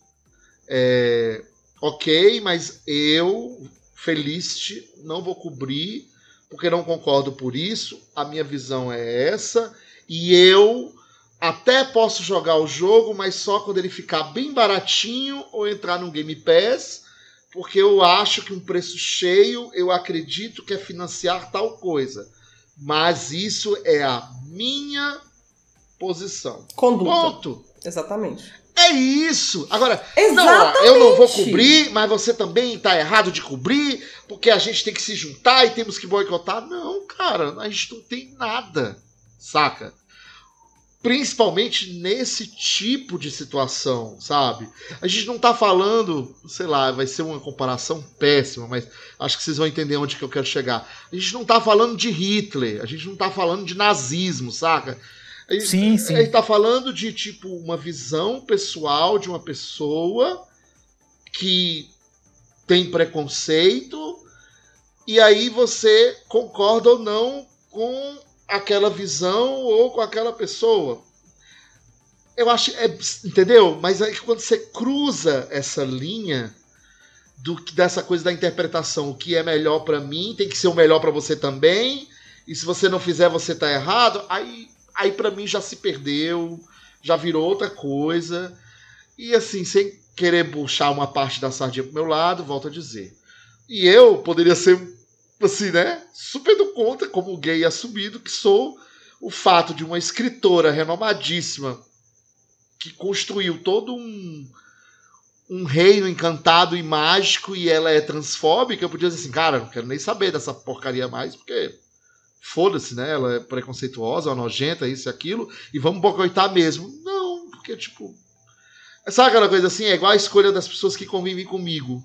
é, ok, mas eu... Felicity, não vou cobrir, porque não concordo por isso, a minha visão é essa, e eu até posso jogar o jogo, mas só quando ele ficar bem baratinho ou entrar no Game Pass, porque eu acho que um preço cheio, eu acredito que é financiar tal coisa. Mas isso é a minha posição. Conduta. Ponto. Exatamente. É isso. Agora, Exatamente. não, ó, eu não vou cobrir, mas você também tá errado de cobrir, porque a gente tem que se juntar e temos que boicotar. Não, cara, a gente não tem nada, saca? Principalmente nesse tipo de situação, sabe? A gente não tá falando, sei lá, vai ser uma comparação péssima, mas acho que vocês vão entender onde que eu quero chegar. A gente não tá falando de Hitler, a gente não tá falando de nazismo, saca? A gente, sim, sim. A gente tá falando de, tipo, uma visão pessoal de uma pessoa que tem preconceito e aí você concorda ou não com aquela visão ou com aquela pessoa. Eu acho, é, entendeu? Mas aí quando você cruza essa linha do, dessa coisa da interpretação, o que é melhor pra mim tem que ser o melhor pra você também, e se você não fizer você tá errado, aí Aí pra mim já se perdeu, já virou outra coisa. E assim, sem querer puxar uma parte da sardinha pro meu lado, volto a dizer. E eu poderia ser, assim, né, super do contra, como gay assumido, que sou, o fato de uma escritora renomadíssima que construiu todo um, um reino encantado e mágico e ela é transfóbica, eu podia dizer assim, cara, não quero nem saber dessa porcaria mais, porque... foda-se, né? Ela é preconceituosa, nojenta, isso e aquilo, e vamos boicotar mesmo. Não, porque, tipo... Sabe aquela coisa assim? É igual a escolha das pessoas que convivem comigo.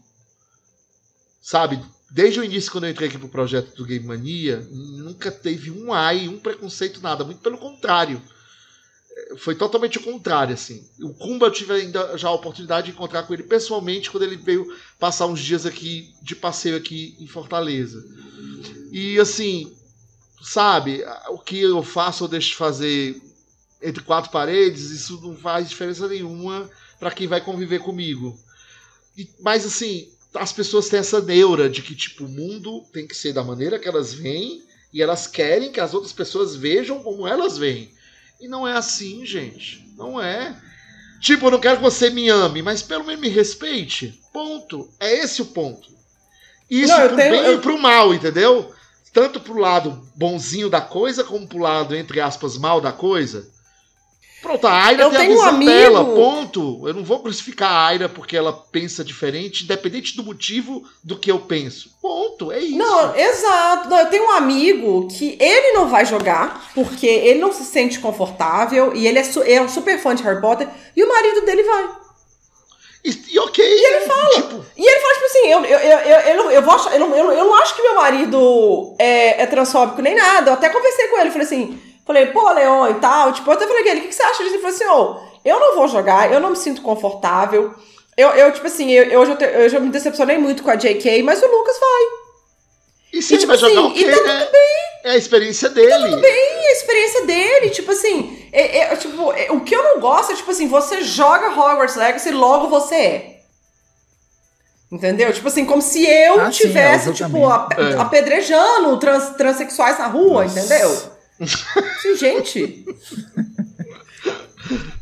Sabe? Desde o início, quando eu entrei aqui pro projeto do Game Mania, nunca teve um ai, um preconceito, nada. Muito pelo contrário. Foi totalmente o contrário, assim. O Kumba eu tive ainda já a oportunidade de encontrar com ele pessoalmente quando ele veio passar uns dias aqui, de passeio aqui em Fortaleza. E, assim... Sabe, o que eu faço ou deixo de fazer entre quatro paredes, isso não faz diferença nenhuma para quem vai conviver comigo. E, mas assim, as pessoas têm essa neura de que tipo, o mundo tem que ser da maneira que elas veem e elas querem que as outras pessoas vejam como elas veem. E não é assim, gente. Não é. Tipo, eu não quero que você me ame, mas pelo menos me respeite. Ponto. É esse o ponto. Isso Não, eu pro tenho- bem eu- e pro mal, entendeu? Tanto pro lado bonzinho da coisa, como pro lado, entre aspas, mal da coisa. Pronto, a Aira Eu tem a tenho um visão amigo- dela, ponto. Eu não vou crucificar a Aira porque ela pensa diferente, independente do motivo do que eu penso. Ponto, é isso. Não, exato. Não, eu tenho um amigo que ele não vai jogar porque ele não se sente confortável e ele é, su- é um super fã de Harry Potter e o marido dele vai. E, e ok. E ele fala. Tipo, E ele fala, tipo assim, eu, eu, eu, eu, eu, não- eu, vou achar- eu, não, eu, não- eu não acho que meu marido é, é transfóbico nem nada. Eu até conversei com ele, falei assim, falei, pô, Leon e tal. Tipo, eu até falei com ele, o que, que você acha disso? Ele falou assim, ô, eu não vou jogar, eu não me sinto confortável. Eu, eu tipo assim, eu, eu, hoje eu, te- eu já me decepcionei muito com a J K, mas o Lucas vai. e se E, ele tipo vai jogar assim, ok, e tá né? É a experiência dele. E a experiência dele, tipo assim, é, é, tipo, é, o que eu não gosto é, tipo assim, você joga Hogwarts Legacy e logo você é. Entendeu? Tipo assim, como se eu Ah, sim, é, tivesse, eu tipo, também. ap- É. apedrejando trans, transexuais na rua, entendeu? Assim, gente.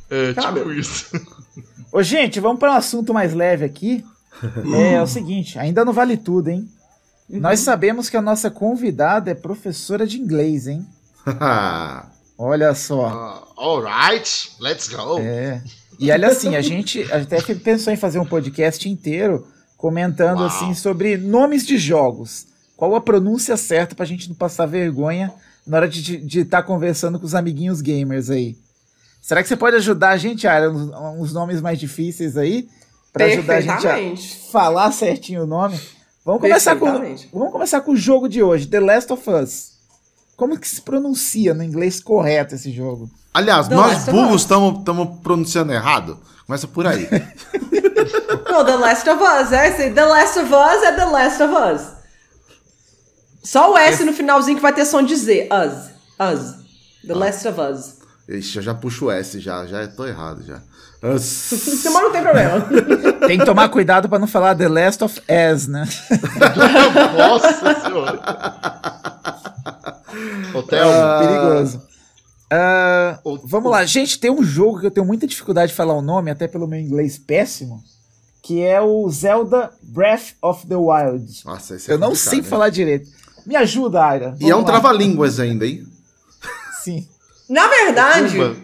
É, Ah, tipo meu. isso. Ô, gente, vamos para um assunto mais leve aqui. É, é o seguinte, ainda não vale tudo, hein? Nós sabemos que a nossa convidada é professora de inglês, hein? Olha só. Uh, alright, let's go. É. E olha assim, a gente até pensou em fazer um podcast inteiro comentando Uau. assim sobre nomes de jogos. Qual a pronúncia certa pra gente não passar vergonha na hora de estar conversando com os amiguinhos gamers aí. Será que você pode ajudar a gente, Ara, uns, uns nomes mais difíceis aí? Pra ajudar a gente a falar certinho o nome? Vamos começar com, vamos começar com o jogo de hoje, The Last of Us. Como que se pronuncia no inglês correto esse jogo? Aliás, The nós Last of burros Us. estamos pronunciando errado. Começa por aí. Não, The Last of Us, é esse. The Last of Us é The Last of Us. Só o S no finalzinho que vai ter som de Z. Us. Us. The Last of Us. Ixi, eu já puxo o S, já, já tô errado já. Mas não tem problema. Tem que tomar cuidado pra não falar The Last of Us, né? Nossa senhora. Hotel. Uh, perigoso. Uh, O- vamos lá, gente, tem um jogo que eu tenho muita dificuldade de falar o nome, até pelo meu inglês péssimo, que é o Zelda Breath of the Wild. Nossa, esse é Eu não complicado, sei hein? falar direito. Me ajuda, Aira. E é um Vamos lá. trava-línguas ainda, hein? Sim. Na verdade, Cuba.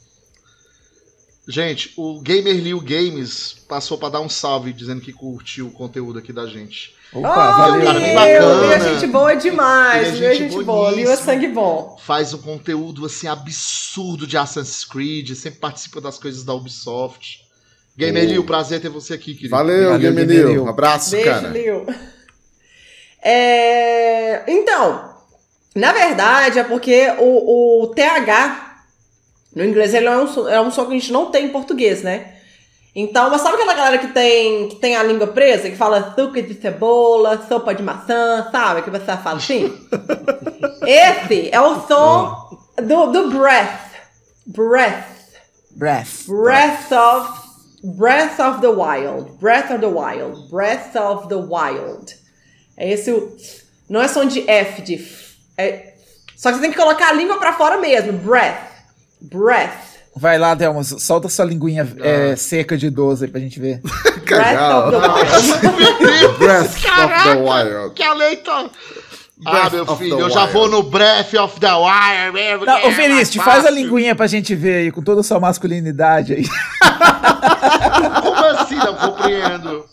Gente, o Gamer Liu Games passou pra dar um salve dizendo que curtiu o conteúdo aqui da gente. Opa, oh, valeu. cara, bem meu, bacana. Liu é gente boa demais. Ele é Liu é gente gente boa. Liu é boníssima. sangue bom. Faz um conteúdo assim absurdo de Assassin's Creed, sempre participa das coisas da Ubisoft. Gamer Oh. Liu, prazer ter você aqui, querido. Valeu, Valeu, Game Game New. New. Um abraço, Beijo, cara. Liu. É, Então, na verdade, é porque o, o T H, no inglês, ele é um, som- é um som que a gente não tem em português, né? Então, mas sabe aquela galera que tem, que tem a língua presa, que fala suco de cebola, sopa de maçã, sabe? Que você fala assim? Esse é o som do, do breath. Breath. Breath. Breath of Breath of the Wild. Breath of the Wild. Breath of the Wild. É esse o... Não é som de F, de F. É... Só que você tem que colocar a língua pra fora mesmo. Breath. Breath. Vai lá, Delma, solta sua linguinha é, seca de idoso aí pra gente ver. Breath of the Wild. Meu Deus! Breath of the Caraca, Wild. Que aleito! Ah, Breath meu of filho, the eu já Wild. vou no Breath of the Wire mesmo. Não, que ô é Felício, mais faz a fácil. linguinha pra gente ver aí, com toda a sua masculinidade aí. Como assim? Não compreendo.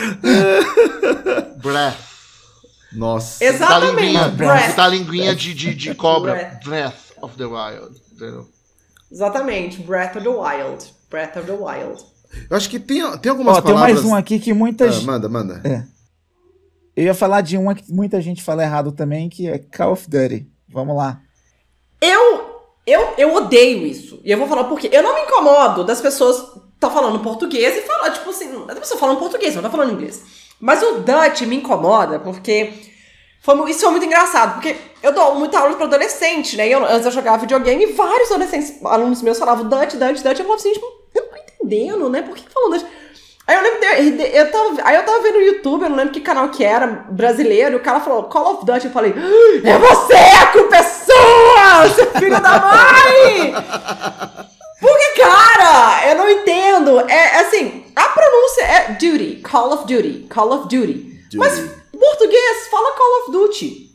Breath. Nossa. Exato. Da Exatamente, linguinha, breath. da linguinha de, de, de cobra. Breath. Breath of the Wild. Entendeu? Exatamente. Breath of the Wild. Breath of the Wild. Eu acho que tem, tem algumas Ó, tem palavras... mais um aqui que muita Ah, gente... manda, manda. É. Eu ia falar de uma que muita gente fala errado também, que é Call of Duty. Vamos lá. Eu, eu, eu odeio isso. E eu vou falar por quê. Eu não me incomodo das pessoas tá falando português e falar, tipo assim, as pessoas falam português, não tá falando inglês. Mas o Dutch me incomoda porque foi, mu- isso foi muito engraçado, porque eu dou muita aula pra adolescente, né? E eu, antes eu jogava videogame e vários adolescentes, alunos meus falavam Dutch, Dutch, Dutch. Eu falava assim, tipo, eu não tô entendendo, né? Por que que falam Dutch? Aí eu lembro, de, de- eu tava, aí eu tava vendo no YouTube, eu não lembro que canal que era, brasileiro, e o cara falou Call of Duty, eu falei, "Ah, é você, a culpa é sua, seu filho da mãe! Porque, cara, eu não entendo, é assim, a pronúncia é duty, Call of Duty, Call of Duty, Duty. mas em português, fala Call of Duty,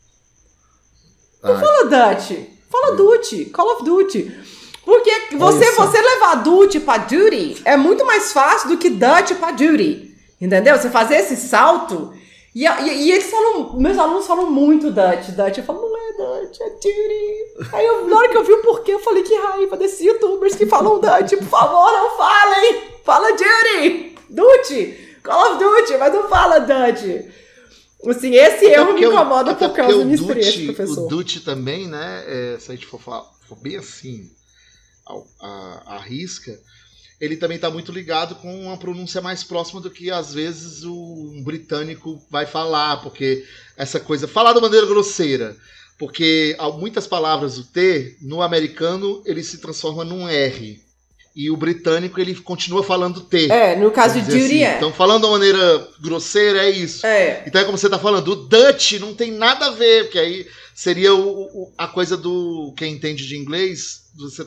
não Ah, fala Dutch, fala Duty, Call of Duty. Porque você, Olha só. você levar duty pra duty é muito mais fácil do que Dutch pra duty. Entendeu? Você fazer esse salto. E, e, e eles falam, meus alunos falam muito Dutch. Dutch. Eu falo, não é Dutch, é duty. Aí eu, na hora que eu vi o porquê, eu falei, que raiva desses youtubers que falam Dutch. Por favor, não falem. Fala duty. Duty. Call of Duty, mas não fala Dutch. Assim, esse Até erro me porque o- incomoda até por causa porque da minha o experiência, Duty- professor. O Duty também, né? é, se a gente for, falar, for bem assim, ao- a, a risca, ele também está muito ligado com uma pronúncia mais próxima do que às vezes o um britânico vai falar, porque essa coisa, falar de maneira grosseira, porque há muitas palavras o T, no americano, ele se transforma num R. E o britânico, ele continua falando T. É, no caso de vamos dizer duty assim. é. Então, falando de uma maneira grosseira, é isso. É. Então é como você tá falando, o Dutch não tem nada a ver, porque aí seria o, o- a coisa do quem entende de inglês, você tá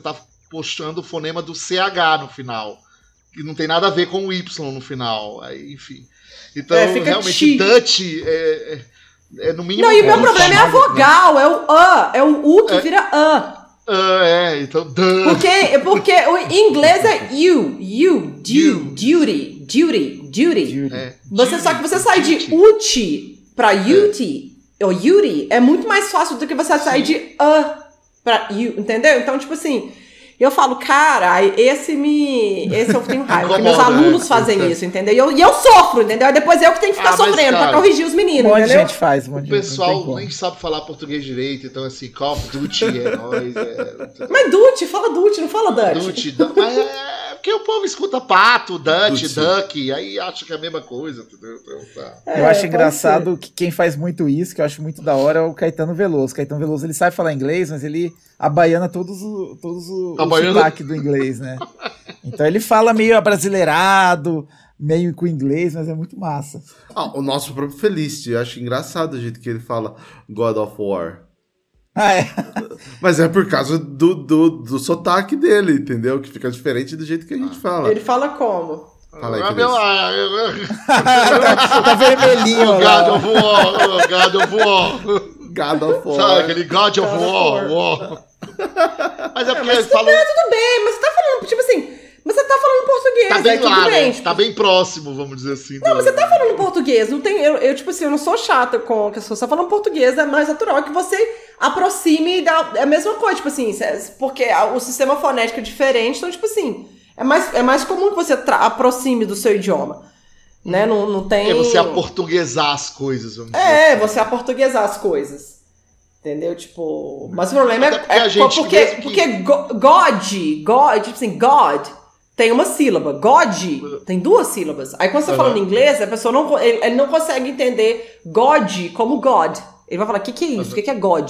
puxando o fonema do C H no final. Que não tem nada a ver com o Y no final. Aí, enfim. Então, É, fica realmente, chi. Dutch é, é, é no mínimo... Não, e o meu um problema é a chamado, né? vogal, é o A, é o U que É. vira A. Ah, é, então... Duh. Porque, porque o em inglês é you, you, You. du, duty, duty, duty. É, Você, duty, só que você sai de duty. uti pra uti, ou yuri, é muito mais fácil do que você sair de a pra you, entendeu? Então, tipo assim, eu falo, cara, esse me. Esse eu tenho raiva, porque meus Incomoda, alunos né? fazem isso, entendeu? E eu, e eu sofro, entendeu? Aí depois eu que tenho que ficar Ah, mas, sofrendo cara, pra corrigir os Um meninos, monte de entendeu? gente faz. Um monte O de gente, não pessoal tem como. nem sabe falar português direito, então assim, Call of Duty é nóis, é... Mas Duty, fala Duty, não fala Dutch. Duty, du- mas é porque o povo escuta pato, Dutch, Duty. Duck, aí acha que é a mesma coisa, entendeu? Então, tá. É, Eu acho pode engraçado que quem faz muito isso, que eu acho muito da hora, é o Caetano Veloso. O Caetano Veloso, ele sabe falar inglês, mas ele abaiana todos o, todos o, o Abaiana? sotaque do inglês, né? Então ele fala meio abrasileirado, meio com inglês, mas é muito massa. Ah, o nosso próprio Felicity, eu acho engraçado o jeito que ele fala God of War. Ah, é? Mas é por causa do, do, do sotaque dele, entendeu? Que fica diferente do jeito que a gente fala. Ele fala como? Fala aí, Ah, meu, Feliz. ah, Tá vermelhinho O God lá. of War, o God of War. God of War. Sabe aquele God of God of War? War. War. Mas é porque Mas ele tudo, falou. bem, tudo bem, mas você tá falando, tipo assim, mas você tá falando português, Tá é bem tudo lá, bem. né? tipo, Tá bem próximo, vamos dizer assim. Não, mas você tá falando português, não tem. Eu, eu, tipo assim, eu não sou chata com que você tá falando português, é mais natural que você aproxime da. É a mesma coisa, tipo assim, cê- porque a- o sistema fonético é diferente, então, tipo assim, é mais, é mais comum que você tra- aproxime do seu idioma. Né? Não, não tem. É você aportuguesar as coisas, vamos dizer É, assim. você aportuguesar as coisas. Entendeu? Tipo. Mas o problema Até é, porque é a gente porque, mesmo que- porque go- God, God, tipo assim, God tem uma sílaba. God tem duas sílabas. Aí quando você tá Uhum. falando inglês, a pessoa não, co- ele, ele não consegue entender God como God. Ele vai falar, o que, que é isso? O que, que é God?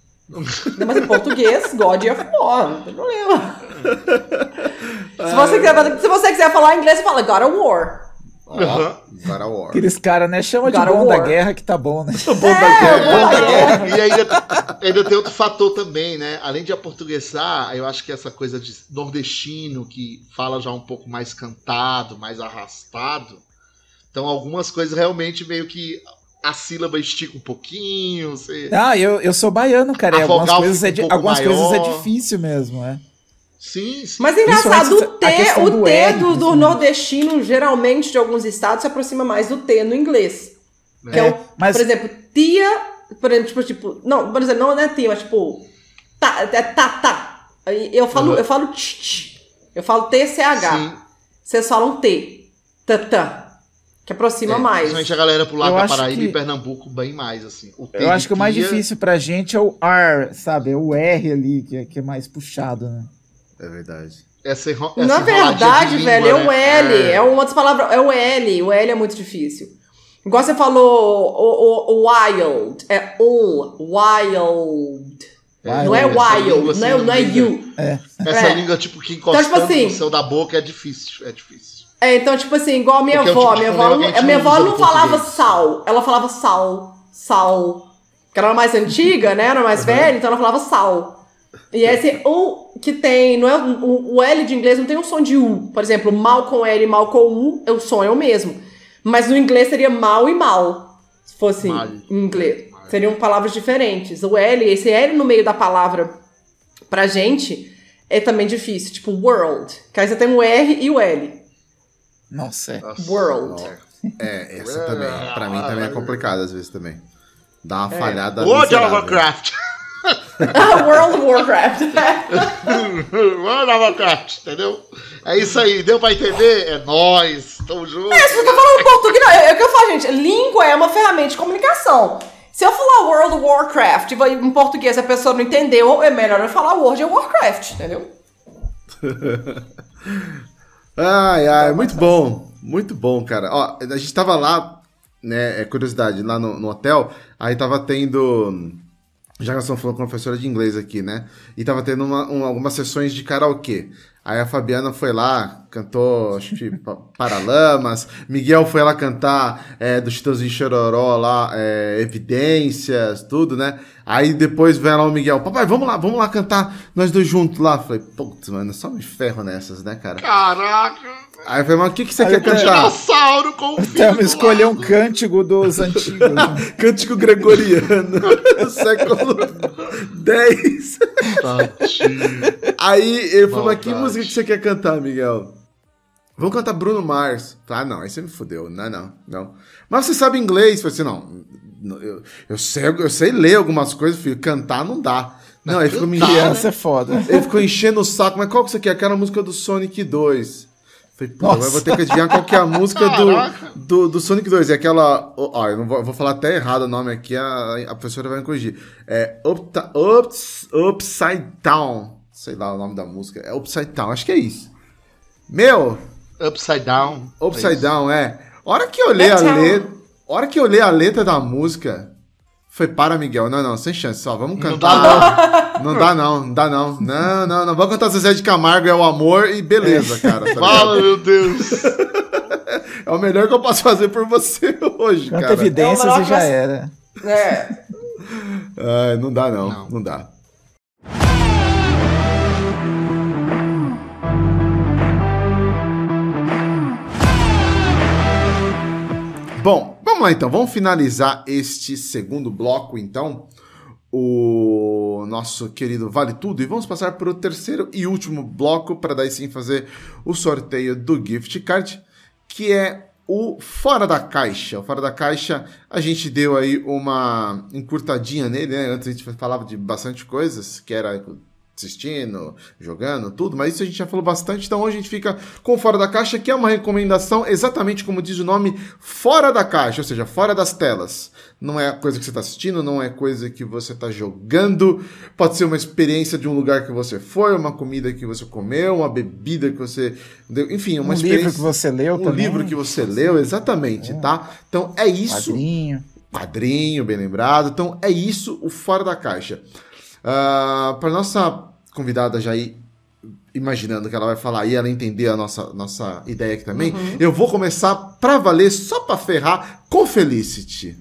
Mas em português, God é war, não tem problema. se, você quiser, se você quiser falar inglês, você fala God of War. Ó, Uhum. God of War. Aqueles caras, né? Chama de God of bom da War. guerra que tá bom, né? Bom da guerra. bom da guerra. E ainda, ainda tem outro fator também, né? Além de aportuguesar, eu acho que essa coisa de nordestino, que fala já um pouco mais cantado, mais arrastado. Então, algumas coisas realmente meio que a sílaba estica um pouquinho. Você... Ah, eu, eu sou baiano, cara. E A algumas vogal coisas, fica é, um di- pouco algumas coisas é maior. difícil mesmo, é. Sim, sim. Mas é engraçado, o Principalmente a T, questão o do T R, do, do principalmente. nordestino, geralmente, de alguns estados, se aproxima mais do T no inglês. Que é, É, o, mas- por exemplo, tia, por exemplo, tipo, tipo, não, por exemplo, não é tia, mas tipo, tá, é tá, tá. Aí Eu falo, Uhum. eu falo tch, tch. Eu falo T C H. Sim. Vocês falam T, tá, tá, que aproxima É, mais. Principalmente a galera pro lado Eu da acho Paraíba que- e Pernambuco bem mais, assim. O T Eu acho de que o mais tia- difícil pra gente é o R, sabe? É o R ali, que é, que é mais puxado, né? É verdade. Essa, enro- essa Na enroladinha verdade, de língua, velho, é o né? L. É. uma das palavras. É o L. O L é muito difícil. Igual você falou, o, o, o wild. É o wild. Não é essa língua, wild, assim, não é, não é língua. you. Essa É. língua, tipo, que encostando Então, tipo assim- no céu da boca é difícil. É difícil. É, então, tipo assim, igual a minha Porque é o avó. tipo de minha fonema avó, que a não, gente a minha não avó usa não no falava português. sal. Ela falava sal. Sal. Porque ela era mais antiga, né? Era mais velha, então ela falava sal. E esse U que tem, não é o, o L de inglês não tem um som de U. Por exemplo, mal com L e mal com U, o som é o mesmo. Mas no inglês seria mal e mal. Se fosse Mal. em inglês. Seriam palavras diferentes. O L, esse L no meio da palavra pra gente é também difícil. Tipo world. Que aí você tem o R e o L. Nossa, é. Nossa. World. É, essa também. Pra mim também é complicado às vezes também. Dá uma falhada World of miserável. Warcraft. World of Warcraft. World of Warcraft, entendeu? É isso aí, deu pra entender? É nóis, tamo junto. É, se você tá falando português, não, é, é o que eu falo, gente. Língua é uma ferramenta de comunicação. Se eu falar World of Warcraft e em português a pessoa não entendeu, é melhor eu falar World of Warcraft, entendeu? Ai, ai, muito bom. Muito bom, cara. Ó, a gente tava lá, né, é curiosidade, lá no, no hotel, aí tava tendo... Já que nós estamos falando com uma professora de inglês aqui, né? E tava tendo uma- um- algumas sessões de karaokê. Aí a Fabiana foi lá, cantou, acho que Paralamas. Miguel foi lá cantar é, do Chitãozinho Chororó lá, é, Evidências, tudo, né? Aí depois vem lá o Miguel, papai, vamos lá, vamos lá cantar nós dois juntos lá. Falei, putz, mano, só me ferro nessas, né, cara? Caraca! Aí eu falei, mas o que, que você Aí quer eu cantar? Dinossauro com o Então, escolher um cântico dos antigos. Né? Cântico gregoriano, século dez. Aí ele falou, mas que música que você quer cantar, Miguel? Vamos cantar Bruno Mars. Ah, não, aí você me fudeu. Não, não, não. Mas você sabe inglês? Eu falei assim, não, eu, eu, sei, eu sei ler algumas coisas, filho, cantar não dá. Não, ele ficou me enchendo. Criança é foda. Ele ficou enchendo o saco, mas qual que você quer? Aquela música do Sonic dois. Falei, pô, agora eu vou ter que adivinhar qual que é a música do, do, do Sonic dois. É aquela. Ó, eu não vou, eu vou falar até errado o nome aqui, a, a professora vai me corrigir. É Up, Ups, Upside Down. Sei lá o nome da música. É Upside Down, acho que é isso. Meu. Upside Down. Upside é Down, é. Hora que eu olhei a letra. Hora que eu olhei a letra da música. Foi para, Miguel. Não, não, sem chance. Só vamos cantar. Não dá, não. Não dá, não. Não dá, não. Não, não, não. Vamos cantar Zezé de Camargo, é o amor e beleza, cara. Tá Fala, meu Deus. É o melhor que eu posso fazer por você hoje, Canta cara. Evidências É e já era. É. Ai, não dá, não. Não. Não dá. Bom, vamos lá então, vamos finalizar este segundo bloco então, o nosso querido Vale Tudo, e vamos passar para o terceiro e último bloco para daí sim fazer o sorteio do Gift Card, que é o Fora da Caixa. O Fora da Caixa, a gente deu aí uma encurtadinha nele, né? Antes a gente falava de bastante coisas, que era assistindo, jogando, tudo, mas isso a gente já falou bastante, então hoje a gente fica com Fora da Caixa, que é uma recomendação exatamente como diz o nome, fora da caixa, ou seja, fora das telas. Não é coisa que você está assistindo, não é coisa que você está jogando, pode ser uma experiência de um lugar que você foi, uma comida que você comeu, uma bebida que você deu, enfim, uma um experiência... livro que você leu um também. Um livro que você leu, exatamente, é. Tá? Então é isso... Quadrinho. Quadrinho, bem lembrado. Então é isso, o Fora da Caixa. Uh, para nossa convidada já ir imaginando que ela vai falar e ela entender a nossa, nossa ideia aqui também, uhum. Eu vou começar pra valer, só pra ferrar, com Felicity.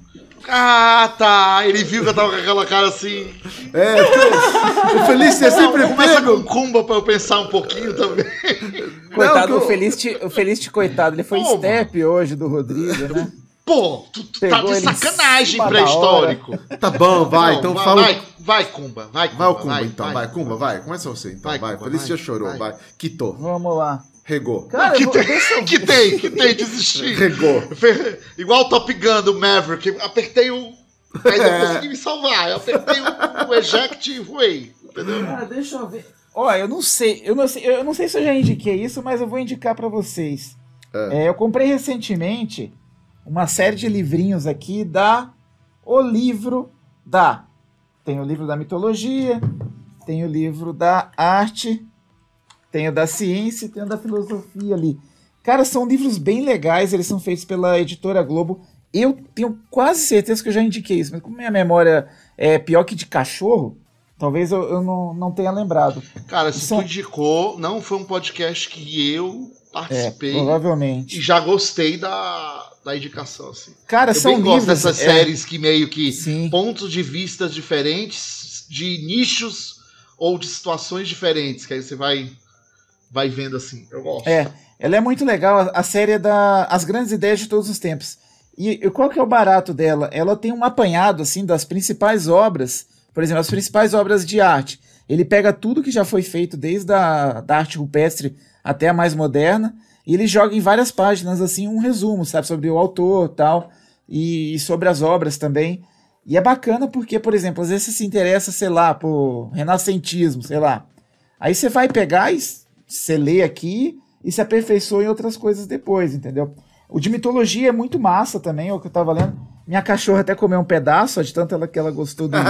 Ah, tá. Ele viu que eu tava com aquela cara assim. É, porque o Felicity é sempre não, começa pego. com Kumba pra eu pensar um pouquinho também. Coitado, não, o Felicity, o Felicity, coitado, ele foi Pô, step mano. Hoje do Rodrigo, né? Pô, tu, tu tá de sacanagem pré-histórico. Tá bom, vai, não, então vai, fala. Vai, vai, Kumba, vai, Kumba. Vai o Kumba, vai, então, vai, vai, Kumba, vai. Começa você, então, vai. vai, vai. Felicity já chorou, vai. vai. Quitou. Vamos lá. Regou. Cara, que, vou, tem, que tem, que tem, desisti. Regou. Igual o Top Gun do Maverick, apertei o... Aí não é. consegui me salvar, eu apertei o, o eject e voei, entendeu? Cara, deixa eu ver. Ó, eu não sei, eu não sei, eu não sei se eu já indiquei isso, mas eu vou indicar pra vocês. É. É, eu comprei recentemente uma série de livrinhos aqui da O Livro da. Tem o livro da mitologia, tem o livro da arte, tem o da ciência e tem o da filosofia ali. Cara, são livros bem legais, eles são feitos pela Editora Globo. Eu tenho quase certeza que eu já indiquei isso, mas como minha memória é pior que de cachorro, talvez eu, eu não, não tenha lembrado. Cara, se são... tu indicou, não foi um podcast que eu participei. É, provavelmente. E já gostei da, da indicação, assim. Cara, eu são bem livros... gosto dessas é... séries que meio que Sim. pontos de vista diferentes, de nichos ou de situações diferentes, que aí você vai, vai vendo assim. Eu gosto. É, ela é muito legal, a série é da As Grandes Ideias de Todos os Tempos. E, e qual que é o barato dela? Ela tem um apanhado, assim, das principais obras, por exemplo, as principais obras de arte. Ele pega tudo que já foi feito, desde a da arte rupestre até a mais moderna, e ele joga em várias páginas, assim, um resumo, sabe, sobre o autor tal, e, e sobre as obras também. E é bacana porque, por exemplo, às vezes você se interessa, sei lá, por renascentismo, sei lá. Aí você vai pegar e você lê aqui e se aperfeiçoa em outras coisas depois, entendeu? O de mitologia é muito massa também, é o que eu tava lendo. Minha cachorra até comeu um pedaço, de tanto ela, que ela gostou do livro.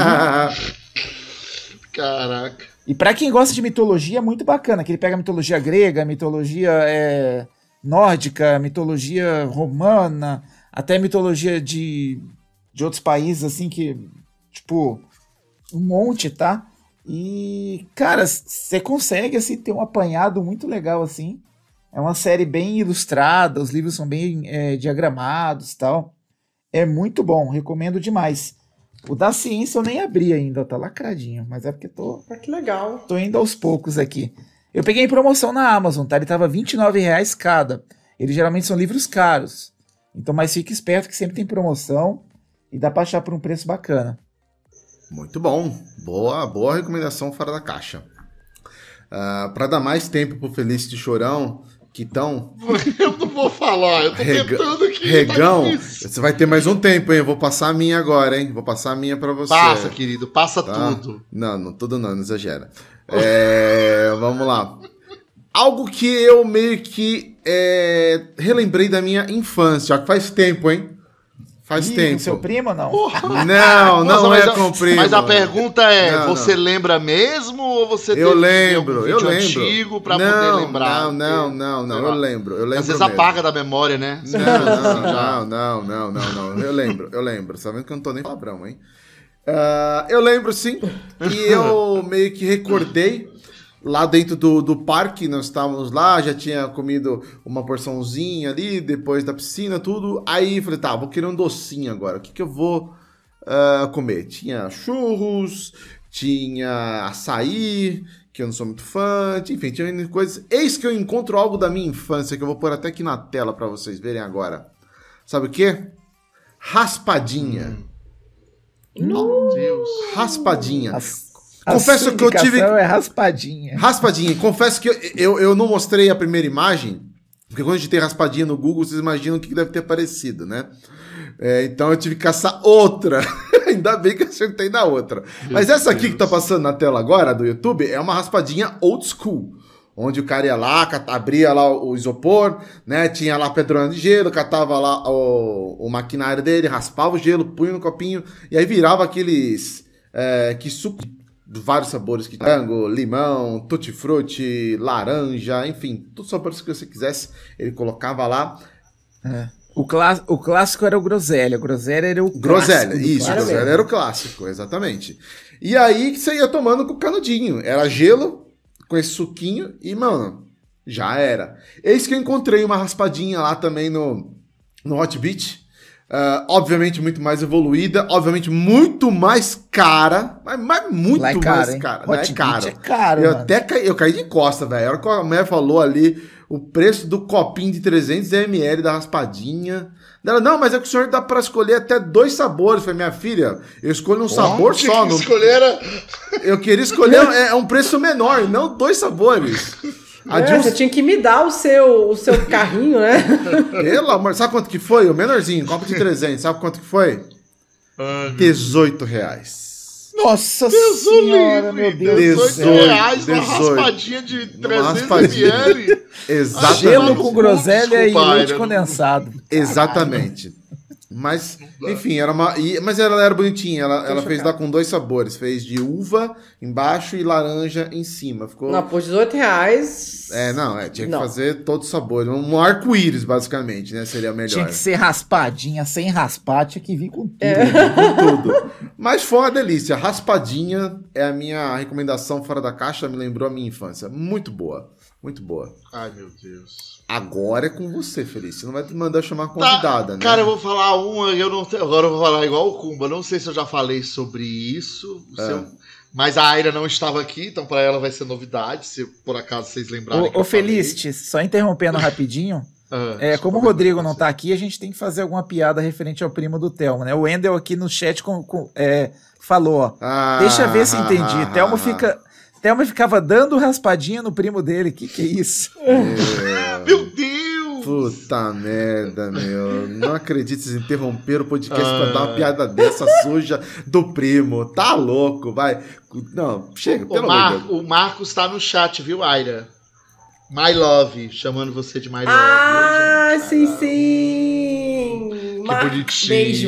Caraca. E pra quem gosta de mitologia, é muito bacana, que ele pega mitologia grega, mitologia é, nórdica, mitologia romana, até mitologia de, de outros países, assim, que, tipo, um monte, tá? E, cara, você consegue, assim, ter um apanhado muito legal, assim. É uma série bem ilustrada, os livros são bem é, diagramados e tal. É muito bom, recomendo demais. O da ciência eu nem abri ainda, tá lacradinho, mas é porque tô... Ah, que legal. Tô indo aos poucos aqui. Eu peguei em promoção na Amazon, tá? Ele tava vinte e nove reais cada. Eles geralmente são livros caros. Então, mas fique esperto que sempre tem promoção e dá pra achar por um preço bacana. Muito bom. Boa, boa recomendação fora da caixa. Uh, para dar mais tempo pro Felicity Chorão, que tão... Eu não vou falar, eu tô Rega... tentando aqui. Regão, tá você vai ter mais um tempo, hein? Eu vou passar a minha agora, hein? Vou passar a minha pra você. Passa, querido, passa tá? tudo. Não, não, tudo não, não exagera. É, vamos lá. Algo que eu meio que é, relembrei da minha infância, já faz tempo, hein? Faz Ih, tempo. seu primo ou não? Não, não Nossa, é mas a- com primo. Mas a pergunta é, Não, você não. lembra mesmo ou você Eu teve lembro, algum eu vídeo lembro. antigo pra não, poder lembrar? Não, não, Porque, não, não, sei eu lá. lembro, eu lembro Às vezes mesmo. apaga da memória, né? Não, não, não, não, não, não, não, eu lembro, eu lembro. Você tá vendo que eu não tô nem palavrão, hein? Uh, eu lembro, sim, e eu meio que recordei lá dentro do, do parque, nós estávamos lá, já tinha comido uma porçãozinha ali, depois da piscina, tudo. Aí falei, tá, vou querer um docinho agora, o que que eu vou uh, comer? Tinha churros, tinha açaí, que eu não sou muito fã, enfim, tinha coisas. Eis que eu encontro algo da minha infância, que eu vou pôr até aqui na tela para vocês verem agora. Sabe o quê? Raspadinha. Meu Deus. Raspadinha. As- Confesso a sua que eu tive- indicação é raspadinha. Raspadinha. Confesso que eu, eu, eu não mostrei a primeira imagem, porque quando a gente tem raspadinha no Google, vocês imaginam o que deve ter aparecido, né? É, então eu tive que caçar outra. Ainda bem que eu acertei na outra. Mas essa aqui que tá passando na tela agora, do YouTube, é uma raspadinha old school. Onde o cara ia lá, cat- abria lá o isopor, né? Tinha lá a pedrona de gelo, catava lá o, o maquinário dele, raspava o gelo, punha no copinho, e aí virava aqueles é, que suco de vários sabores, que tango, limão, tutti-frutti, laranja, enfim, todos os sabores que você quisesse, ele colocava lá. É. O, clá- o clássico era o groselha. O groselha era o Groselha, clássico do isso, clássico. groselha era o clássico, exatamente. E aí você ia tomando com canudinho, era gelo com esse suquinho e, mano, já era. Eis que eu encontrei uma raspadinha lá também no, no Hot Beat. Uh, obviamente muito mais evoluída, obviamente muito mais cara, mas, mas muito Lá é caro, mais hein? cara. Hot Não, é caro. Beat é caro, eu mano. até caí, eu caí de costa, velho. A hora que a mulher falou ali o preço do copinho de trezentos mililitros da raspadinha. Ela, não, mas é que o senhor dá pra escolher até dois sabores. Eu falei, minha filha, eu escolho um sabor Tinha só. que Não... escolher era... Eu queria escolher é, é um preço menor, não dois sabores. A É, de um- você tinha que me dar o seu, o seu carrinho, né? Pelo amor, sabe quanto que foi? O menorzinho, copo de trezentos, sabe quanto que foi? dezoito reais. Nossa Deus o senhora, livre, meu Deus do dezoito céu. reais uma dezoito. raspadinha de Uma trezentos raspadinha. mililitros. Exatamente. Gelo com groselha Desculpa, e leite Aira, condensado. Exatamente. Mas, enfim, era uma. e- mas ela era bonitinha. Ela, ela fez lá com dois sabores. Fez de uva embaixo e laranja em cima. Ficou. Não, por dezoito reais. É, não, é, tinha que Não. fazer todos os sabores. Um arco-íris, basicamente, né? Seria melhor. Tinha que ser raspadinha, sem raspar, tinha que vir com tudo. Com tudo. Mas foi uma delícia. Raspadinha é a minha recomendação fora da caixa. Me lembrou a minha infância. Muito boa. Muito boa. Ai, meu Deus. Agora é com você, Feliz. Você não vai me mandar chamar Tá, convidada, né? cara, eu vou falar uma, eu não sei, agora eu vou falar igual o Kumba. Não sei se eu já falei sobre isso, o É. seu- mas a Aira não estava aqui, então pra ela vai ser novidade, se por acaso vocês lembrarem. que Ô, ô eu falei. Felicity, só interrompendo rapidinho. Ah, É, como o desculpa, Rodrigo não você. tá aqui, a gente tem que fazer alguma piada referente ao primo do Thelmo, né? O Wendel aqui no chat com- com- é, falou, ó. Ah, Deixa eu ver se ah, entendi. ah, Thelmo ah, fica. Thelmo ficava dando raspadinha no primo dele. Que que é isso? Meu Deus! Puta merda, meu. Não acredito que vocês interromperam o podcast Ah. pra dar uma piada dessa suja do primo. Tá louco, vai. Não, chega, O, pelo Mar- amor de Deus. o Marcos tá no chat, viu, Aira? My Love, chamando você de My Love. Ah, Oi, gente. sim, Caramba. sim. Que Mar- bonitinho. Beijo.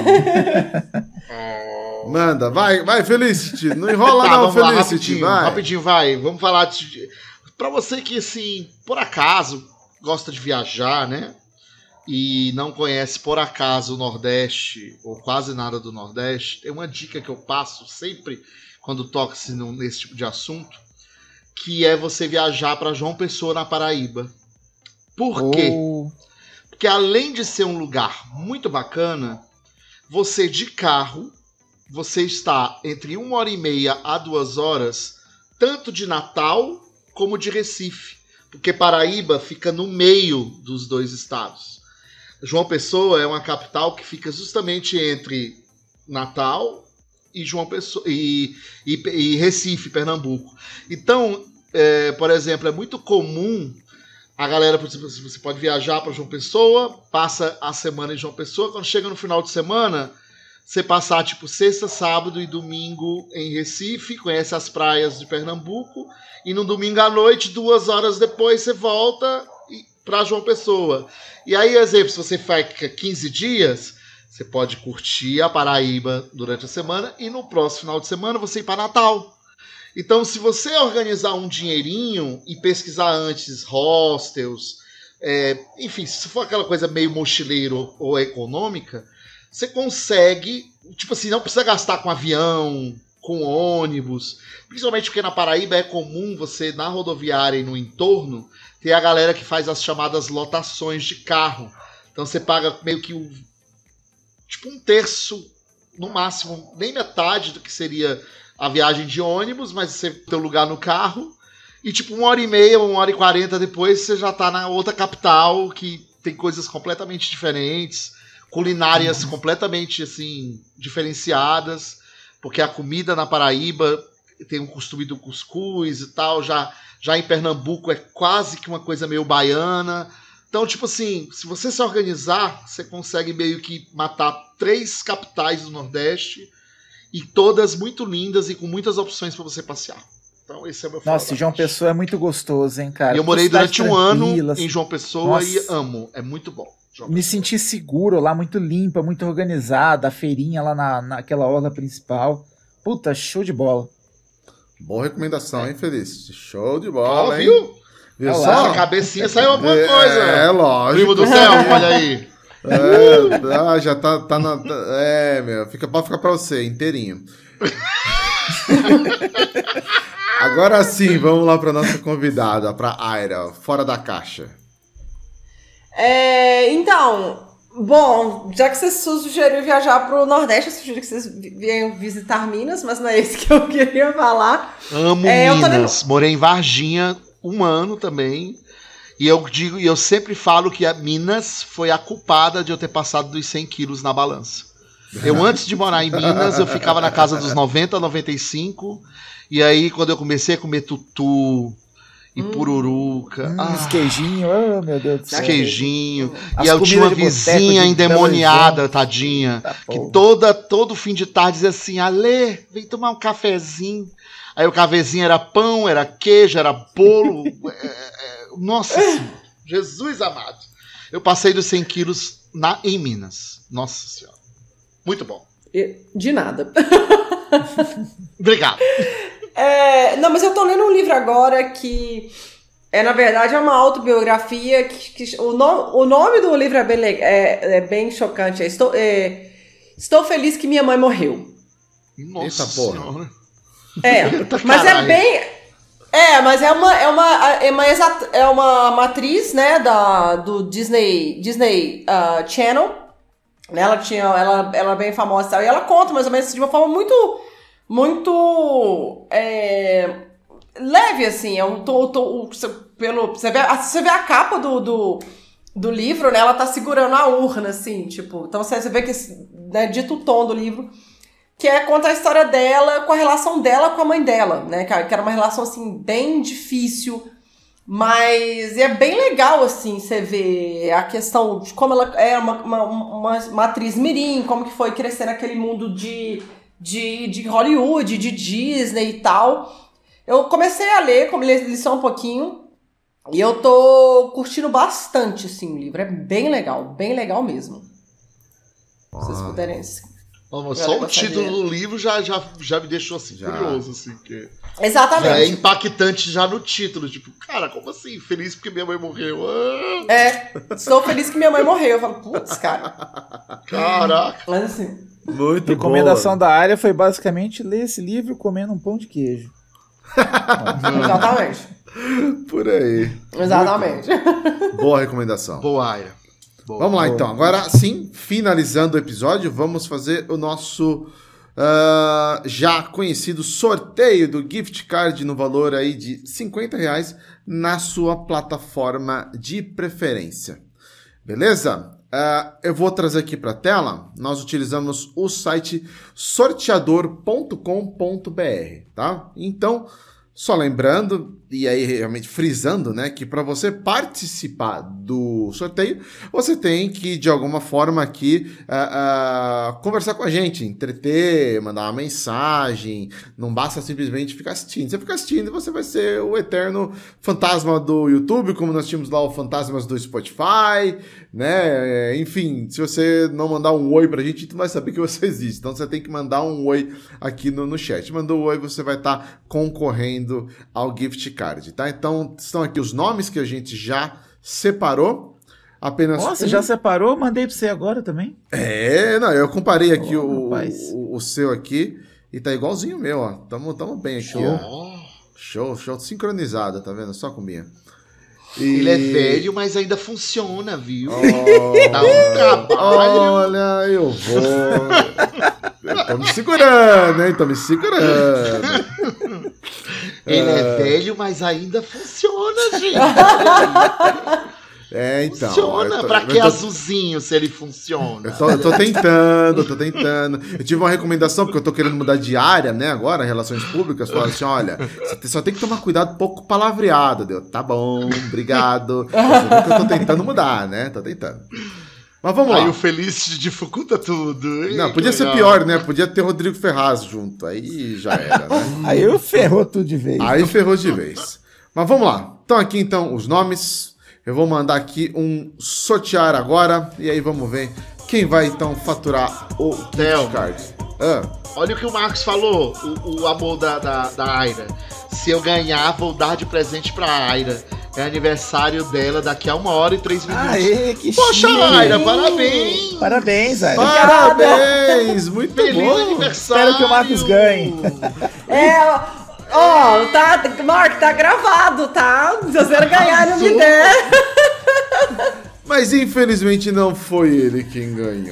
Oh. Manda, vai, vai, Felicity. Não enrola Tá, não, vamos lá, Felicity, rapidinho, vai. rapidinho, vai. Vamos falar de... Pra você que, assim, por acaso, gosta de viajar, né? E não conhece, por acaso, o Nordeste, ou quase nada do Nordeste, tem uma dica que eu passo sempre quando toca-se nesse tipo de assunto, que é você viajar para João Pessoa, na Paraíba. Por quê? Oh. Porque além de ser um lugar muito bacana, você de carro, você está entre uma hora e meia a duas horas, tanto de Natal como de Recife. Porque Paraíba fica no meio dos dois estados. João Pessoa é uma capital que fica justamente entre Natal e, João Pessoa, e, e, e Recife, Pernambuco. Então, é, por exemplo, é muito comum a galera, por exemplo, você pode viajar para João Pessoa, passa a semana em João Pessoa, quando chega no final de semana, você passar tipo sexta, sábado e domingo em Recife, conhece as praias de Pernambuco, e no domingo à noite, duas horas depois, você volta para João Pessoa. E aí, exemplo, se você faz quinze dias, você pode curtir a Paraíba durante a semana e no próximo final de semana você ir para Natal. Então, se você organizar um dinheirinho e pesquisar antes hostels, é, enfim, se for aquela coisa meio mochileiro ou econômica, você consegue, tipo assim, não precisa gastar com avião, com ônibus, principalmente porque na Paraíba é comum você, na rodoviária e no entorno, ter a galera que faz as chamadas lotações de carro. Então você paga meio que um, tipo um terço, no máximo, nem metade do que seria a viagem de ônibus, mas você tem um lugar no carro, e tipo uma hora e meia, uma hora e quarenta depois, você já tá na outra capital, que tem coisas completamente diferentes, culinárias uhum. completamente, assim, diferenciadas, porque a comida na Paraíba tem um costume do cuscuz e tal, já, já em Pernambuco é quase que uma coisa meio baiana. Então, tipo assim, se você se organizar, você consegue meio que matar três capitais do Nordeste, e todas muito lindas e com muitas opções para você passear. Então esse é o meu Nossa, João Pessoa é muito gostoso, hein, cara? E eu morei durante um ano em João Pessoa. Nossa. E amo. É muito bom. Me senti seguro lá, muito limpa, muito organizada. A feirinha lá na, naquela orla principal. Puta, show de bola. Boa recomendação, é. hein, Feliz? Show de bola, oh, hein? Viu? Viu só? Essa cabecinha saiu alguma é, coisa. É, lógico. Primo do céu, olha aí. É, ah, já tá, tá na... É, meu, fica, pode ficar pra você, inteirinho. Agora sim, vamos lá pra nossa convidada, pra Aira, fora da caixa. É, então, bom, já que você sugeriu viajar pro Nordeste, eu sugiro que vocês venham visitar Minas, mas não é isso que eu queria falar. Amo é, Minas, eu morei em Varginha um ano também. E eu digo, e eu sempre falo que a Minas foi a culpada de eu ter passado dos cem quilos na balança. Eu, antes de morar em Minas, eu ficava na casa dos noventa, noventa e cinco. E aí, quando eu comecei a comer tutu e hum. pururuca... Hum, ah, queijinho, oh meu Deus do céu. Queijinho. E eu tinha uma vizinha endemoniada, tadinha, tá que toda, todo fim de tarde dizia assim, Alê, vem tomar um cafezinho. Aí o cafezinho era pão, era queijo, era bolo... é, Nossa Senhora, Jesus amado. Eu passei dos cem quilos na, em Minas. Nossa Senhora. Muito bom. De nada. Obrigado. É, não, mas eu tô lendo um livro agora que é, na verdade, é uma autobiografia que, que o, no, o nome do livro é bem, é, é bem chocante. É, estou, é, estou feliz que minha mãe morreu. Nossa Eita, porra. É, mas é bem... É, mas é uma, é uma, é uma, é uma matriz, né, da, do Disney, Disney uh, Channel. Ela tinha, ela, ela é bem famosa e tal, e ela conta mais ou menos de uma forma muito, muito é, leve, assim. É um, tô, tô, pelo, você, vê, você vê a capa do, do, do livro, né, ela tá segurando a urna, assim, tipo. Então você vê que, né, dito o tom do livro, que é conta a história dela com a relação dela com a mãe dela, né, que era uma relação, assim, bem difícil, mas é bem legal, assim, você ver a questão de como ela é uma, uma, uma, uma atriz mirim, como que foi crescer naquele mundo de, de, de Hollywood, de Disney e tal. Eu comecei a ler, como lição um pouquinho, e eu tô curtindo bastante, assim, o livro, é bem legal, bem legal mesmo. Ah. Se vocês puderem... Não, só o título do livro já, já, já me deixou assim, já. curioso, assim, que exatamente. Já é impactante já no título, tipo, cara, como assim? Feliz porque minha mãe morreu. Ah. É, estou feliz que minha mãe morreu. Eu falo, putz, cara. Caraca. Mas assim, Muito A recomendação boa. da área foi basicamente ler esse livro comendo um pão de queijo. Exatamente. Por aí. Exatamente. Boa recomendação. Boa, Aira. Boa. Vamos lá, Boa. então. Agora sim, finalizando o episódio, vamos fazer o nosso ah, já conhecido sorteio do gift card no valor aí de cinquenta reais na sua plataforma de preferência. Beleza? Ah, eu vou trazer aqui para a tela. Nós utilizamos o site sorteador ponto com ponto b r, tá? Então, só lembrando, e aí realmente frisando, né, que para você participar do sorteio, você tem que, de alguma forma aqui, uh, uh, conversar com a gente, entreter, mandar uma mensagem, não basta simplesmente ficar assistindo. Você ficar assistindo, você vai ser o eterno fantasma do YouTube, como nós tínhamos lá o fantasmas do Spotify, né, enfim, se você não mandar um oi pra gente, a gente não vai saber que você existe, então você tem que mandar um oi aqui no, no chat. Mandou um oi, você vai estar concorrendo ao gift card, tá? Então, estão aqui os nomes que a gente já separou. Apenas Nossa, um... já separou? Mandei pra você agora também. É, não, eu comparei aqui Oh, o, rapaz. o, o seu aqui e tá igualzinho o meu, ó. Tamo, tamo bem aqui, ó. Ó, Show, show, sincronizado, tá vendo? Só comigo. E... Ele é velho, mas ainda funciona, viu? Oh, Dá um trabalho. Olha, eu vou... Eu tô me segurando, hein? Tô me segurando. Ele é velho, mas ainda funciona, gente. É, então. Funciona. eu tô- Pra eu que tô- azulzinho se ele funciona? Eu tô, eu tô tentando, eu tô tentando. Eu tive uma recomendação, porque eu tô querendo mudar de área, né, agora, relações públicas. Falaram assim, olha, você te- só tem que tomar cuidado pouco com palavreado. Deu, tá bom, obrigado. Eu, tô- eu tô tentando mudar, né, tô tentando. Mas vamos Aí lá. o Feliz dificulta tudo. Não, podia ser pior, né, podia ter Rodrigo Ferraz junto, aí já era, né. Aí eu ferrou tudo de vez. Aí ferrou de vez. Mas vamos lá. Então aqui então os nomes. Eu vou mandar aqui um sortear agora. E aí vamos ver quem vai então faturar o gift Theo. card. Ah, Olha o que o Marcos falou, o, o amor da, da, da Aira. Se eu ganhar, vou dar de presente pra Aira. É aniversário dela daqui a uma hora e três minutos. Aê, que Poxa, chique. Aira, parabéns! Parabéns, Aira. parabéns! Muito Feliz bom! aniversário! Espero que o Marcos ganhe. É, ó, tá, Mark, tá gravado, tá? Se você ganhar, não me der. Mas infelizmente não foi ele quem ganhou.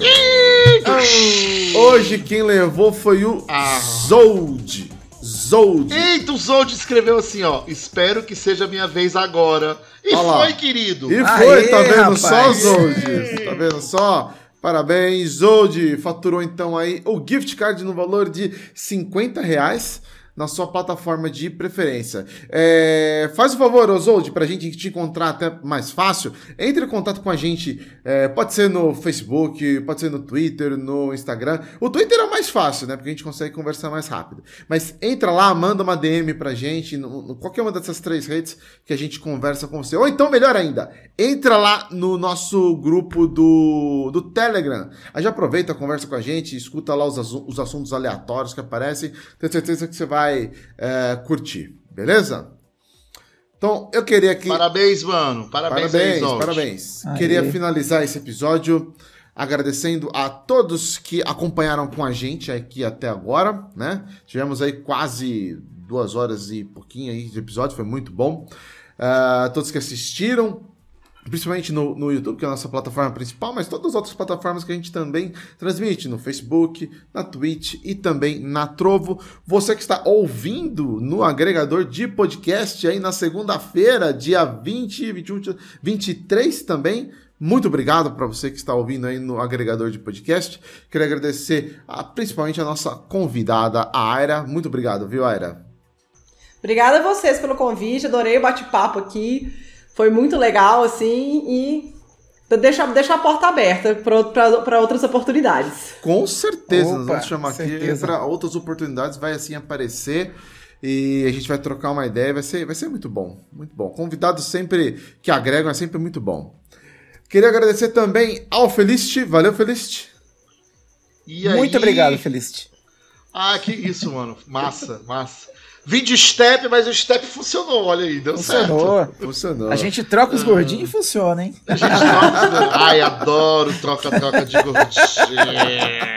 Hoje quem levou foi o Ah. Zold. Zold. Eita, o Zold escreveu assim, ó. Espero que seja minha vez agora. E Olha lá. foi, querido. E Aê, foi, tá vendo só, rapaz. Zold? Tá vendo só? Parabéns, Zold. Faturou então aí o gift card no valor de cinquenta reais na sua plataforma de preferência. É, faz o favor, ô Zold, pra gente te encontrar até mais fácil, entre em contato com a gente, é, pode ser no Facebook, pode ser no Twitter, no Instagram. O Twitter é o mais fácil, né? Porque a gente consegue conversar mais rápido. Mas entra lá, manda uma D M pra gente, no, no, qualquer uma dessas três redes que a gente conversa com você. Ou então, melhor ainda, entra lá no nosso grupo do, do Telegram. Aí já aproveita, conversa com a gente, escuta lá os, assu- os assuntos aleatórios que aparecem. Tenho certeza que você vai é, curtir, beleza? Então, eu queria aqui... Parabéns, mano. Parabéns, aí, Parabéns, Zold. parabéns. Aê. Queria finalizar esse episódio agradecendo a todos que acompanharam com a gente aqui até agora, né? Tivemos aí quase duas horas e pouquinho aí de episódio, foi muito bom. Uh, todos que assistiram, principalmente no, no YouTube, que é a nossa plataforma principal, mas todas as outras plataformas que a gente também transmite, no Facebook, na Twitch e também na Trovo. Você que está ouvindo no agregador de podcast aí na segunda-feira, dia vinte, vinte e um, vinte e três também. Muito obrigado para você que está ouvindo aí no agregador de podcast. Queria agradecer a, principalmente a nossa convidada, a Aira. Muito obrigado, viu, Aira? Obrigada a vocês pelo convite, adorei o bate-papo aqui. Foi muito legal, assim, e deixa, deixa a porta aberta para outras oportunidades. Com certeza, Opa, nós vamos chamar aqui certeza. para outras oportunidades, vai assim aparecer e a gente vai trocar uma ideia, vai ser, vai ser muito bom, muito bom. Convidados sempre que agregam é sempre muito bom. Queria agradecer também ao Felicity, valeu Felicity. E aí? Muito obrigado, Felicity. Ah, que isso, mano. Massa, massa. Vim de step, mas o step funcionou, olha aí, deu certo. Funcionou. Funcionou. A gente troca os gordinhos e funciona, hein? A gente troca. Ai, adoro troca-troca de gordinho.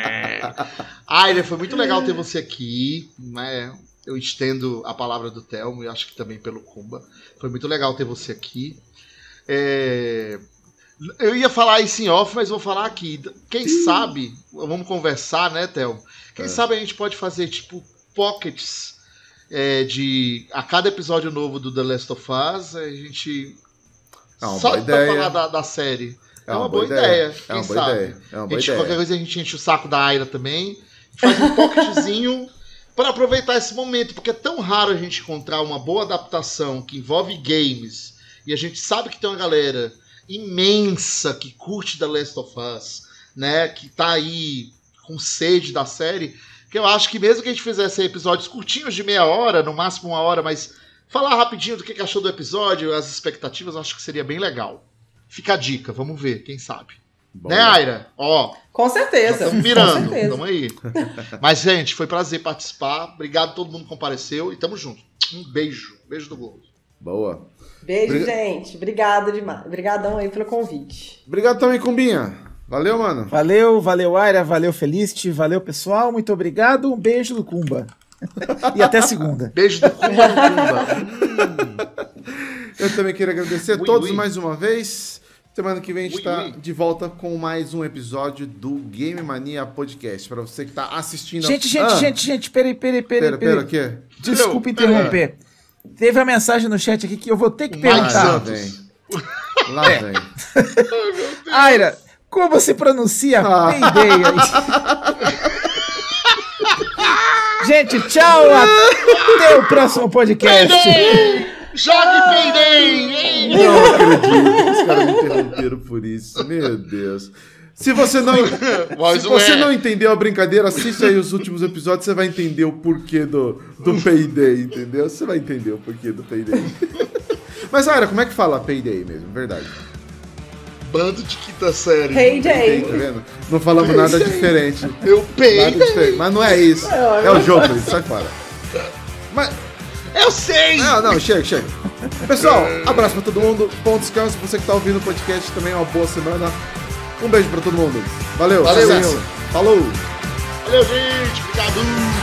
Aira, foi muito legal ter você aqui, né? Eu estendo a palavra do Thelmo e acho que também pelo Kumba. Foi muito legal ter você aqui. É... Eu ia falar isso em off, mas vou falar aqui. Quem sabe, vamos conversar, né, Thelmo? Quem é. sabe a gente pode fazer, tipo, pockets é, de... A cada episódio novo do The Last of Us, a gente... É uma só boa pra ideia. falar da, da série. É É uma uma, boa boa ideia. ideia. É Quem uma boa sabe? ideia. É uma boa A gente, ideia. qualquer coisa a gente enche o saco da Aira também. Faz um pocketzinho para aproveitar esse momento, porque é tão raro a gente encontrar uma boa adaptação que envolve games, e a gente sabe que tem uma galera imensa que curte The Last of Us, né, que tá aí com sede da série, que eu acho que mesmo que a gente fizesse episódios curtinhos de meia hora, no máximo uma hora, mas falar rapidinho do que achou do episódio, as expectativas, eu acho que seria bem legal. Fica a dica, vamos ver, quem sabe. Boa. Né, Aira? Ó, Com certeza. estamos mirando, Com certeza. estamos aí. Mas, gente, foi prazer participar. Obrigado a todo mundo que compareceu e tamo junto. Um beijo. Beijo do Gordo. Boa. Beijo, Briga- gente. Obrigada demais. Obrigadão aí pelo convite. Obrigado também, Kumbinha. Valeu, mano. Valeu, valeu, Aira, valeu, Felicity, valeu, pessoal, muito obrigado, um beijo do Kumba. E até segunda. Beijo do Kumba do Kumba. Eu também queria agradecer a Ui, todos ui. mais uma vez. Semana que vem a gente Ui, está ui. de volta com mais um episódio do Game Mania Podcast. Para você que está assistindo... Gente, gente, Ah, gente, gente, peraí, peraí, peraí, Pera, pera, peraí. o quê? Desculpa Não, interromper. Teve a mensagem no chat aqui que eu vou ter que O Mike perguntar. Lá Santos. vem. Lá É. vem. Aira, como se pronuncia Ah. Payday aí? Gente, tchau, até o próximo podcast. Jogue Payday! Não acredito. Os caras me interromperam por isso. Meu Deus. Se você não, Mas se ué. você não entendeu a brincadeira, assista aí os últimos episódios, você vai entender o porquê do, do Payday, entendeu? Você vai entender o porquê do Payday. Mas, Aira, como é que fala Payday mesmo? Verdade. Bando de quinta série. Payday. Tá vendo? Não falamos nada diferente. Eu Nada Payday. diferente. Mas não é isso. É o jogo, isso sai fora. Mas, Eu sei! não, não, chega, chega. Pessoal, abraço pra todo mundo. Bom descanso. Você que tá ouvindo o podcast também, uma boa semana. Um beijo pra todo mundo. Valeu, Valeu. sucesso. Falou. Valeu, gente! Obrigado!